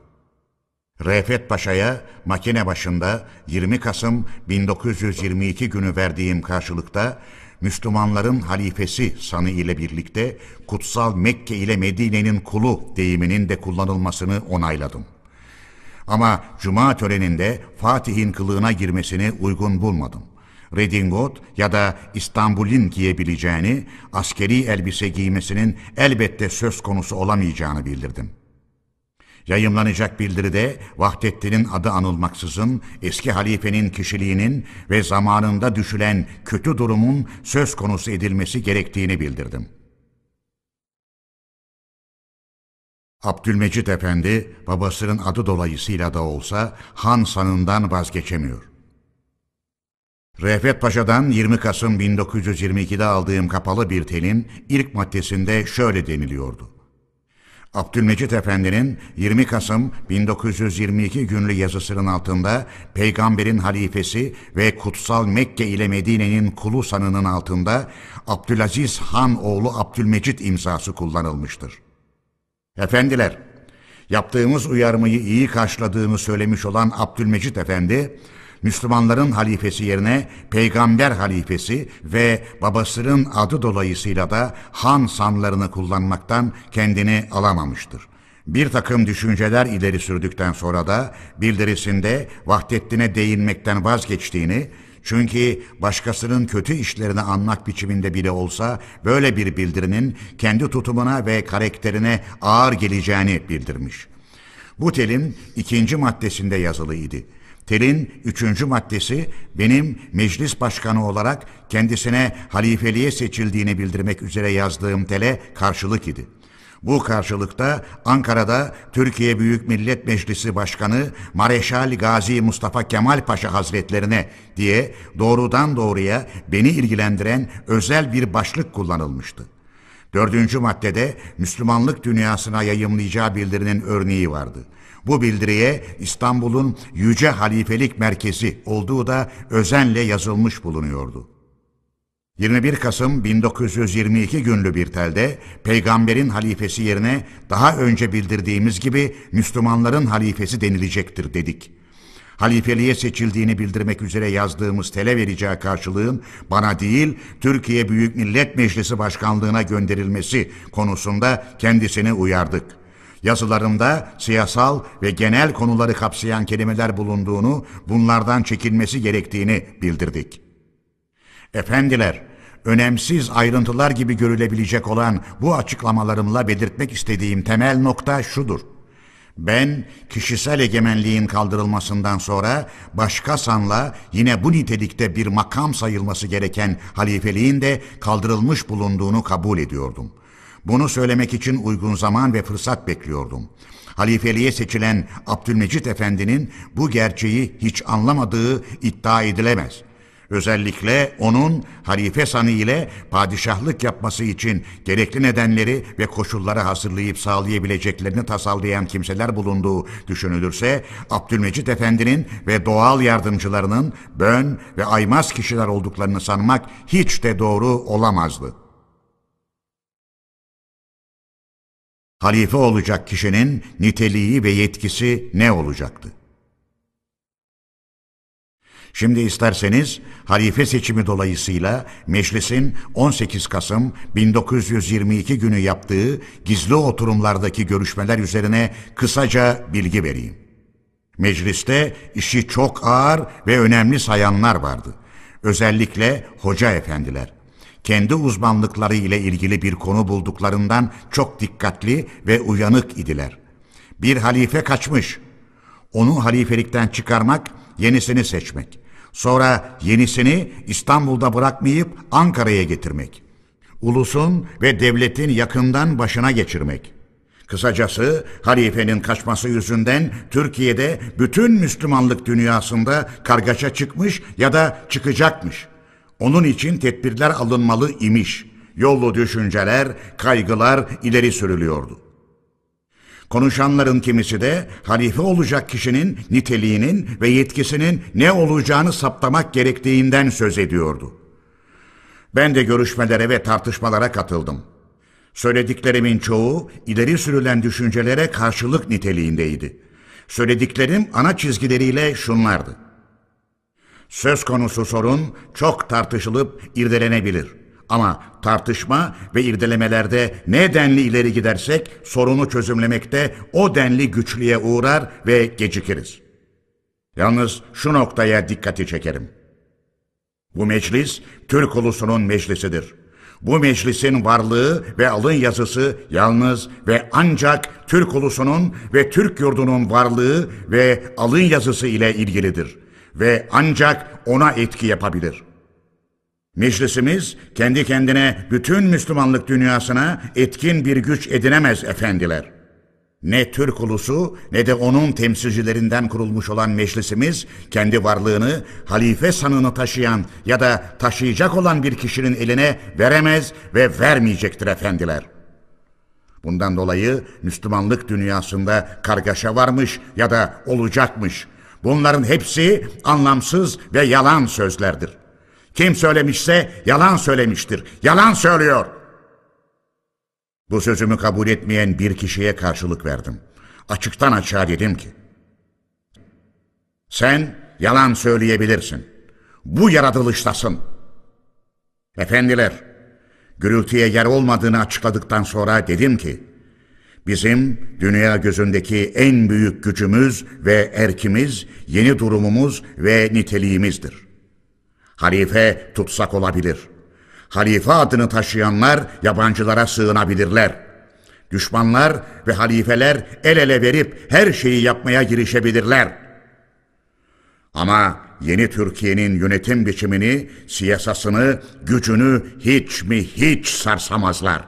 Refet Paşa'ya makine başında yirmi Kasım bin dokuz yüz yirmi iki günü verdiğim karşılıkta Müslümanların halifesi sanı ile birlikte Kutsal Mekke ile Medine'nin kulu deyiminin de kullanılmasını onayladım. Ama cuma töreninde Fatih'in kılığına girmesini uygun bulmadım. Redingot ya da İstanbul'in giyebileceğini, askeri elbise giymesinin elbette söz konusu olamayacağını bildirdim. Yayımlanacak bildiride Vahdettin'in adı anılmaksızın eski halifenin kişiliğinin ve zamanında düşülen kötü durumun söz konusu edilmesi gerektiğini bildirdim. Abdülmecit Efendi, babasının adı dolayısıyla da olsa Han sanından vazgeçemiyor. Refet Paşa'dan yirmi Kasım bin dokuz yüz yirmi ikide aldığım kapalı bir telin ilk maddesinde şöyle deniliyordu. Abdülmecit Efendi'nin yirmi Kasım bin dokuz yüz yirmi iki günlü yazısının altında Peygamberin halifesi ve Kutsal Mekke ile Medine'nin kulu sanının altında Abdülaziz Han oğlu Abdülmecit imzası kullanılmıştır. Efendiler, yaptığımız uyarmayı iyi karşıladığını söylemiş olan Abdülmecit Efendi, Müslümanların halifesi yerine peygamber halifesi ve babasının adı dolayısıyla da Han sanlarını kullanmaktan kendini alamamıştır. Bir takım düşünceler ileri sürdükten sonra da bildirisinde Vahdettin'e değinmekten vazgeçtiğini, çünkü başkasının kötü işlerini anmak biçiminde bile olsa böyle bir bildirinin kendi tutumuna ve karakterine ağır geleceğini bildirmiş. Bu telin ikinci maddesinde yazılıydı. Telin üçüncü maddesi benim meclis başkanı olarak kendisine halifeliğe seçildiğini bildirmek üzere yazdığım tele karşılık idi. Bu karşılıkta Ankara'da Türkiye Büyük Millet Meclisi Başkanı Mareşal Gazi Mustafa Kemal Paşa Hazretlerine diye doğrudan doğruya beni ilgilendiren özel bir başlık kullanılmıştı. Dördüncü maddede Müslümanlık dünyasına yayımlayacağı bildirinin örneği vardı. Bu bildiriye İstanbul'un Yüce Halifelik Merkezi olduğu da özenle yazılmış bulunuyordu. yirmi bir Kasım bin dokuz yüz yirmi iki günlü bir telde peygamberin halifesi yerine daha önce bildirdiğimiz gibi Müslümanların halifesi denilecektir dedik. Halifeliğe seçildiğini bildirmek üzere yazdığımız tele vereceği karşılığın bana değil Türkiye Büyük Millet Meclisi Başkanlığına gönderilmesi konusunda kendisini uyardık. Yazılarımda siyasal ve genel konuları kapsayan kelimeler bulunduğunu, bunlardan çekinmesi gerektiğini bildirdik. Efendiler, önemsiz ayrıntılar gibi görülebilecek olan bu açıklamalarımla belirtmek istediğim temel nokta şudur. Ben kişisel egemenliğin kaldırılmasından sonra başka sanla yine bu nitelikte bir makam sayılması gereken halifeliğin de kaldırılmış bulunduğunu kabul ediyordum. Bunu söylemek için uygun zaman ve fırsat bekliyordum. Halifeliğe seçilen Abdülmecit Efendi'nin bu gerçeği hiç anlamadığı iddia edilemez. Özellikle onun halife sanı ile padişahlık yapması için gerekli nedenleri ve koşulları hazırlayıp sağlayabileceklerini tasarlayan kimseler bulunduğu düşünülürse, Abdülmecit Efendi'nin ve doğal yardımcılarının bön ve aymaz kişiler olduklarını sanmak hiç de doğru olamazdı. Halife olacak kişinin niteliği ve yetkisi ne olacaktı? Şimdi isterseniz halife seçimi dolayısıyla meclisin on sekiz Kasım bin dokuz yüz yirmi iki günü yaptığı gizli oturumlardaki görüşmeler üzerine kısaca bilgi vereyim. Mecliste işi çok ağır ve önemli sayanlar vardı. Özellikle hoca efendiler. Kendi uzmanlıkları ile ilgili bir konu bulduklarından çok dikkatli ve uyanık idiler. Bir halife kaçmış. Onu halifelikten çıkarmak, yenisini seçmek. Sonra yenisini İstanbul'da bırakmayıp Ankara'ya getirmek. Ulusun ve devletin yakından başına geçirmek. Kısacası halifenin kaçması yüzünden Türkiye'de bütün Müslümanlık dünyasında kargaşa çıkmış ya da çıkacakmış. Onun için tedbirler alınmalı imiş. Yollu düşünceler, kaygılar ileri sürülüyordu. Konuşanların kimisi de halife olacak kişinin niteliğinin ve yetkisinin ne olacağını saptamak gerektiğinden söz ediyordu. Ben de görüşmelere ve tartışmalara katıldım. Söylediklerimin çoğu ileri sürülen düşüncelere karşılık niteliğindeydi. Söylediklerim ana çizgileriyle şunlardı. Söz konusu sorun çok tartışılıp irdelenebilir. Ama tartışma ve irdelemelerde ne denli ileri gidersek sorunu çözümlemekte o denli güçlüğe uğrar ve gecikiriz. Yalnız şu noktaya dikkati çekerim. Bu meclis Türk ulusunun meclisidir. Bu meclisin varlığı ve alın yazısı yalnız ve ancak Türk ulusunun ve Türk yurdunun varlığı ve alın yazısı ile ilgilidir ve ancak ona etki yapabilir. Meclisimiz kendi kendine bütün Müslümanlık dünyasına etkin bir güç edinemez efendiler. Ne Türk ulusu ne de onun temsilcilerinden kurulmuş olan meclisimiz kendi varlığını halife sanını taşıyan ya da taşıyacak olan bir kişinin eline veremez ve vermeyecektir efendiler. Bundan dolayı Müslümanlık dünyasında kargaşa varmış ya da olacakmış. Bunların hepsi anlamsız ve yalan sözlerdir. Kim söylemişse yalan söylemiştir, yalan söylüyor. Bu sözümü kabul etmeyen bir kişiye karşılık verdim. Açıktan açığa dedim ki, sen yalan söyleyebilirsin. Bu yaratılıştasın. Efendiler, gürültüye yer olmadığını açıkladıktan sonra dedim ki, bizim dünya gözündeki en büyük gücümüz ve erkimiz, yeni durumumuz ve niteliğimizdir. Halife tutsak olabilir. Halife adını taşıyanlar yabancılara sığınabilirler. Düşmanlar ve halifeler el ele verip her şeyi yapmaya girişebilirler. Ama yeni Türkiye'nin yönetim biçimini, siyasasını, gücünü hiç mi hiç sarsamazlar.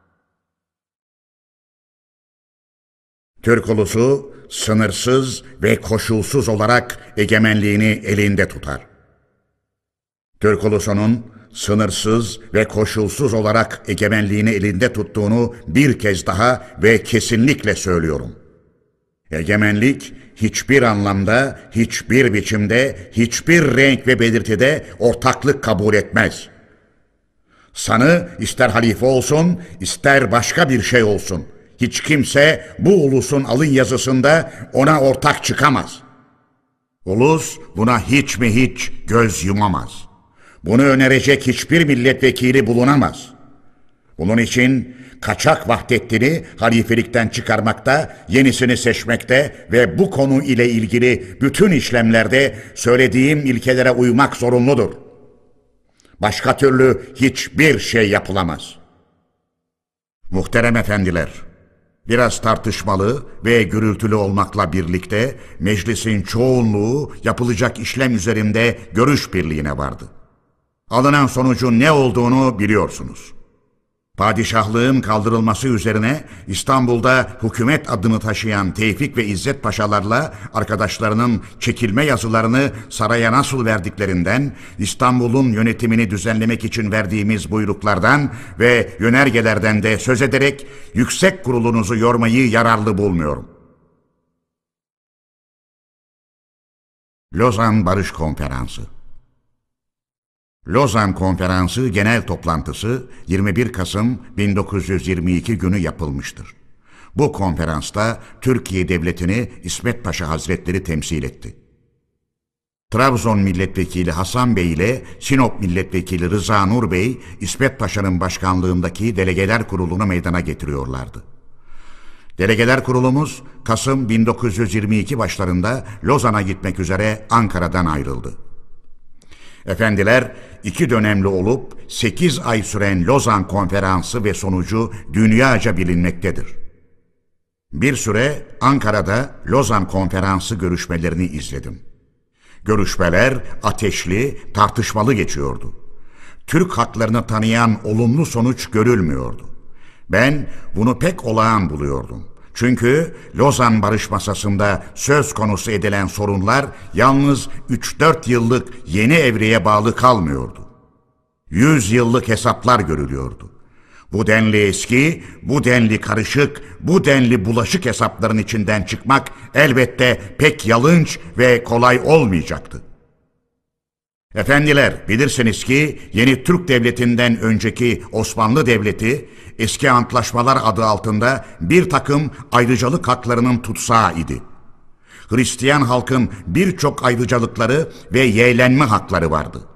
Türk ulusu sınırsız ve koşulsuz olarak egemenliğini elinde tutar. Türk ulusunun sınırsız ve koşulsuz olarak egemenliğini elinde tuttuğunu bir kez daha ve kesinlikle söylüyorum. Egemenlik hiçbir anlamda, hiçbir biçimde, hiçbir renk ve belirtide ortaklık kabul etmez. Sanı ister halife olsun, ister başka bir şey olsun, hiç kimse bu ulusun alın yazısında ona ortak çıkamaz. Ulus buna hiç mi hiç göz yumamaz. Bunu önerecek hiçbir milletvekili bulunamaz. Bunun için kaçak Vahdettin'i halifelikten çıkarmakta, yenisini seçmekte ve bu konu ile ilgili bütün işlemlerde söylediğim ilkelere uymak zorunludur. Başka türlü hiçbir şey yapılamaz. Muhterem efendiler, biraz tartışmalı ve gürültülü olmakla birlikte meclisin çoğunluğu yapılacak işlem üzerinde görüş birliğine vardı. Alınan sonucun ne olduğunu biliyorsunuz. Padişahlığın kaldırılması üzerine İstanbul'da hükümet adını taşıyan Tevfik ve İzzet Paşalarla arkadaşlarının çekilme yazılarını saraya nasıl verdiklerinden, İstanbul'un yönetimini düzenlemek için verdiğimiz buyruklardan ve yönergelerden de söz ederek yüksek kurulunuzu yormayı yararlı bulmuyorum. Lozan Barış Konferansı. Lozan Konferansı genel toplantısı yirmi bir Kasım bin dokuz yüz yirmi iki günü yapılmıştır. Bu konferansta Türkiye Devleti'ni İsmet Paşa Hazretleri temsil etti. Trabzon Milletvekili Hasan Bey ile Sinop Milletvekili Rıza Nur Bey, İsmet Paşa'nın başkanlığındaki Delegeler Kurulu'nu meydana getiriyorlardı. Delegeler Kurulumuz Kasım bin dokuz yüz yirmi iki başlarında Lozan'a gitmek üzere Ankara'dan ayrıldı. Efendiler, iki dönemli olup sekiz ay süren Lozan Konferansı ve sonucu dünyaca bilinmektedir. Bir süre Ankara'da Lozan Konferansı görüşmelerini izledim. Görüşmeler ateşli, tartışmalı geçiyordu. Türk haklarını tanıyan olumlu sonuç görülmüyordu. Ben bunu pek olağan buluyordum. Çünkü Lozan Barış Masası'nda söz konusu edilen sorunlar yalnız üç dört yıllık yeni evreye bağlı kalmıyordu. Yüz yıllık hesaplar görülüyordu. Bu denli eski, bu denli karışık, bu denli bulaşık hesapların içinden çıkmak elbette pek yalınç ve kolay olmayacaktı. Efendiler, bilirsiniz ki yeni Türk Devleti'nden önceki Osmanlı Devleti eski antlaşmalar adı altında bir takım ayrıcalık haklarının tutsağı idi. Hristiyan halkın birçok ayrıcalıkları ve yeğlenme hakları vardı.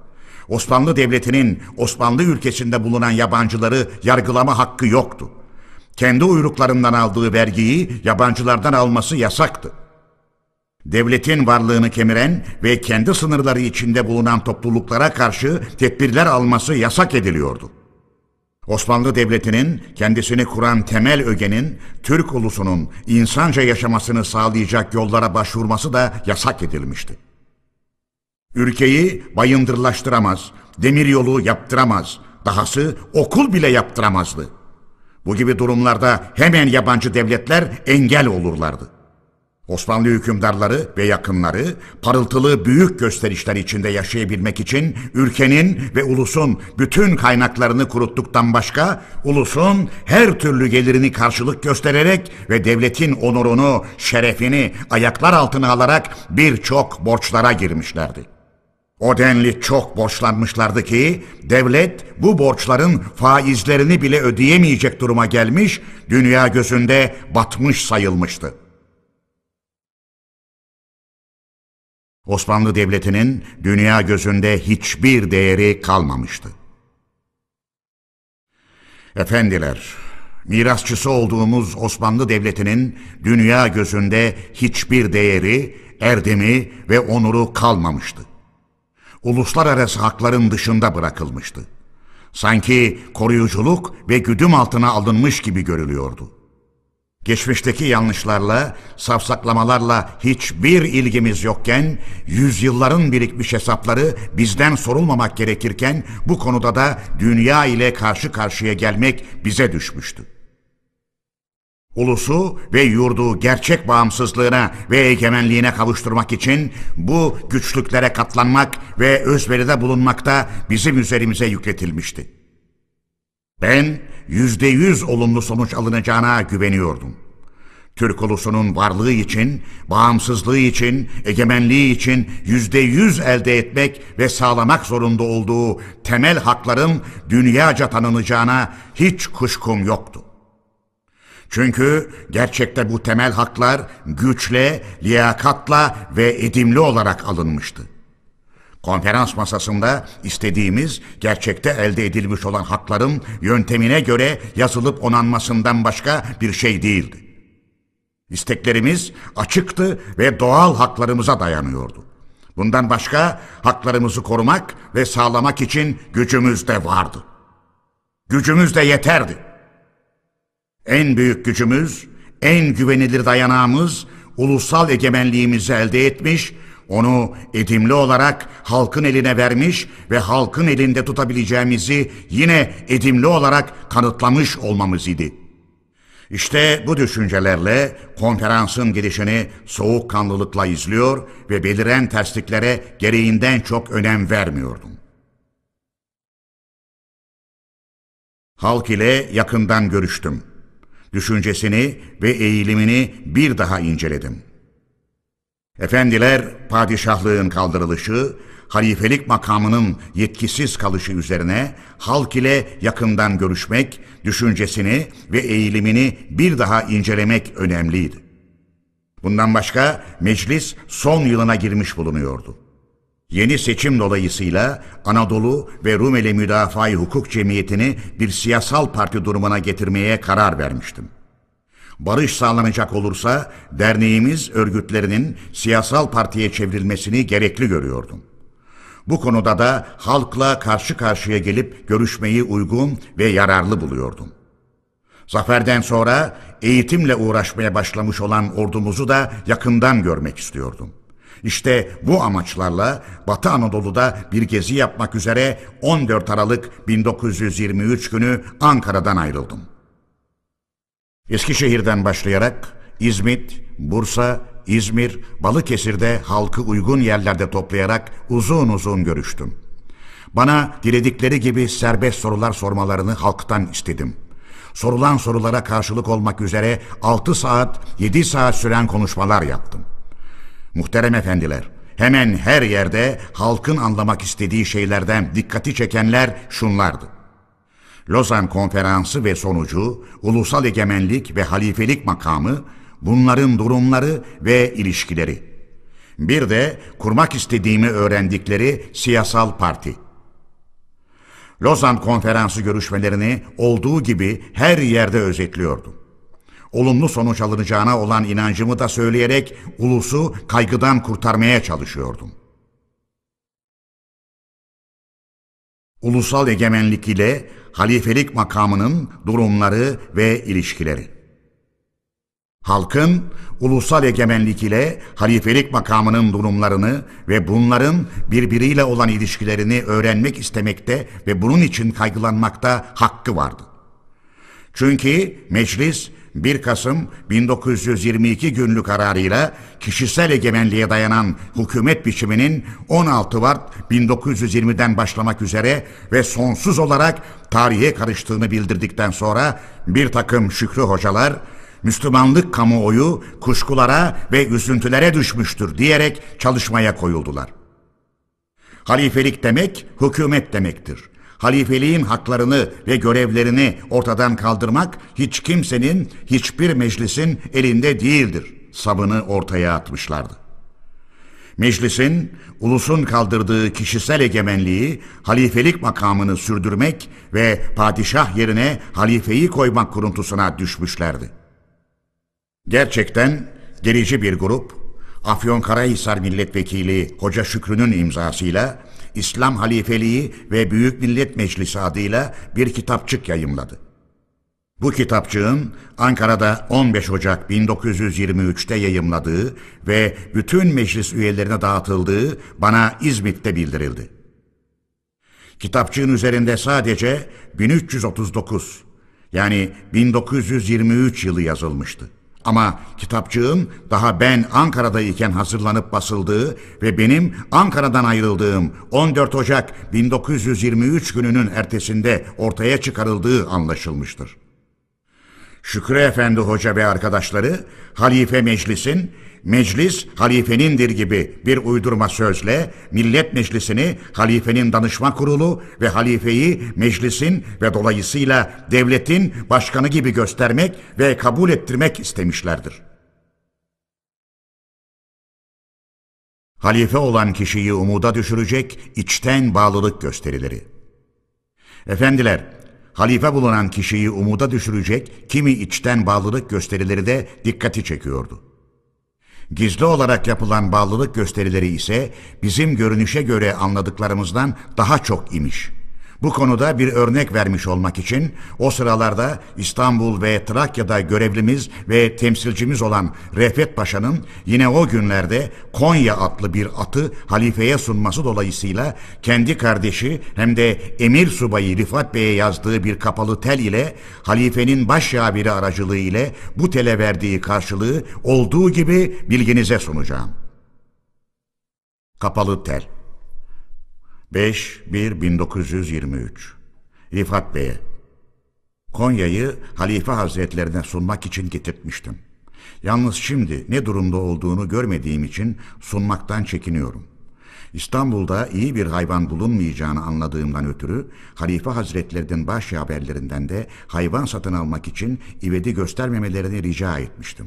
Osmanlı Devleti'nin Osmanlı ülkesinde bulunan yabancıları yargılama hakkı yoktu. Kendi uyruklarından aldığı vergiyi yabancılardan alması yasaktı. Devletin varlığını kemiren ve kendi sınırları içinde bulunan topluluklara karşı tedbirler alması yasak ediliyordu. Osmanlı Devleti'nin kendisini kuran temel ögenin Türk ulusunun insanca yaşamasını sağlayacak yollara başvurması da yasak edilmişti. Ülkeyi bayındırlaştıramaz, demiryolu yaptıramaz, dahası okul bile yaptıramazdı. Bu gibi durumlarda hemen yabancı devletler engel olurlardı. Osmanlı hükümdarları ve yakınları parıltılı büyük gösterişler içinde yaşayabilmek için ülkenin ve ulusun bütün kaynaklarını kuruttuktan başka ulusun her türlü gelirini karşılık göstererek ve devletin onurunu, şerefini ayaklar altına alarak birçok borçlara girmişlerdi. O denli çok borçlanmışlardı ki devlet bu borçların faizlerini bile ödeyemeyecek duruma gelmiş, dünya gözünde batmış sayılmıştı. Osmanlı Devleti'nin dünya gözünde hiçbir değeri kalmamıştı. Efendiler, mirasçısı olduğumuz Osmanlı Devleti'nin dünya gözünde hiçbir değeri, erdemi ve onuru kalmamıştı. Uluslararası hakların dışında bırakılmıştı. Sanki koruyuculuk ve güdüm altına alınmış gibi görülüyordu. Geçmişteki yanlışlarla, safsaklamalarla hiçbir ilgimiz yokken, yüzyılların birikmiş hesapları bizden sorulmamak gerekirken, bu konuda da dünya ile karşı karşıya gelmek bize düşmüştü. Ulusu ve yurdu gerçek bağımsızlığına ve egemenliğine kavuşturmak için bu güçlüklere katlanmak ve özveride bulunmak da bizim üzerimize yükletilmişti. Ben yüzde yüz olumlu sonuç alınacağına güveniyordum. Türk ulusunun varlığı için, bağımsızlığı için, egemenliği için yüzde yüz elde etmek ve sağlamak zorunda olduğu temel hakların dünyaca tanınacağına hiç kuşkum yoktu. Çünkü gerçekte bu temel haklar güçle, liyakatla ve edimli olarak alınmıştı. Konferans masasında istediğimiz, gerçekte elde edilmiş olan hakların yöntemine göre yazılıp onanmasından başka bir şey değildi. İsteklerimiz açıktı ve doğal haklarımıza dayanıyordu. Bundan başka haklarımızı korumak ve sağlamak için gücümüz de vardı. Gücümüz de yeterdi. En büyük gücümüz, en güvenilir dayanağımız, ulusal egemenliğimizi elde etmiş, onu edimli olarak halkın eline vermiş ve halkın elinde tutabileceğimizi yine edimli olarak kanıtlamış olmamız idi. İşte bu düşüncelerle konferansın gidişini soğukkanlılıkla izliyor ve beliren tersliklere gereğinden çok önem vermiyordum. Halk ile yakından görüştüm. Düşüncesini ve eğilimini bir daha inceledim. Efendiler, padişahlığın kaldırılışı, halifelik makamının yetkisiz kalışı üzerine halk ile yakından görüşmek, düşüncesini ve eğilimini bir daha incelemek önemliydi. Bundan başka meclis son yılına girmiş bulunuyordu. Yeni seçim dolayısıyla Anadolu ve Rumeli Müdafaa-i Hukuk Cemiyeti'ni bir siyasal parti durumuna getirmeye karar vermiştim. Barış sağlanacak olursa derneğimiz örgütlerinin siyasal partiye çevrilmesini gerekli görüyordum. Bu konuda da halkla karşı karşıya gelip görüşmeyi uygun ve yararlı buluyordum. Zaferden sonra eğitimle uğraşmaya başlamış olan ordumuzu da yakından görmek istiyordum. İşte bu amaçlarla Batı Anadolu'da bir gezi yapmak üzere on dört Aralık bin dokuz yüz yirmi üç günü Ankara'dan ayrıldım. Eskişehir'den başlayarak İzmit, Bursa, İzmir, Balıkesir'de halkı uygun yerlerde toplayarak uzun uzun görüştüm. Bana diledikleri gibi serbest sorular sormalarını halktan istedim. Sorulan sorulara karşılık olmak üzere altı saat, yedi saat süren konuşmalar yaptım. Muhterem efendiler, hemen her yerde halkın anlamak istediği şeylerden dikkati çekenler şunlardı. Lozan Konferansı ve sonucu, ulusal egemenlik ve halifelik makamı, bunların durumları ve ilişkileri. Bir de kurmak istediğimi öğrendikleri siyasal parti. Lozan Konferansı görüşmelerini olduğu gibi her yerde özetliyordum. Olumlu sonuç alınacağına olan inancımı da söyleyerek ulusu kaygıdan kurtarmaya çalışıyordum. Ulusal egemenlik ile halifelik makamının durumları ve ilişkileri. Halkın ulusal egemenlik ile halifelik makamının durumlarını ve bunların birbiriyle olan ilişkilerini öğrenmek istemekte ve bunun için kaygılanmakta hakkı vardı. Çünkü meclis bir Kasım bin dokuz yüz yirmi iki günlük kararıyla kişisel egemenliğe dayanan hükümet biçiminin on altı Mart bin dokuz yüz yirmiden başlamak üzere ve sonsuz olarak tarihe karıştığını bildirdikten sonra bir takım Şükrü hocalar, Müslümanlık kamuoyu kuşkulara ve üzüntülere düşmüştür diyerek çalışmaya koyuldular. Halifelik demek hükümet demektir. Halifeliğin haklarını ve görevlerini ortadan kaldırmak hiç kimsenin, hiçbir meclisin elinde değildir sabını ortaya atmışlardı. Meclisin, ulusun kaldırdığı kişisel egemenliği, halifelik makamını sürdürmek ve padişah yerine halifeyi koymak kuruntusuna düşmüşlerdi. Gerçekten gerici bir grup, Afyonkarahisar Milletvekili Hoca Şükrü'nün imzasıyla İslam Halifeliği ve Büyük Millet Meclisi adıyla bir kitapçık yayımladı. Bu kitapçığın Ankara'da on beş Ocak bin dokuz yüz yirmi üçte yayımladığı ve bütün meclis üyelerine dağıtıldığı bana İzmit'te bildirildi. Kitapçığın üzerinde sadece bin üç yüz otuz dokuz yani bin dokuz yüz yirmi üç yılı yazılmıştı. Ama kitapçığın daha ben Ankara'da iken hazırlanıp basıldığı ve benim Ankara'dan ayrıldığım on dört Ocak bin dokuz yüz yirmi üç gününün ertesinde ortaya çıkarıldığı anlaşılmıştır. Şükrü Efendi Hoca ve arkadaşları Halife Meclis'in meclis halifenindir gibi bir uydurma sözle Millet Meclisi'ni halifenin danışma kurulu ve halifeyi meclisin ve dolayısıyla devletin başkanı gibi göstermek ve kabul ettirmek istemişlerdir. Halife olan kişiyi umuda düşürecek içten bağlılık gösterileri. Efendiler, halife bulunan kişiyi umuda düşürecek kimi içten bağlılık gösterileri de dikkati çekiyordu. Gizli olarak yapılan bağlılık gösterileri ise bizim görünüşe göre anladıklarımızdan daha çok imiş. Bu konuda bir örnek vermiş olmak için o sıralarda İstanbul ve Trakya'da görevlimiz ve temsilcimiz olan Refet Paşa'nın yine o günlerde Konya adlı bir atı halifeye sunması dolayısıyla kendi kardeşi hem de emir subayı Rifat Bey'e yazdığı bir kapalı tel ile halifenin başyaveri aracılığı ile bu tele verdiği karşılığı olduğu gibi bilginize sunacağım. Kapalı tel. beş bir bin dokuz yüz yirmi üç Rifat Bey'e. Konya'yı Halife Hazretlerine sunmak için getirtmiştim. Yalnız şimdi ne durumda olduğunu görmediğim için sunmaktan çekiniyorum. İstanbul'da iyi bir hayvan bulunmayacağını anladığımdan ötürü Halife Hazretlerinin başyaverlerinden de hayvan satın almak için ivedi göstermemelerini rica etmiştim.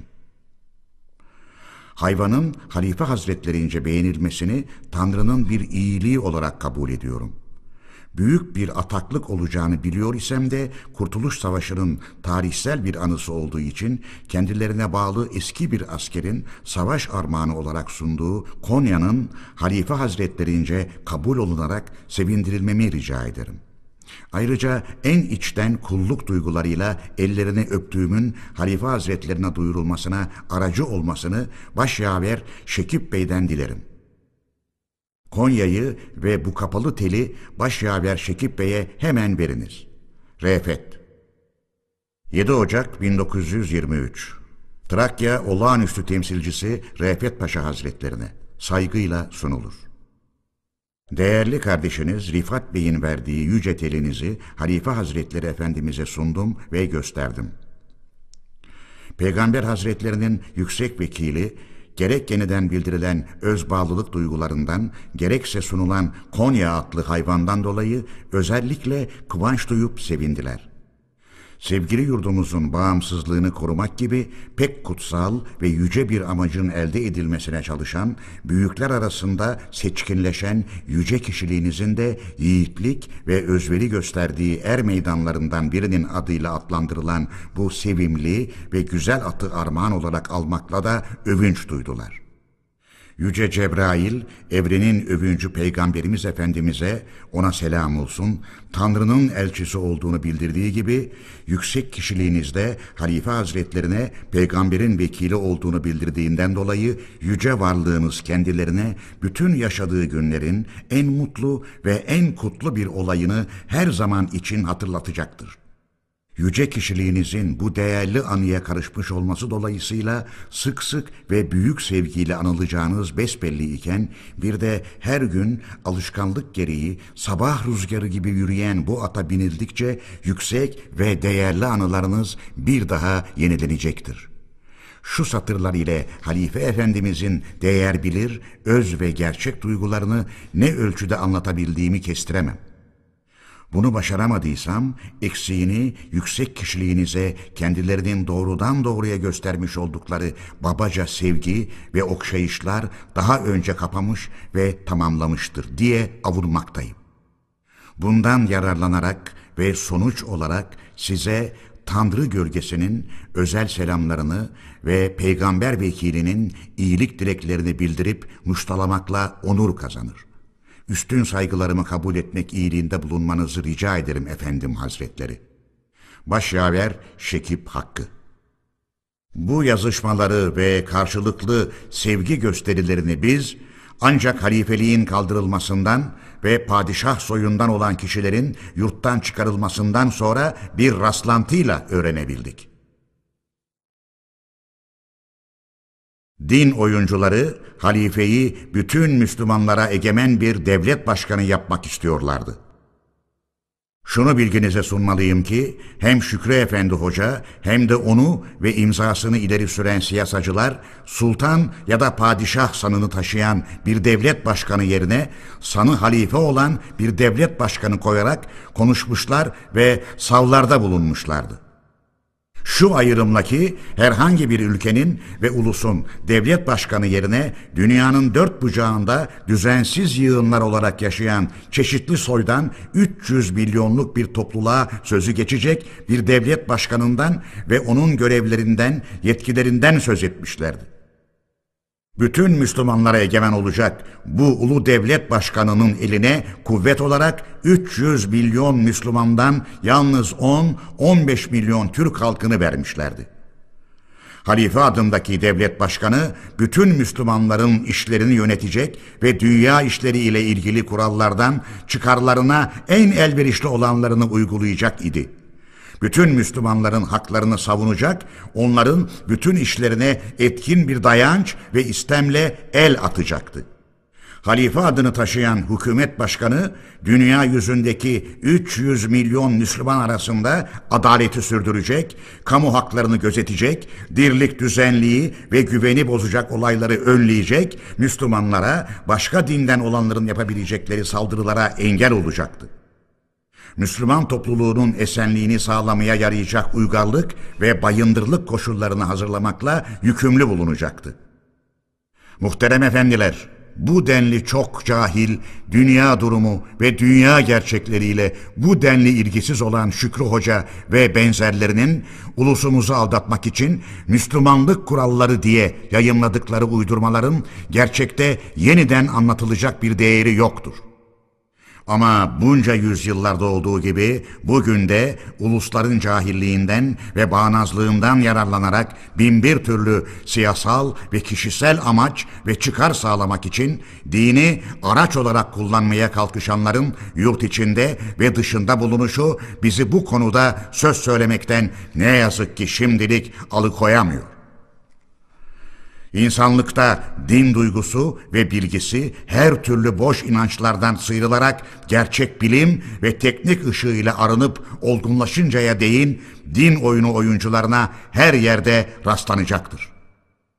Hayvanın Halife Hazretlerince beğenilmesini Tanrı'nın bir iyiliği olarak kabul ediyorum. Büyük bir ataklık olacağını biliyor isem de Kurtuluş Savaşı'nın tarihsel bir anısı olduğu için kendilerine bağlı eski bir askerin savaş armağanı olarak sunduğu Konya'nın Halife Hazretlerince kabul olunarak sevindirilmemi rica ederim. Ayrıca en içten kulluk duygularıyla ellerini öptüğümün Halife Hazretlerine duyurulmasına aracı olmasını başyaver Şekip Bey'den dilerim. Konya'yı ve bu kapalı teli başyaver Şekip Bey'e hemen veriniz. Refet. yedi Ocak bin dokuz yüz yirmi üç Trakya Olağanüstü Temsilcisi Refet Paşa Hazretlerine saygıyla sunulur. Değerli kardeşiniz Rifat Bey'in verdiği yüce telinizi Halife Hazretleri Efendimiz'e sundum ve gösterdim. Peygamber Hazretlerinin yüksek vekili, gerek yeniden bildirilen öz bağlılık duygularından, gerekse sunulan Konya adlı hayvandan dolayı özellikle kıvanç duyup sevindiler. Sevgili yurdumuzun bağımsızlığını korumak gibi pek kutsal ve yüce bir amacın elde edilmesine çalışan, büyükler arasında seçkinleşen yüce kişiliğinizin de yiğitlik ve özveri gösterdiği er meydanlarından birinin adıyla adlandırılan bu sevimli ve güzel atı armağan olarak almakla da övünç duydular. Yüce Cebrail, evrenin övüncü Peygamberimiz Efendimiz'e, ona selam olsun, Tanrı'nın elçisi olduğunu bildirdiği gibi, yüksek kişiliğinizde Halife Hazretlerine Peygamberin vekili olduğunu bildirdiğinden dolayı, yüce varlığınız kendilerine bütün yaşadığı günlerin en mutlu ve en kutlu bir olayını her zaman için hatırlatacaktır. Yüce kişiliğinizin bu değerli anıya karışmış olması dolayısıyla sık sık ve büyük sevgiyle anılacağınız besbelli iken, bir de her gün alışkanlık gereği sabah rüzgarı gibi yürüyen bu ata binildikçe yüksek ve değerli anılarınız bir daha yenilenecektir. Şu satırlar ile Halife Efendimizin değer bilir, öz ve gerçek duygularını ne ölçüde anlatabildiğimi kestiremem. Bunu başaramadıysam, eksiğini yüksek kişiliğinize kendilerinin doğrudan doğruya göstermiş oldukları babaca sevgi ve okşayışlar daha önce kapamış ve tamamlamıştır diye avunmaktayım. Bundan yararlanarak ve sonuç olarak size Tanrı gölgesinin özel selamlarını ve Peygamber vekilinin iyilik dileklerini bildirip muştalamakla onur kazanır. Üstün saygılarımı kabul etmek iyiliğinde bulunmanızı rica ederim efendim hazretleri. Başyaver Şekip Hakkı. Bu yazışmaları ve karşılıklı sevgi gösterilerini biz ancak halifeliğin kaldırılmasından ve padişah soyundan olan kişilerin yurttan çıkarılmasından sonra bir rastlantıyla öğrenebildik. Din oyuncuları halifeyi bütün Müslümanlara egemen bir devlet başkanı yapmak istiyorlardı. Şunu bilginize sunmalıyım ki hem Şükrü Efendi Hoca hem de onu ve imzasını ileri süren siyasacılar sultan ya da padişah sanını taşıyan bir devlet başkanı yerine sanı halife olan bir devlet başkanı koyarak konuşmuşlar ve savlarda bulunmuşlardı. Şu ayrımla ki herhangi bir ülkenin ve ulusun devlet başkanı yerine dünyanın dört bucağında düzensiz yığınlar olarak yaşayan çeşitli soydan üç yüz milyonluk bir topluluğa sözü geçecek bir devlet başkanından ve onun görevlerinden, yetkilerinden söz etmişlerdi. Bütün Müslümanlara egemen olacak bu ulu devlet başkanının eline kuvvet olarak üç yüz milyon Müslümandan yalnız on on beş milyon Türk halkını vermişlerdi. Halife adındaki devlet başkanı bütün Müslümanların işlerini yönetecek ve dünya işleri ile ilgili kurallardan çıkarlarına en elverişli olanlarını uygulayacak idi. Bütün Müslümanların haklarını savunacak, onların bütün işlerine etkin bir dayanç ve istemle el atacaktı. Halife adını taşıyan hükümet başkanı, dünya yüzündeki üç yüz milyon Müslüman arasında adaleti sürdürecek, kamu haklarını gözetecek, dirlik düzenliği ve güveni bozacak olayları önleyecek, Müslümanlara başka dinden olanların yapabilecekleri saldırılara engel olacaktı. Müslüman topluluğunun esenliğini sağlamaya yarayacak uygarlık ve bayındırlık koşullarını hazırlamakla yükümlü bulunacaktı. Muhterem efendiler, bu denli çok cahil, dünya durumu ve dünya gerçekleriyle bu denli ilgisiz olan Şükrü Hoca ve benzerlerinin ulusumuzu aldatmak için Müslümanlık kuralları diye yayımladıkları uydurmaların gerçekte yeniden anlatılacak bir değeri yoktur. Ama bunca yüzyıllarda olduğu gibi bugün de ulusların cahilliğinden ve bağnazlığından yararlanarak binbir türlü siyasal ve kişisel amaç ve çıkar sağlamak için dini araç olarak kullanmaya kalkışanların yurt içinde ve dışında bulunuşu bizi bu konuda söz söylemekten ne yazık ki şimdilik alıkoyamıyor. İnsanlıkta din duygusu ve bilgisi her türlü boş inançlardan sıyrılarak gerçek bilim ve teknik ışığıyla arınıp olgunlaşıncaya değin din oyunu oyuncularına her yerde rastlanacaktır.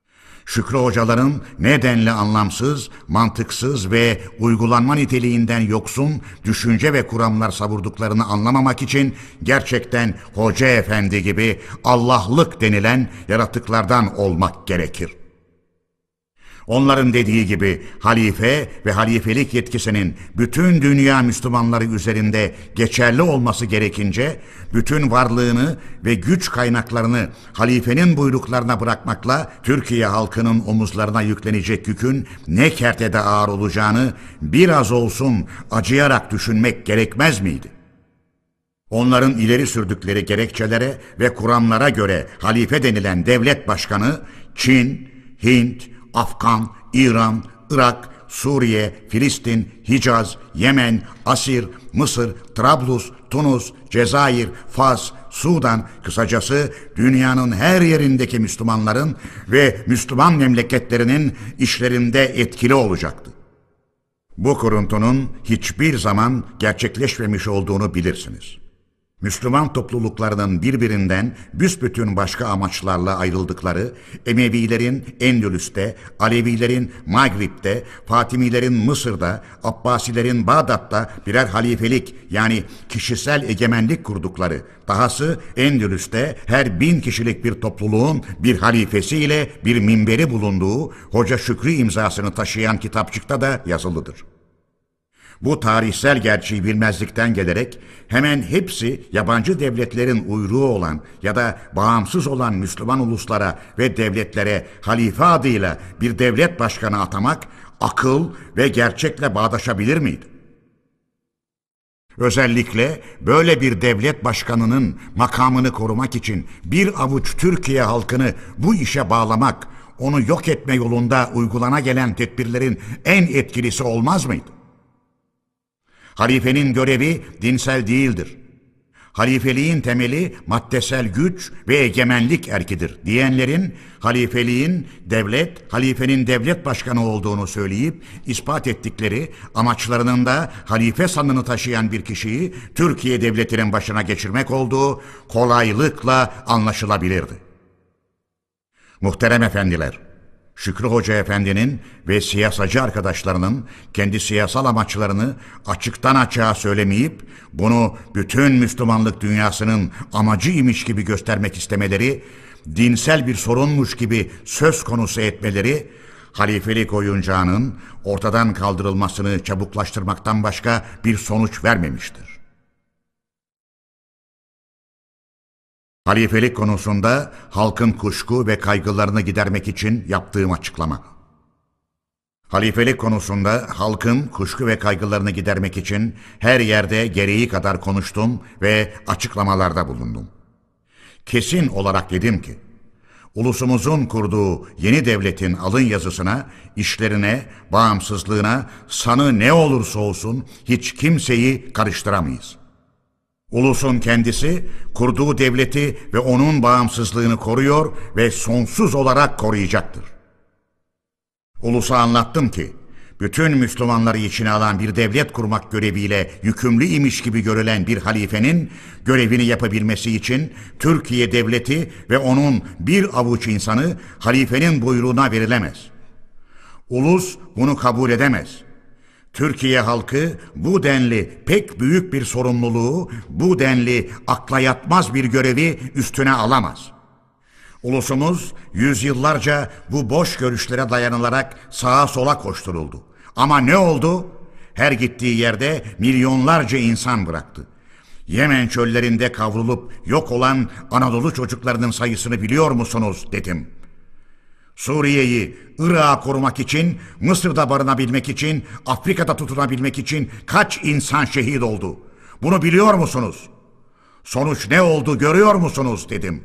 Şükrü hocaların nedenli anlamsız, mantıksız ve uygulanma niteliğinden yoksun düşünce ve kuramlar savurduklarını anlamamak için gerçekten hoca efendi gibi Allah'lık denilen yaratıklardan olmak gerekir. Onların dediği gibi halife ve halifelik yetkisinin bütün dünya Müslümanları üzerinde geçerli olması gerekince bütün varlığını ve güç kaynaklarını halifenin buyruklarına bırakmakla Türkiye halkının omuzlarına yüklenecek yükün ne kertede ağır olacağını biraz olsun acıyarak düşünmek gerekmez miydi? Onların ileri sürdükleri gerekçelere ve kuramlara göre halife denilen devlet başkanı Çin, Hint, Afgan, İran, Irak, Suriye, Filistin, Hicaz, Yemen, Asir, Mısır, Trablus, Tunus, Cezayir, Fas, Sudan, kısacası dünyanın her yerindeki Müslümanların ve Müslüman memleketlerinin işlerinde etkili olacaktı. Bu kuruntunun hiçbir zaman gerçekleşmemiş olduğunu bilirsiniz. Müslüman topluluklarının birbirinden büsbütün başka amaçlarla ayrıldıkları, Emevilerin Endülüs'te, Alevilerin Mağrib'de, Fatimilerin Mısır'da, Abbasilerin Bağdat'ta birer halifelik yani kişisel egemenlik kurdukları, dahası Endülüs'te her bin kişilik bir topluluğun bir halifesiyle bir minberi bulunduğu Hoca Şükrü imzasını taşıyan kitapçıkta da yazılıdır. Bu tarihsel gerçeği bilmezlikten gelerek hemen hepsi yabancı devletlerin uyruğu olan ya da bağımsız olan Müslüman uluslara ve devletlere halife adıyla bir devlet başkanı atamak akıl ve gerçekle bağdaşabilir miydi? Özellikle böyle bir devlet başkanının makamını korumak için bir avuç Türkiye halkını bu işe bağlamak, onu yok etme yolunda uygulana gelen tedbirlerin en etkilisi olmaz mıydı? Halifenin görevi dinsel değildir. Halifeliğin temeli maddesel güç ve egemenlik erkidir diyenlerin halifeliğin devlet, halifenin devlet başkanı olduğunu söyleyip ispat ettikleri amaçlarının da halife sanını taşıyan bir kişiyi Türkiye devletinin başına geçirmek olduğu kolaylıkla anlaşılabilirdi. Muhterem efendiler, Şükrü Hoca Efendi'nin ve siyasacı arkadaşlarının kendi siyasal amaçlarını açıktan açığa söylemeyip bunu bütün Müslümanlık dünyasının amacı imiş gibi göstermek istemeleri, dinsel bir sorunmuş gibi söz konusu etmeleri, halifelik oyuncağının ortadan kaldırılmasını çabuklaştırmaktan başka bir sonuç vermemiştir. Halifelik konusunda halkın kuşku ve kaygılarını gidermek için yaptığım açıklama. Halifelik konusunda halkın kuşku ve kaygılarını gidermek için her yerde gereği kadar konuştum ve açıklamalarda bulundum. Kesin olarak dedim ki, ulusumuzun kurduğu yeni devletin alın yazısına, işlerine, bağımsızlığına, sanı ne olursa olsun hiç kimseyi karıştıramayız. Ulusun kendisi kurduğu devleti ve onun bağımsızlığını koruyor ve sonsuz olarak koruyacaktır. Ulusa anlattım ki, bütün Müslümanları içine alan bir devlet kurmak göreviyle yükümlü imiş gibi görülen bir halifenin görevini yapabilmesi için Türkiye devleti ve onun bir avuç insanı halifenin buyruğuna verilemez. Ulus bunu kabul edemez. Türkiye halkı bu denli pek büyük bir sorumluluğu, bu denli akla yatmaz bir görevi üstüne alamaz. Ulusumuz yüzyıllarca bu boş görüşlere dayanılarak sağa sola koşturuldu. Ama ne oldu? Her gittiği yerde milyonlarca insan bıraktı. Yemen çöllerinde kavrulup yok olan Anadolu çocuklarının sayısını biliyor musunuz dedim. Suriye'yi, Irak'ı korumak için, Mısır'da barınabilmek için, Afrika'da tutunabilmek için kaç insan şehit oldu? Bunu biliyor musunuz? Sonuç ne oldu görüyor musunuz dedim.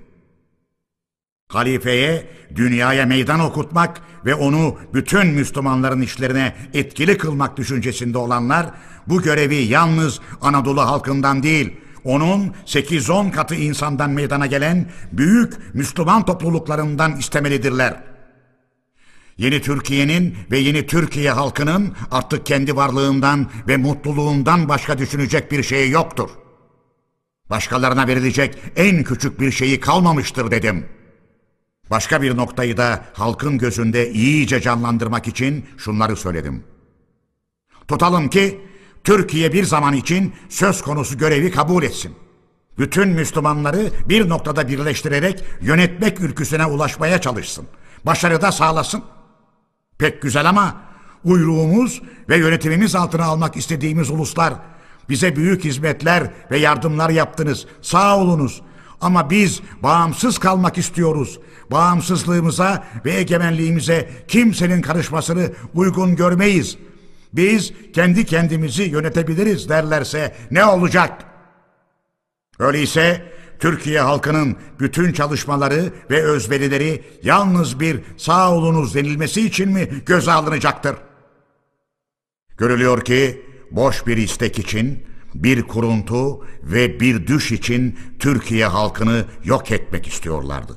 Halifeye, dünyaya meydan okutmak ve onu bütün Müslümanların işlerine etkili kılmak düşüncesinde olanlar, bu görevi yalnız Anadolu halkından değil, onun sekiz on katı insandan meydana gelen büyük Müslüman topluluklarından istemelidirler. Yeni Türkiye'nin ve yeni Türkiye halkının artık kendi varlığından ve mutluluğundan başka düşünecek bir şeyi yoktur. Başkalarına verilecek en küçük bir şeyi kalmamıştır dedim. Başka bir noktayı da halkın gözünde iyice canlandırmak için şunları söyledim. Tutalım ki Türkiye bir zaman için söz konusu görevi kabul etsin. Bütün Müslümanları bir noktada birleştirerek yönetmek ülküsüne ulaşmaya çalışsın. Başarı da sağlasın. Pek güzel ama uyruğumuz ve yönetimimiz altına almak istediğimiz uluslar bize büyük hizmetler ve yardımlar yaptınız. Sağ olunuz. Ama biz bağımsız kalmak istiyoruz. Bağımsızlığımıza ve egemenliğimize kimsenin karışmasını uygun görmeyiz. Biz kendi kendimizi yönetebiliriz derlerse ne olacak? Öyleyse Türkiye halkının bütün çalışmaları ve özverileri yalnız bir sağ olunuz denilmesi için mi göze alınacaktır? Görülüyor ki boş bir istek için, bir kuruntu ve bir düş için Türkiye halkını yok etmek istiyorlardı.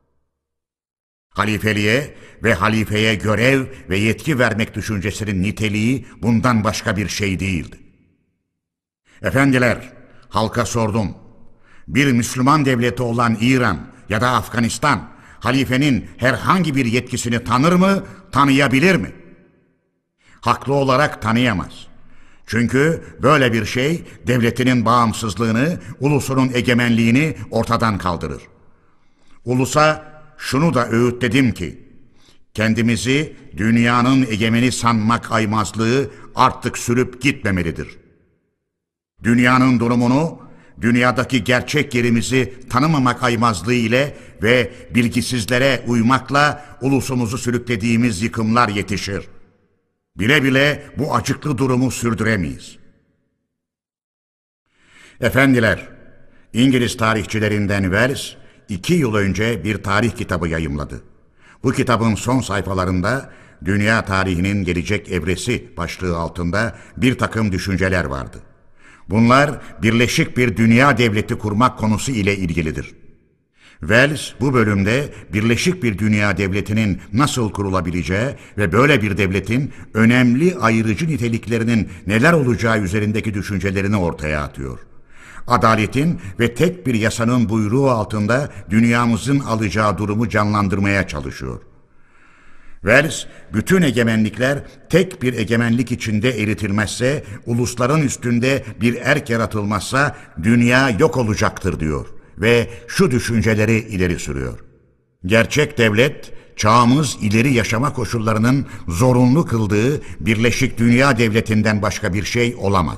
Halifeliğe ve halifeye görev ve yetki vermek düşüncesinin niteliği bundan başka bir şey değildi. Efendiler, halka sordum. Bir Müslüman devleti olan İran ya da Afganistan, halifenin herhangi bir yetkisini tanır mı, tanıyabilir mi? Haklı olarak tanıyamaz. Çünkü böyle bir şey devletinin bağımsızlığını, ulusunun egemenliğini ortadan kaldırır. Ulusa şunu da öğütledim ki, kendimizi dünyanın egemeni sanmak aymazlığı artık sürüp gitmemelidir. Dünyanın durumunu, dünyadaki gerçek yerimizi tanımamak aymazlığı ile ve bilgisizlere uymakla ulusumuzu sürüklediğimiz yıkımlar yetişir. Bile bile bu acıklı durumu sürdüremeyiz. Efendiler, İngiliz tarihçilerinden Wells, iki yıl önce bir tarih kitabı yayımladı. Bu kitabın son sayfalarında dünya tarihinin gelecek evresi başlığı altında bir takım düşünceler vardı. Bunlar birleşik bir dünya devleti kurmak konusu ile ilgilidir. Wells bu bölümde birleşik bir dünya devletinin nasıl kurulabileceği ve böyle bir devletin önemli ayrıcı niteliklerinin neler olacağı üzerindeki düşüncelerini ortaya atıyor. Adaletin ve tek bir yasanın buyruğu altında dünyamızın alacağı durumu canlandırmaya çalışıyor. Wells, bütün egemenlikler tek bir egemenlik içinde eritilmezse, ulusların üstünde bir erk yaratılmazsa dünya yok olacaktır diyor ve şu düşünceleri ileri sürüyor. Gerçek devlet, çağımız ileri yaşama koşullarının zorunlu kıldığı birleşik dünya devletinden başka bir şey olamaz.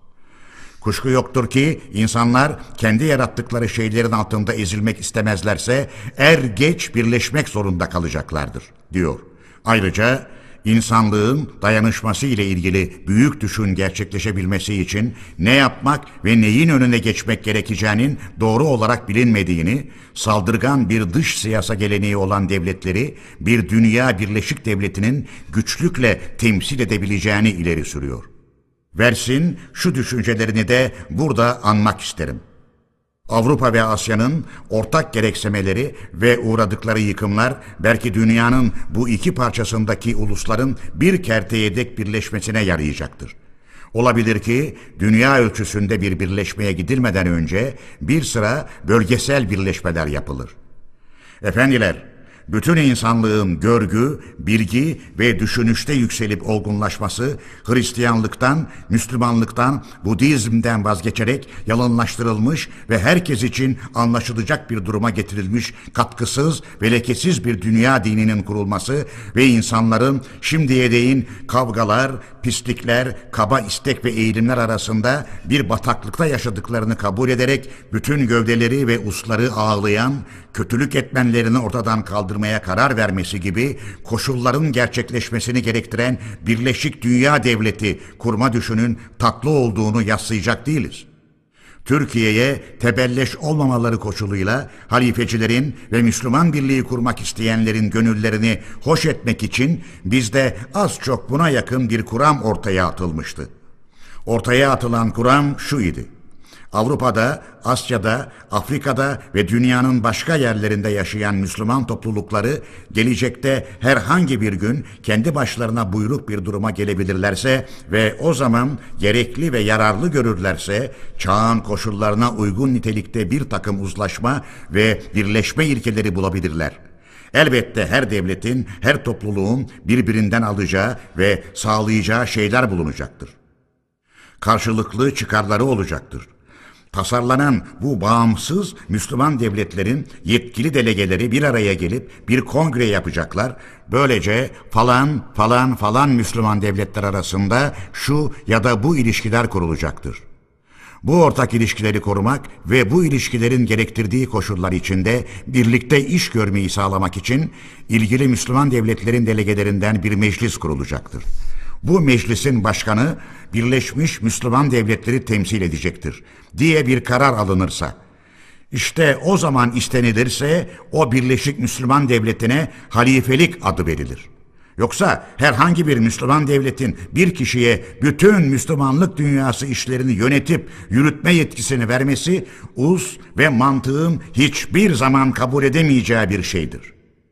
Kuşku yoktur ki insanlar kendi yarattıkları şeylerin altında ezilmek istemezlerse er geç birleşmek zorunda kalacaklardır, diyor. Ayrıca insanlığın dayanışması ile ilgili büyük düşün gerçekleşebilmesi için ne yapmak ve neyin önüne geçmek gerekeceğinin doğru olarak bilinmediğini, saldırgan bir dış siyasa geleneği olan devletleri bir dünya birleşik devletinin güçlükle temsil edebileceğini ileri sürüyor. Wells'in şu düşüncelerini de burada anmak isterim. Avrupa ve Asya'nın ortak gereksemeleri ve uğradıkları yıkımlar belki dünyanın bu iki parçasındaki ulusların bir kerteye dek birleşmesine yarayacaktır. Olabilir ki dünya ölçüsünde bir birleşmeye gidilmeden önce bir sıra bölgesel birleşmeler yapılır. Efendiler, bütün insanlığın görgü, bilgi ve düşünüşte yükselip olgunlaşması, Hristiyanlıktan, Müslümanlıktan, Budizm'den vazgeçerek yalınlaştırılmış ve herkes için anlaşılacak bir duruma getirilmiş, katkısız ve lekesiz bir dünya dininin kurulması ve insanların şimdiye değin kavgalar, pislikler, kaba istek ve eğilimler arasında bir bataklıkta yaşadıklarını kabul ederek bütün gövdeleri ve usları ağlayan, kötülük etmenlerini ortadan kaldırmaya karar vermesi gibi koşulların gerçekleşmesini gerektiren birleşik dünya devleti kurma düşünün tatlı olduğunu yadsıyacak değiliz. Türkiye'ye tebelleş olmamaları koşuluyla halifecilerin ve Müslüman birliği kurmak isteyenlerin gönüllerini hoş etmek için bizde az çok buna yakın bir kuram ortaya atılmıştı. Ortaya atılan kuram şu idi: Avrupa'da, Asya'da, Afrika'da ve dünyanın başka yerlerinde yaşayan Müslüman toplulukları gelecekte herhangi bir gün kendi başlarına buyruk bir duruma gelebilirlerse ve o zaman gerekli ve yararlı görürlerse çağın koşullarına uygun nitelikte bir takım uzlaşma ve birleşme ilkeleri bulabilirler. Elbette her devletin, her topluluğun birbirinden alacağı ve sağlayacağı şeyler bulunacaktır. Karşılıklı çıkarları olacaktır. Tasarlanan bu bağımsız Müslüman devletlerin yetkili delegeleri bir araya gelip bir kongre yapacaklar. Böylece falan falan falan Müslüman devletler arasında şu ya da bu ilişkiler kurulacaktır. Bu ortak ilişkileri korumak ve bu ilişkilerin gerektirdiği koşullar içinde birlikte iş görmeyi sağlamak için ilgili Müslüman devletlerin delegelerinden bir meclis kurulacaktır. Bu meclisin başkanı Birleşmiş Müslüman Devletleri temsil edecektir diye bir karar alınırsa, işte o zaman istenilirse o Birleşik Müslüman Devleti'ne halifelik adı verilir. Yoksa herhangi bir Müslüman devletin bir kişiye bütün Müslümanlık dünyası işlerini yönetip yürütme yetkisini vermesi uz ve mantığın hiçbir zaman kabul edemeyeceği bir şeydir.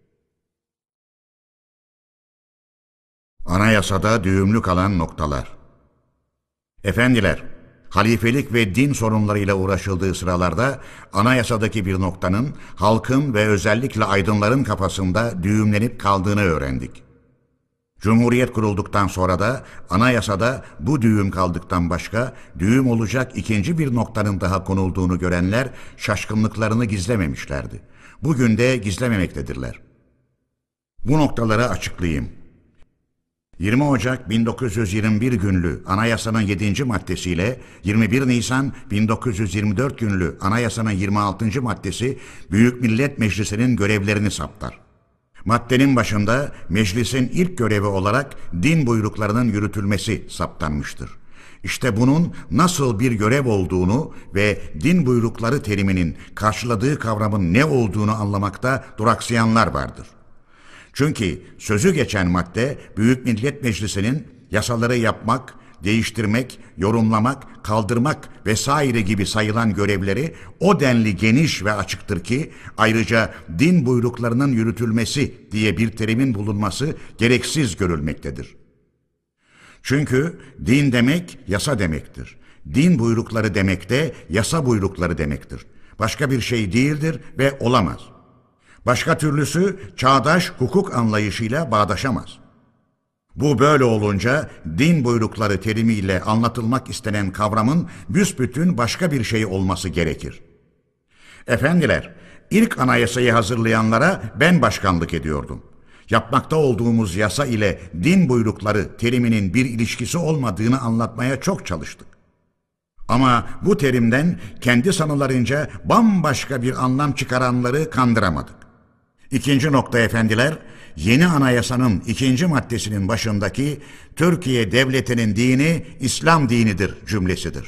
Anayasada düğümlü kalan noktalar. Efendiler, halifelik ve din sorunlarıyla uğraşıldığı sıralarda anayasadaki bir noktanın halkın ve özellikle aydınların kafasında düğümlenip kaldığını öğrendik. Cumhuriyet kurulduktan sonra da anayasada bu düğüm kaldıktan başka düğüm olacak ikinci bir noktanın daha konulduğunu görenler şaşkınlıklarını gizlememişlerdi. Bugün de gizlememektedirler. Bu noktaları açıklayayım. yirmi Ocak bin dokuz yüz yirmi bir günlü Anayasanın yedinci maddesiyle yirmi bir Nisan bin dokuz yüz yirmi dört günlü Anayasanın yirmi altıncı maddesi Büyük Millet Meclisi'nin görevlerini saptar. Maddenin başında meclisin ilk görevi olarak din buyruklarının yürütülmesi saptanmıştır. İşte bunun nasıl bir görev olduğunu ve din buyrukları teriminin karşıladığı kavramın ne olduğunu anlamakta duraksayanlar vardır. Çünkü sözü geçen madde Büyük Millet Meclisi'nin yasaları yapmak, değiştirmek, yorumlamak, kaldırmak vesaire gibi sayılan görevleri o denli geniş ve açıktır ki ayrıca din buyruklarının yürütülmesi diye bir terimin bulunması gereksiz görülmektedir. Çünkü din demek yasa demektir. Din buyrukları demek de yasa buyrukları demektir. Başka bir şey değildir ve olamaz. Başka türlüsü çağdaş hukuk anlayışıyla bağdaşamaz. Bu böyle olunca din buyrukları terimiyle anlatılmak istenen kavramın büsbütün başka bir şey olması gerekir. Efendiler, ilk anayasayı hazırlayanlara ben başkanlık ediyordum. Yapmakta olduğumuz yasa ile din buyrukları teriminin bir ilişkisi olmadığını anlatmaya çok çalıştık. Ama bu terimden kendi sanılarınca bambaşka bir anlam çıkaranları kandıramadık. İkinci nokta efendiler, yeni anayasanın ikinci maddesinin başındaki Türkiye Devleti'nin dini İslam dinidir cümlesidir.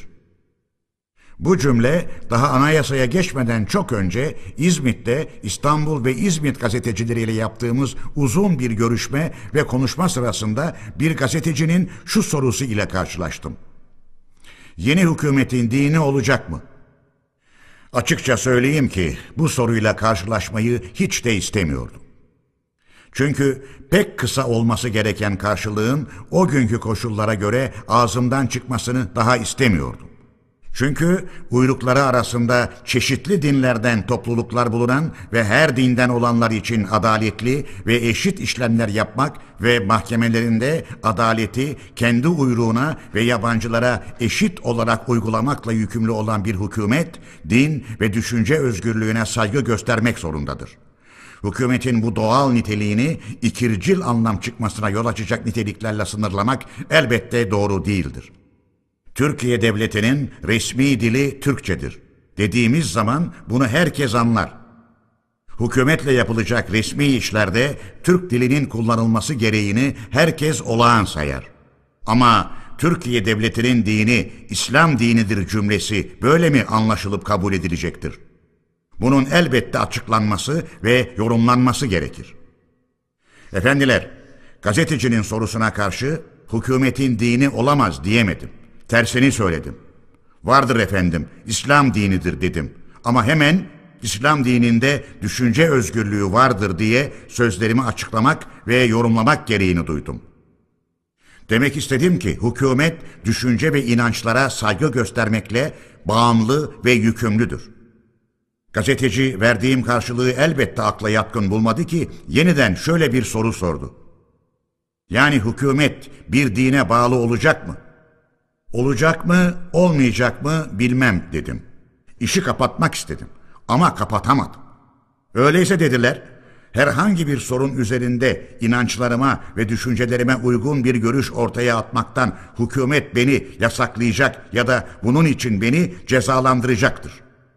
Bu cümle daha anayasaya geçmeden çok önce İzmit'te İstanbul ve İzmit gazetecileriyle yaptığımız uzun bir görüşme ve konuşma sırasında bir gazetecinin şu sorusu ile karşılaştım. Yeni hükümetin dini olacak mı? Açıkça söyleyeyim ki bu soruyla karşılaşmayı hiç de istemiyordum. Çünkü pek kısa olması gereken karşılığın o günkü koşullara göre ağzımdan çıkmasını daha istemiyordum. Çünkü uyrukları arasında çeşitli dinlerden topluluklar bulunan ve her dinden olanlar için adaletli ve eşit işlemler yapmak ve mahkemelerinde adaleti kendi uyruğuna ve yabancılara eşit olarak uygulamakla yükümlü olan bir hükümet, din ve düşünce özgürlüğüne saygı göstermek zorundadır. Hükümetin bu doğal niteliğini ikircil anlam çıkmasına yol açacak niteliklerle sınırlamak elbette doğru değildir. Türkiye Devleti'nin resmi dili Türkçedir dediğimiz zaman bunu herkes anlar. Hükümetle yapılacak resmi işlerde Türk dilinin kullanılması gereğini herkes olağan sayar. Ama Türkiye Devleti'nin dini İslam dinidir cümlesi böyle mi anlaşılıp kabul edilecektir? Bunun elbette açıklanması ve yorumlanması gerekir. Efendiler, gazetecinin sorusuna karşı hükümetin dini olamaz diyemedim. Tersini söyledim. Vardır efendim, İslam dinidir dedim. Ama hemen İslam dininde düşünce özgürlüğü vardır diye sözlerimi açıklamak ve yorumlamak gereğini duydum. Demek istedim ki hükümet düşünce ve inançlara saygı göstermekle bağımlı ve yükümlüdür. Gazeteci verdiğim karşılığı elbette akla yatkın bulmadı ki yeniden şöyle bir soru sordu. Yani hükümet bir dine bağlı olacak mı? Olacak mı, olmayacak mı bilmem dedim. İşi kapatmak istedim ama kapatamadım. Öyleyse dediler, herhangi bir sorun üzerinde inançlarıma ve düşüncelerime uygun bir görüş ortaya atmaktan hükümet beni yasaklayacak ya da bunun için beni cezalandıracaktır.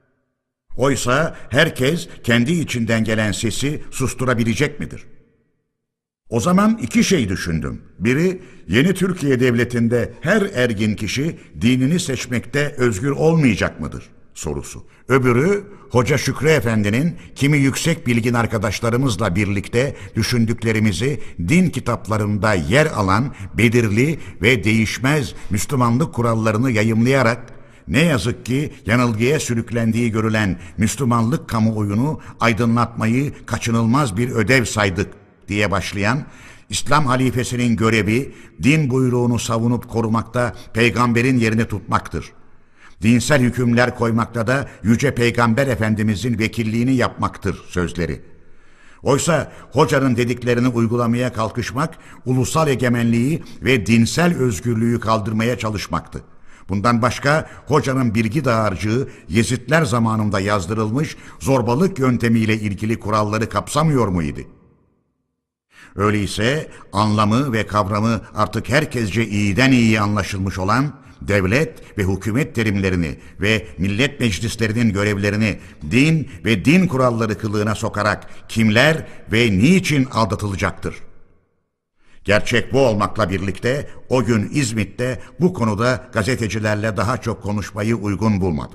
Oysa herkes kendi içinden gelen sesi susturabilecek midir? O zaman iki şey düşündüm. Biri, yeni Türkiye Devleti'nde her ergin kişi dinini seçmekte özgür olmayacak mıdır sorusu. Öbürü, Hoca Şükrü Efendi'nin kimi yüksek bilgin arkadaşlarımızla birlikte düşündüklerimizi din kitaplarında yer alan belirli ve değişmez Müslümanlık kurallarını yayımlayarak ne yazık ki yanılgıya sürüklendiği görülen Müslümanlık kamuoyunu aydınlatmayı kaçınılmaz bir ödev saydık diye başlayan, İslam halifesinin görevi din buyruğunu savunup korumakta peygamberin yerini tutmaktır. Dinsel hükümler koymakta da Yüce Peygamber Efendimizin vekilliğini yapmaktır sözleri. Oysa hocanın dediklerini uygulamaya kalkışmak, ulusal egemenliği ve dinsel özgürlüğü kaldırmaya çalışmaktı. Bundan başka hocanın bilgi dağarcığı Yezidler zamanında yazdırılmış zorbalık yöntemiyle ilgili kuralları kapsamıyor muydu? Öyleyse anlamı ve kavramı artık herkesce iyiden iyiye anlaşılmış olan devlet ve hükümet terimlerini ve millet meclislerinin görevlerini din ve din kuralları kılığına sokarak kimler ve niçin aldatılacaktır? Gerçek bu olmakla birlikte o gün İzmit'te bu konuda gazetecilerle daha çok konuşmayı uygun bulmadım.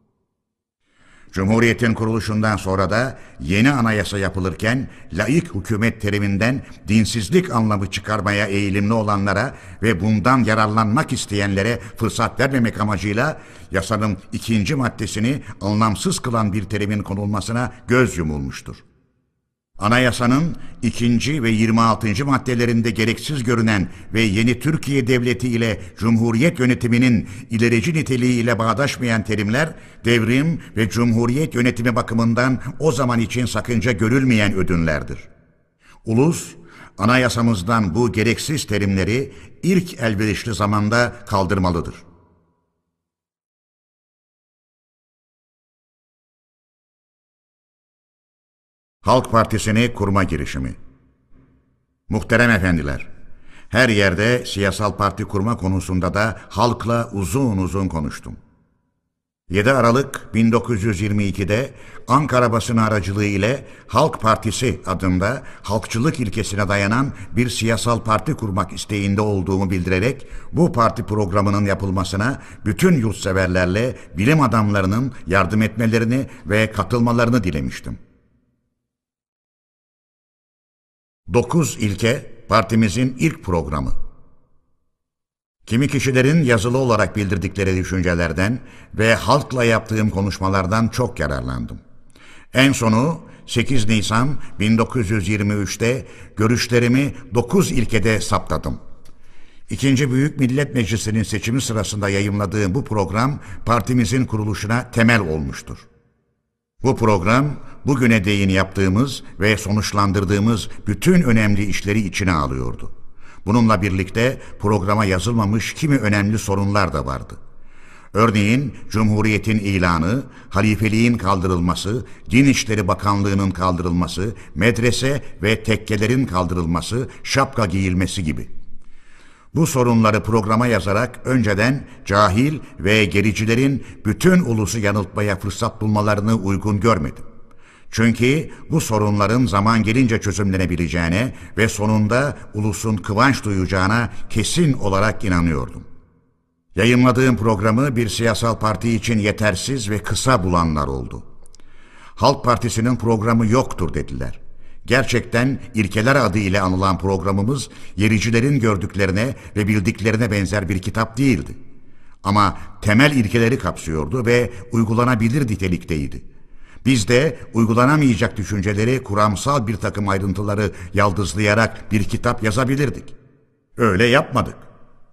Cumhuriyetin kuruluşundan sonra da yeni anayasa yapılırken laik hükümet teriminden dinsizlik anlamı çıkarmaya eğilimli olanlara ve bundan yararlanmak isteyenlere fırsat vermemek amacıyla yasanın ikinci maddesini anlamsız kılan bir terimin konulmasına göz yumulmuştur. Anayasanın ikinci ve yirmi altıncı maddelerinde gereksiz görünen ve yeni Türkiye Devleti ile Cumhuriyet yönetiminin ilerici niteliği ile bağdaşmayan terimler, devrim ve Cumhuriyet yönetimi bakımından o zaman için sakınca görülmeyen ödünlerdir. Ulus, anayasamızdan bu gereksiz terimleri ilk elverişli zamanda kaldırmalıdır. Halk Partisi'ni kurma girişimi. Muhterem efendiler, her yerde siyasal parti kurma konusunda da halkla uzun uzun konuştum. yedi Aralık bin dokuz yüz yirmi iki'de Ankara basını aracılığı ile Halk Partisi adında halkçılık ilkesine dayanan bir siyasal parti kurmak isteğinde olduğumu bildirerek bu parti programının yapılmasına bütün yurtseverlerle bilim adamlarının yardım etmelerini ve katılmalarını dilemiştim. Dokuz ilke partimizin ilk programı. Kimi kişilerin yazılı olarak bildirdikleri düşüncelerden ve halkla yaptığım konuşmalardan çok yararlandım. En sonu sekiz Nisan bin dokuz yüz yirmi üç'te görüşlerimi dokuz ilkede saptadım. İkinci Büyük Millet Meclisi'nin seçimi sırasında yayımladığım bu program partimizin kuruluşuna temel olmuştur. Bu program bugüne değin yaptığımız ve sonuçlandırdığımız bütün önemli işleri içine alıyordu. Bununla birlikte programa yazılmamış kimi önemli sorunlar da vardı. Örneğin Cumhuriyet'in ilanı, halifeliğin kaldırılması, Din İşleri Bakanlığı'nın kaldırılması, medrese ve tekkelerin kaldırılması, şapka giyilmesi gibi. Bu sorunları programa yazarak önceden cahil ve gericilerin bütün ulusu yanıltmaya fırsat bulmalarını uygun görmedim. Çünkü bu sorunların zaman gelince çözümlenebileceğine ve sonunda ulusun kıvanç duyacağına kesin olarak inanıyordum. Yayınladığım programı bir siyasal parti için yetersiz ve kısa bulanlar oldu. Halk Partisi'nin programı yoktur dediler. Gerçekten ilkeler adı ile anılan programımız yericilerin gördüklerine ve bildiklerine benzer bir kitap değildi. Ama temel ilkeleri kapsıyordu ve uygulanabilir nitelikteydi. Biz de uygulanamayacak düşünceleri kuramsal bir takım ayrıntıları yaldızlayarak bir kitap yazabilirdik. Öyle yapmadık.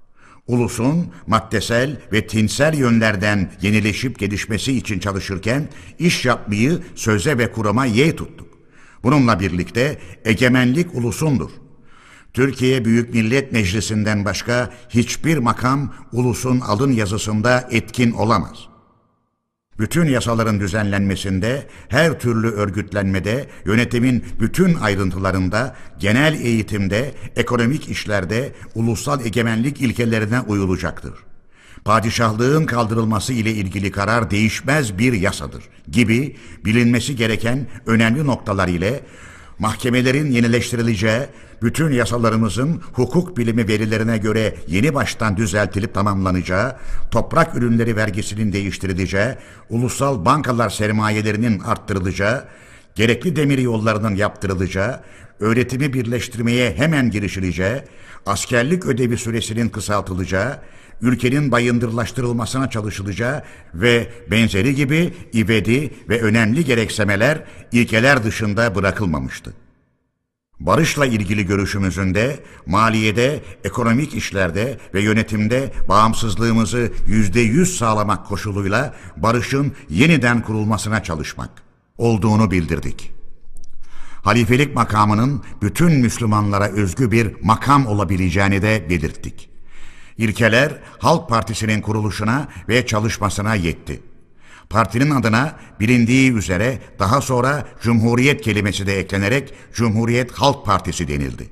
Ulusun maddesel ve tinsel yönlerden yenileşip gelişmesi için çalışırken iş yapmayı söze ve kurama yeğ tuttuk. Bununla birlikte egemenlik ulusundur. Türkiye Büyük Millet Meclisi'nden başka hiçbir makam ulusun alın yazısında etkin olamaz. Bütün yasaların düzenlenmesinde, her türlü örgütlenmede, yönetimin bütün ayrıntılarında, genel eğitimde, ekonomik işlerde ulusal egemenlik ilkelerine uyulacaktır. Padişahlığın kaldırılması ile ilgili karar değişmez bir yasadır gibi bilinmesi gereken önemli noktalar ile mahkemelerin yenileştirileceği, bütün yasalarımızın hukuk bilimi verilerine göre yeni baştan düzeltilip tamamlanacağı, toprak ürünleri vergisinin değiştirileceği, ulusal bankalar sermayelerinin arttırılacağı, gerekli demir yollarının yaptırılacağı, öğretimi birleştirmeye hemen girişileceği, askerlik ödevi süresinin kısaltılacağı, ülkenin bayındırlaştırılmasına çalışılacağı ve benzeri gibi ivedi ve önemli gereksemeler ilkeler dışında bırakılmamıştı. Barışla ilgili görüşümüzün de maliyede, ekonomik işlerde ve yönetimde bağımsızlığımızı yüzde yüz sağlamak koşuluyla barışın yeniden kurulmasına çalışmak olduğunu bildirdik. Halifelik makamının bütün Müslümanlara özgü bir makam olabileceğini de belirttik. İlkeler Halk Partisi'nin kuruluşuna ve çalışmasına yetti. Partinin adına bilindiği üzere daha sonra Cumhuriyet kelimesi de eklenerek Cumhuriyet Halk Partisi denildi.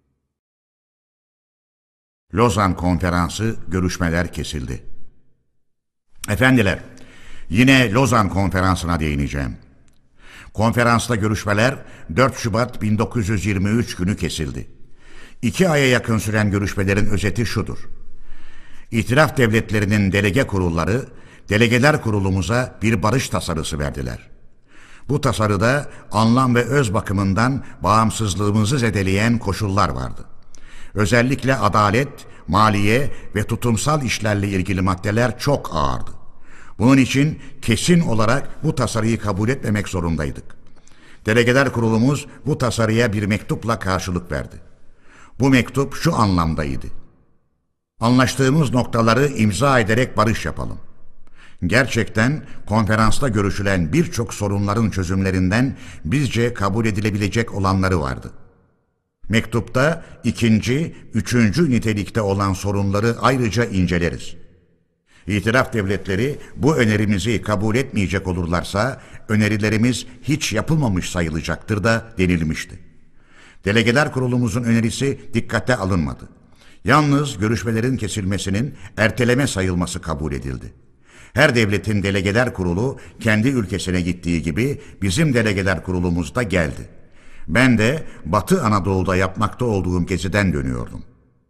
Lozan Konferansı görüşmeler kesildi. Efendiler, yine Lozan Konferansı'na değineceğim. Konferansta görüşmeler dört Şubat bin dokuz yüz yirmi üç günü kesildi. İki aya yakın süren görüşmelerin özeti şudur. İtilaf devletlerinin delege kurulları, Delegeler Kurulumuza bir barış tasarısı verdiler. Bu tasarıda anlam ve öz bakımından bağımsızlığımızı zedeleyen koşullar vardı. Özellikle adalet, maliye ve tutumsal işlerle ilgili maddeler çok ağırdı. Bunun için kesin olarak bu tasarıyı kabul etmemek zorundaydık. Delegeler Kurulumuz bu tasarıya bir mektupla karşılık verdi. Bu mektup şu anlamdaydı. Anlaştığımız noktaları imza ederek barış yapalım. Gerçekten konferansta görüşülen birçok sorunların çözümlerinden bizce kabul edilebilecek olanları vardı. Mektupta ikinci, üçüncü nitelikte olan sorunları ayrıca inceleriz. İtilaf devletleri bu önerimizi kabul etmeyecek olurlarsa önerilerimiz hiç yapılmamış sayılacaktır da denilmişti. Delegeler Kurulumuzun önerisi dikkate alınmadı. Yalnız görüşmelerin kesilmesinin erteleme sayılması kabul edildi. Her devletin delegeler kurulu kendi ülkesine gittiği gibi bizim delegeler kurulumuz da geldi. Ben de Batı Anadolu'da yapmakta olduğum geziden dönüyordum.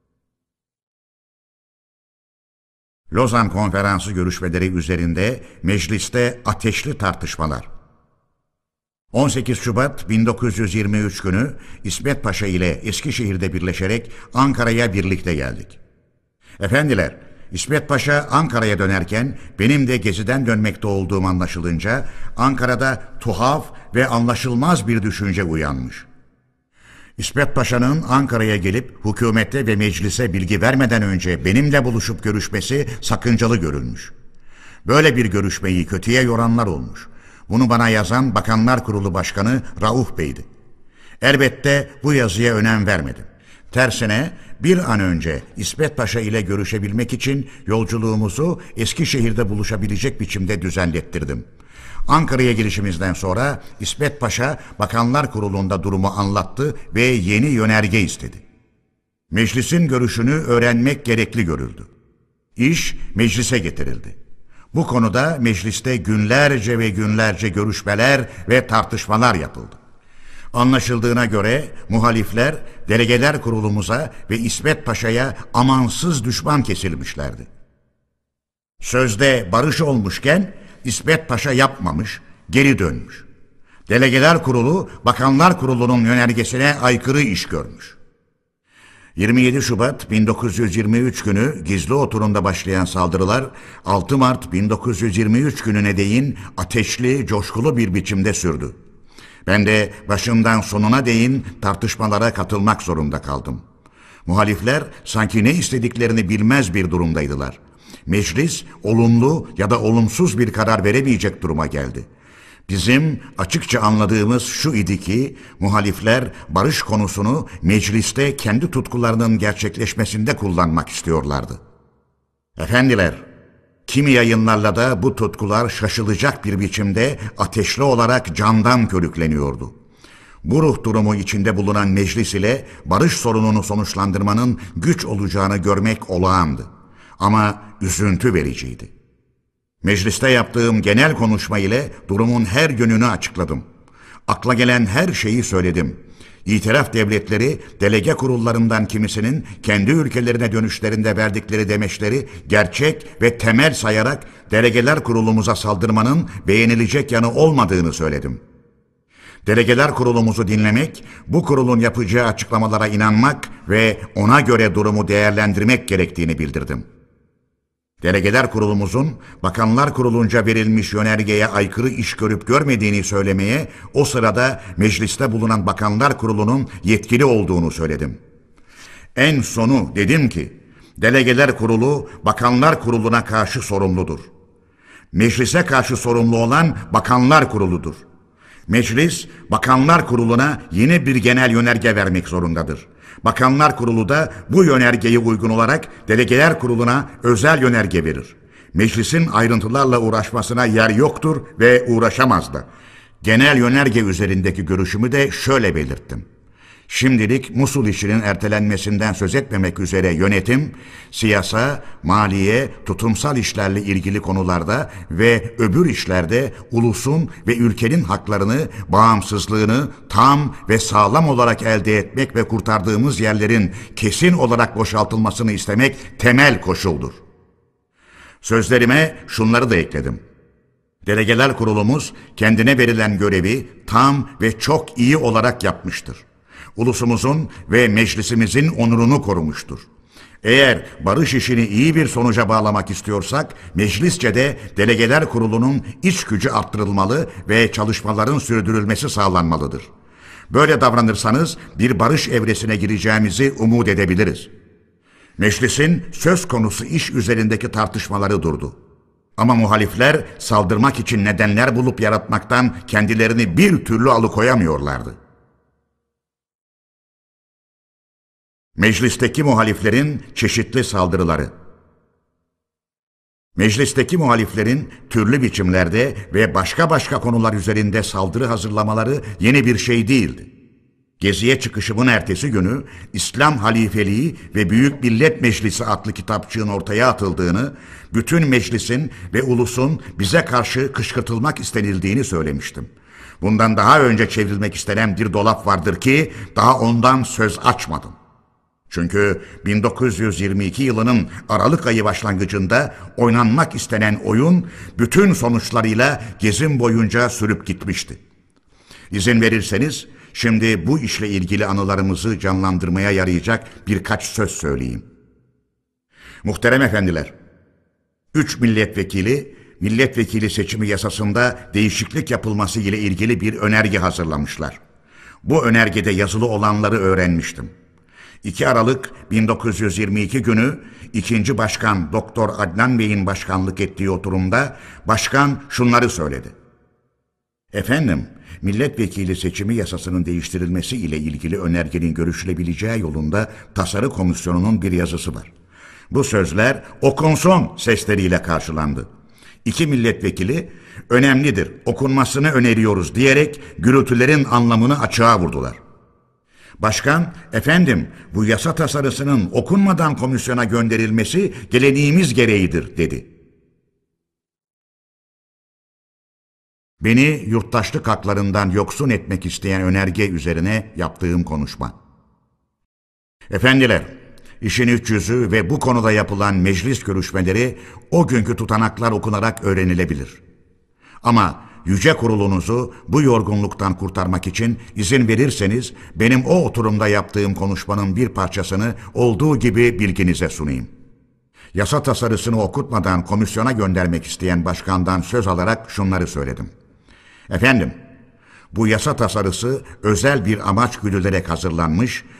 Lozan Konferansı görüşmeleri üzerinde mecliste ateşli tartışmalar. on sekiz Şubat bin dokuz yüz yirmi üç günü İsmet Paşa ile Eskişehir'de birleşerek Ankara'ya birlikte geldik. Efendiler, İsmet Paşa Ankara'ya dönerken benim de geziden dönmekte olduğum anlaşılınca Ankara'da tuhaf ve anlaşılmaz bir düşünce uyanmış. İsmet Paşa'nın Ankara'ya gelip hükümete ve meclise bilgi vermeden önce benimle buluşup görüşmesi sakıncalı görülmüş. Böyle bir görüşmeyi kötüye yoranlar olmuş. Bunu bana yazan Bakanlar Kurulu Başkanı Rauf Bey'di. Elbette bu yazıya önem vermedim. Tersine bir an önce İsmet Paşa ile görüşebilmek için yolculuğumuzu Eskişehir'de buluşabilecek biçimde düzenlettirdim. Ankara'ya gelişimizden sonra İsmet Paşa Bakanlar Kurulu'nda durumu anlattı ve yeni yönerge istedi. Meclisin görüşünü öğrenmek gerekli görüldü. İş meclise getirildi. Bu konuda mecliste günlerce ve günlerce görüşmeler ve tartışmalar yapıldı. Anlaşıldığına göre muhalifler Delegeler Kurulumuza ve İsmet Paşa'ya amansız düşman kesilmişlerdi. Sözde barış olmuşken İsmet Paşa yapmamış, geri dönmüş. Delegeler Kurulu, Bakanlar Kurulu'nun yönergesine aykırı iş görmüş. yirmi yedi Şubat bin dokuz yüz yirmi üç günü gizli oturumda başlayan saldırılar altı Mart bin dokuz yüz yirmi üç gününe değin ateşli, coşkulu bir biçimde sürdü. Ben de başından sonuna değin tartışmalara katılmak zorunda kaldım. Muhalifler sanki ne istediklerini bilmez bir durumdaydılar. Meclis olumlu ya da olumsuz bir karar veremeyecek duruma geldi. Bizim açıkça anladığımız şu idi ki muhalifler barış konusunu mecliste kendi tutkularının gerçekleşmesinde kullanmak istiyorlardı. Efendiler, kimi yayınlarla da bu tutkular şaşılacak bir biçimde ateşli olarak candan körükleniyordu. Bu ruh durumu içinde bulunan meclis ile barış sorununu sonuçlandırmanın güç olacağını görmek olağandı. Ama üzüntü vericiydi. Mecliste yaptığım genel konuşma ile durumun her yönünü açıkladım. Akla gelen her şeyi söyledim. İtiraf devletleri, delege kurullarından kimisinin kendi ülkelerine dönüşlerinde verdikleri demeçleri gerçek ve temel sayarak delegeler kurulumuza saldırmanın beğenilecek yanı olmadığını söyledim. Delegeler kurulumuzu dinlemek, bu kurulun yapacağı açıklamalara inanmak ve ona göre durumu değerlendirmek gerektiğini bildirdim. Delegeler kurulumuzun Bakanlar Kurulunca verilmiş yönergeye aykırı iş görüp görmediğini söylemeye o sırada mecliste bulunan Bakanlar Kurulu'nun yetkili olduğunu söyledim. En sonu dedim ki, Delegeler Kurulu Bakanlar Kurulu'na karşı sorumludur. Meclise karşı sorumlu olan Bakanlar Kurulu'dur. Meclis, Bakanlar Kurulu'na yeni bir genel yönerge vermek zorundadır. Bakanlar Kurulu da bu yönergeye uygun olarak Delegeler Kurulu'na özel yönerge verir. Meclisin ayrıntılarla uğraşmasına yer yoktur ve uğraşamaz da. Genel yönerge üzerindeki görüşümü de şöyle belirttim. Şimdilik Musul işinin ertelenmesinden söz etmemek üzere yönetim, siyasa, maliye, tutumsal işlerle ilgili konularda ve öbür işlerde ulusun ve ülkenin haklarını, bağımsızlığını tam ve sağlam olarak elde etmek ve kurtardığımız yerlerin kesin olarak boşaltılmasını istemek temel koşuldur. Sözlerime şunları da ekledim. Delegeler Kurulumuz kendine verilen görevi tam ve çok iyi olarak yapmıştır. Ulusumuzun ve meclisimizin onurunu korumuştur. Eğer barış işini iyi bir sonuca bağlamak istiyorsak, meclisçe de Delegeler Kurulu'nun iç gücü arttırılmalı ve çalışmaların sürdürülmesi sağlanmalıdır. Böyle davranırsanız bir barış evresine gireceğimizi umut edebiliriz. Meclisin söz konusu iş üzerindeki tartışmaları durdu. Ama muhalifler saldırmak için nedenler bulup yaratmaktan kendilerini bir türlü alıkoyamıyorlardı. Meclisteki muhaliflerin çeşitli saldırıları. Meclisteki muhaliflerin türlü biçimlerde ve başka başka konular üzerinde saldırı hazırlamaları yeni bir şey değildi. Geziye çıkışımın ertesi günü İslam Halifeliği ve Büyük Millet Meclisi adlı kitapçığın ortaya atıldığını, bütün meclisin ve ulusun bize karşı kışkırtılmak istenildiğini söylemiştim. Bundan daha önce çevrilmek istenen bir dolap vardır ki daha ondan söz açmadım. Çünkü bin dokuz yüz yirmi iki yılının Aralık ayı başlangıcında oynanmak istenen oyun bütün sonuçlarıyla gezim boyunca sürüp gitmişti. İzin verirseniz şimdi bu işle ilgili anılarımızı canlandırmaya yarayacak birkaç söz söyleyeyim. Muhterem efendiler, üç milletvekili, milletvekili seçimi yasasında değişiklik yapılması ile ilgili bir önerge hazırlamışlar. Bu önergede yazılı olanları öğrenmiştim. iki Aralık bin dokuz yüz yirmi iki günü ikinci Başkan Doktor Adnan Bey'in başkanlık ettiği oturumda başkan şunları söyledi. Efendim, milletvekili seçimi yasasının değiştirilmesi ile ilgili önergenin görüşülebileceği yolunda tasarı komisyonunun bir yazısı var. Bu sözler okunsun sesleriyle karşılandı. İki milletvekili önemlidir, okunmasını öneriyoruz diyerek gürültülerin anlamını açığa vurdular. Başkan, efendim bu yasa tasarısının okunmadan komisyona gönderilmesi geleneğimiz gereğidir dedi. Beni yurttaşlık haklarından yoksun etmek isteyen önerge üzerine yaptığım konuşma. Efendiler, işin üç yüzü ve bu konuda yapılan meclis görüşmeleri o günkü tutanaklar okunarak öğrenilebilir. Ama yüce kurulunuzu bu yorgunluktan kurtarmak için izin verirseniz benim o oturumda yaptığım konuşmanın bir parçasını olduğu gibi bilginize sunayım. Yasa tasarısını okutmadan komisyona göndermek isteyen başkandan söz alarak şunları söyledim. Efendim, bu yasa tasarısı özel bir amaç güdülerek hazırlanmış,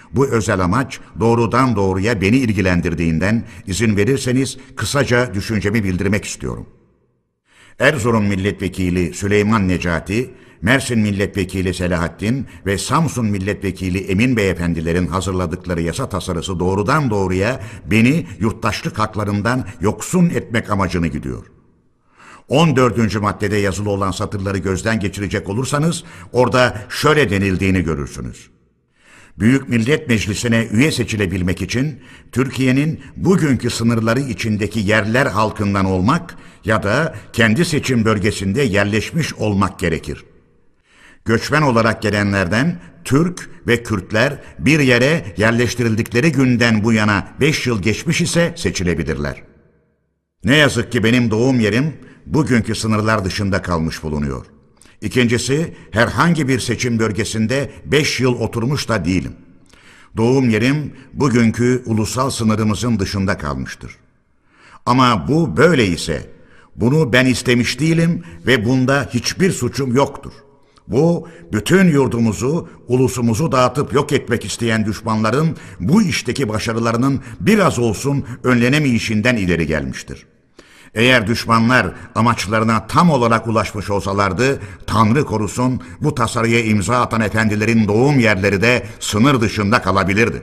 bu özel amaç doğrudan doğruya beni ilgilendirdiğinden izin verirseniz kısaca düşüncemi bildirmek istiyorum. Erzurum Milletvekili Süleyman Necati, Mersin Milletvekili Selahattin ve Samsun Milletvekili Emin Beyefendilerin hazırladıkları yasa tasarısı doğrudan doğruya beni yurttaşlık haklarından yoksun etmek amacını güdüyor. on dördüncü maddede yazılı olan satırları gözden geçirecek olursanız orada şöyle denildiğini görürsünüz. Büyük Millet Meclisi'ne üye seçilebilmek için Türkiye'nin bugünkü sınırları içindeki yerler halkından olmak ya da kendi seçim bölgesinde yerleşmiş olmak gerekir. Göçmen olarak gelenlerden Türk ve Kürtler bir yere yerleştirildikleri günden bu yana beş yıl geçmiş ise seçilebilirler. Ne yazık ki benim doğum yerim bugünkü sınırlar dışında kalmış bulunuyor. İkincisi, herhangi bir seçim bölgesinde beş yıl oturmuş da değilim. Doğum yerim bugünkü ulusal sınırımızın dışında kalmıştır. Ama bu böyle ise, bunu ben istemiş değilim ve bunda hiçbir suçum yoktur. Bu, bütün yurdumuzu, ulusumuzu dağıtıp yok etmek isteyen düşmanların bu işteki başarılarının biraz olsun önlenemeyişinden ileri gelmiştir. Eğer düşmanlar amaçlarına tam olarak ulaşmış olsalardı, Tanrı korusun bu tasarıya imza atan efendilerin doğum yerleri de sınır dışında kalabilirdi.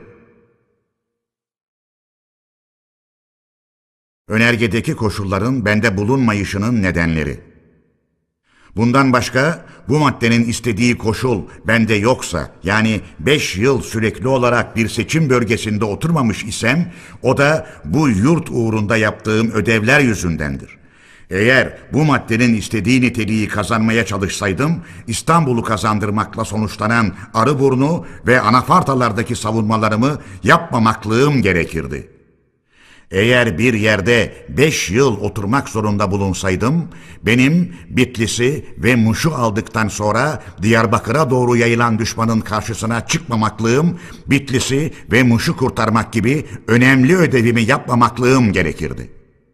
Önergedeki koşulların bende bulunmayışının nedenleri. Bundan başka bu maddenin istediği koşul bende yoksa, yani beş yıl sürekli olarak bir seçim bölgesinde oturmamış isem, o da bu yurt uğrunda yaptığım ödevler yüzündendir. Eğer bu maddenin istediği niteliği kazanmaya çalışsaydım, İstanbul'u kazandırmakla sonuçlanan Arıburnu ve anafartalardaki savunmalarımı yapmamaklığım gerekirdi. Eğer bir yerde beş yıl oturmak zorunda bulunsaydım, benim Bitlis'i ve Muş'u aldıktan sonra Diyarbakır'a doğru yayılan düşmanın karşısına çıkmamaklığım, Bitlis'i ve Muş'u kurtarmak gibi önemli ödevimi yapmamaklığım gerekirdi.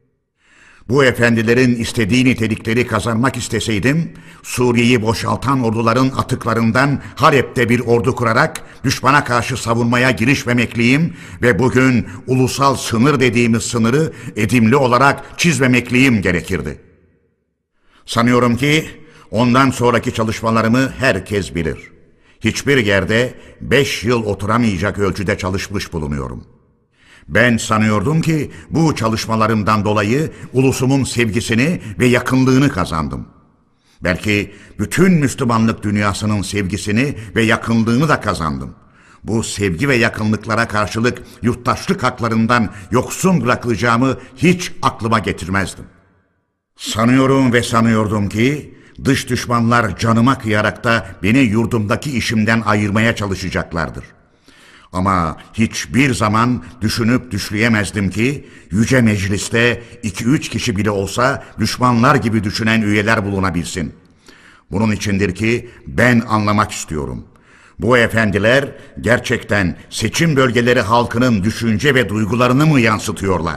Bu efendilerin istediği nitelikleri kazanmak isteseydim, Suriye'yi boşaltan orduların atıklarından Halep'te bir ordu kurarak düşmana karşı savunmaya girişmemekliyim ve bugün ulusal sınır dediğimiz sınırı edimli olarak çizmemekliyim gerekirdi. Sanıyorum ki ondan sonraki çalışmalarımı herkes bilir. Hiçbir yerde beş yıl oturamayacak ölçüde çalışmış bulunuyorum. Ben sanıyordum ki bu çalışmalarımdan dolayı ulusumun sevgisini ve yakınlığını kazandım. Belki bütün Müslümanlık dünyasının sevgisini ve yakınlığını da kazandım. Bu sevgi ve yakınlıklara karşılık yurttaşlık haklarından yoksun bırakılacağımı hiç aklıma getirmezdim. Sanıyorum ve sanıyordum ki dış düşmanlar canıma kıyarak da beni yurdumdaki işimden ayırmaya çalışacaklardır. Ama hiçbir zaman düşünüp düşleyemezdim ki Yüce Meclis'te iki üç kişi bile olsa düşmanlar gibi düşünen üyeler bulunabilsin. Bunun içindir ki ben anlamak istiyorum. Bu efendiler gerçekten seçim bölgeleri halkının düşünce ve duygularını mı yansıtıyorlar?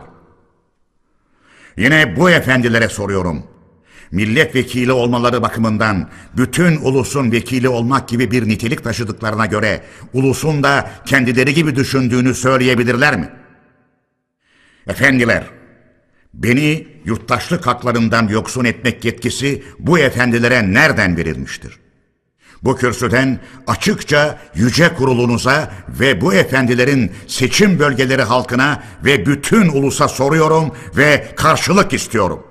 Yine bu efendilere soruyorum. Milletvekili olmaları bakımından bütün ulusun vekili olmak gibi bir nitelik taşıdıklarına göre ulusun da kendileri gibi düşündüğünü söyleyebilirler mi? Efendiler, beni yurttaşlık haklarından yoksun etmek yetkisi bu efendilere nereden verilmiştir? Bu kürsüden açıkça yüce kurulunuza ve bu efendilerin seçim bölgeleri halkına ve bütün ulusa soruyorum ve karşılık istiyorum.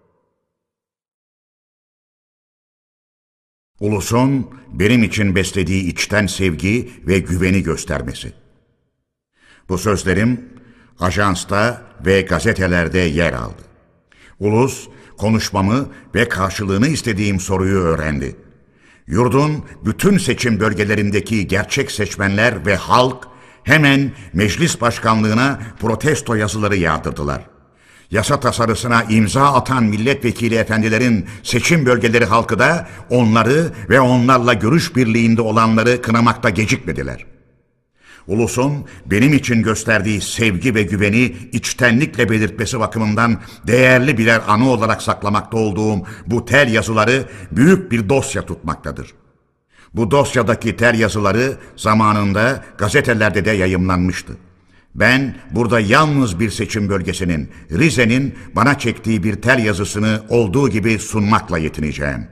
Ulusun benim için beslediği içten sevgi ve güveni göstermesi. Bu sözlerim ajansta ve gazetelerde yer aldı. Ulus konuşmamı ve karşılığını istediğim soruyu öğrendi. Yurdun bütün seçim bölgelerindeki gerçek seçmenler ve halk hemen meclis başkanlığına protesto yazıları yağdırdılar. Yasa tasarısına imza atan milletvekili efendilerin seçim bölgeleri halkı da onları ve onlarla görüş birliğinde olanları kınamakta gecikmediler. Ulusun benim için gösterdiği sevgi ve güveni içtenlikle belirtmesi bakımından değerli birer anı olarak saklamakta olduğum bu tel yazıları büyük bir dosya tutmaktadır. Bu dosyadaki tel yazıları zamanında gazetelerde de yayımlanmıştı. Ben burada yalnız bir seçim bölgesinin, Rize'nin bana çektiği bir tel yazısını olduğu gibi sunmakla yetineceğim.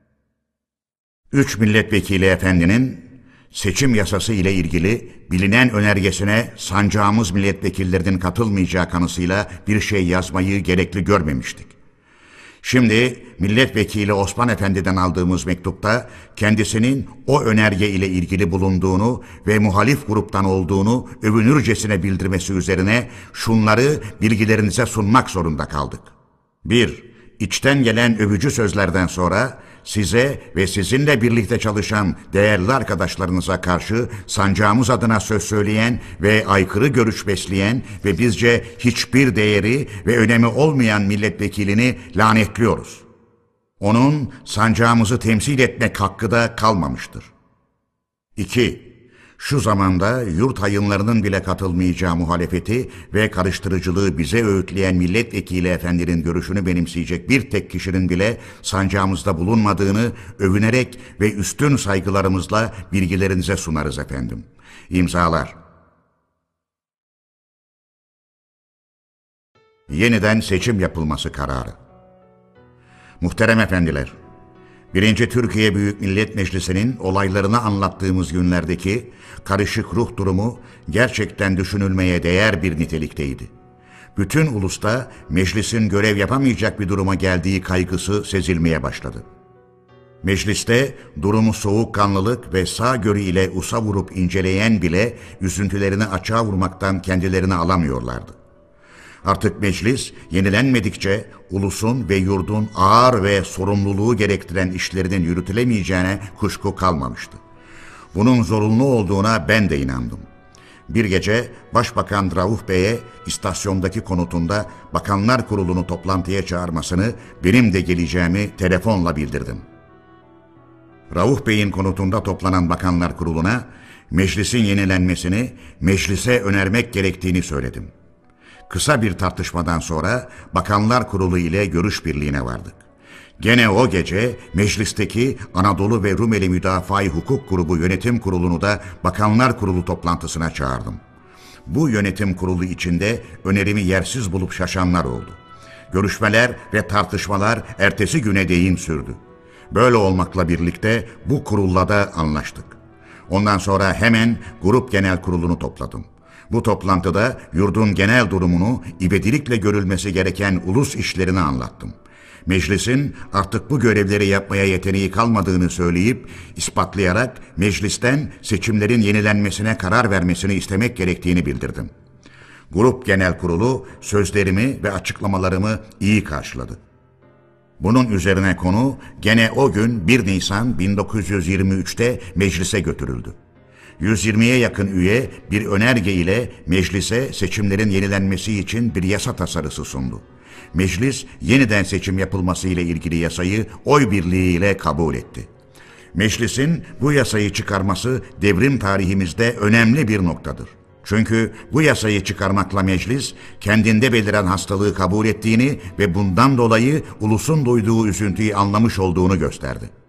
Üç milletvekili efendinin seçim yasası ile ilgili bilinen önergesine sancağımız milletvekillerinin katılmayacağı kanısıyla bir şey yazmayı gerekli görmemiştik. Şimdi milletvekili Osman Efendi'den aldığımız mektupta kendisinin o önerge ile ilgili bulunduğunu ve muhalif gruptan olduğunu övünürcesine bildirmesi üzerine şunları bilgilerinize sunmak zorunda kaldık. bir. İçten gelen övücü sözlerden sonra size ve sizinle birlikte çalışan değerli arkadaşlarınıza karşı sancağımız adına söz söyleyen ve aykırı görüş besleyen ve bizce hiçbir değeri ve önemi olmayan milletvekilini lanetliyoruz. Onun sancağımızı temsil etmek hakkı da kalmamıştır. iki. Şu zamanda yurt hayınlarının bile katılmayacağı muhalefeti ve karıştırıcılığı bize öğütleyen milletvekili efendinin görüşünü benimseyecek bir tek kişinin bile sancağımızda bulunmadığını övünerek ve üstün saygılarımızla bilgilerinize sunarız efendim. İmzalar. Yeniden seçim yapılması kararı. Muhterem efendiler, Birinci Türkiye Büyük Millet Meclisi'nin olaylarını anlattığımız günlerdeki karışık ruh durumu gerçekten düşünülmeye değer bir nitelikteydi. Bütün ulusta meclisin görev yapamayacak bir duruma geldiği kaygısı sezilmeye başladı. Mecliste durumu soğukkanlılık ve sağgörü ile usa vurup inceleyen bile üzüntülerini açığa vurmaktan kendilerini alamıyorlardı. Artık meclis yenilenmedikçe ulusun ve yurdun ağır ve sorumluluğu gerektiren işlerinin yürütülemeyeceğine kuşku kalmamıştı. Bunun zorunlu olduğuna ben de inandım. Bir gece Başbakan Rauf Bey'e istasyondaki konutunda Bakanlar Kurulu'nu toplantıya çağırmasını, benim de geleceğimi telefonla bildirdim. Rauf Bey'in konutunda toplanan Bakanlar Kurulu'na meclisin yenilenmesini meclise önermek gerektiğini söyledim. Kısa bir tartışmadan sonra Bakanlar Kurulu ile görüş birliğine vardık. Gene o gece meclisteki Anadolu ve Rumeli Müdafaa-i Hukuk Grubu Yönetim Kurulu'nu da Bakanlar Kurulu toplantısına çağırdım. Bu yönetim kurulu içinde önerimi yersiz bulup şaşanlar oldu. Görüşmeler ve tartışmalar ertesi güne değin sürdü. Böyle olmakla birlikte bu kurulla da anlaştık. Ondan sonra hemen Grup Genel Kurulu'nu topladım. Bu toplantıda yurdun genel durumunu, ivedilikle görülmesi gereken ulus işlerini anlattım. Meclisin artık bu görevleri yapmaya yeteneği kalmadığını söyleyip, ispatlayarak meclisten seçimlerin yenilenmesine karar vermesini istemek gerektiğini bildirdim. Grup Genel Kurulu sözlerimi ve açıklamalarımı iyi karşıladı. Bunun üzerine konu gene o gün bir Nisan bin dokuz yüz yirmi üç'te meclise götürüldü. yüz yirmiye yakın üye bir önerge ile meclise seçimlerin yenilenmesi için bir yasa tasarısı sundu. Meclis yeniden seçim yapılması ile ilgili yasayı oy birliğiyle kabul etti. Meclisin bu yasayı çıkarması devrim tarihimizde önemli bir noktadır. Çünkü bu yasayı çıkarmakla meclis kendinde beliren hastalığı kabul ettiğini ve bundan dolayı ulusun duyduğu üzüntüyü anlamış olduğunu gösterdi.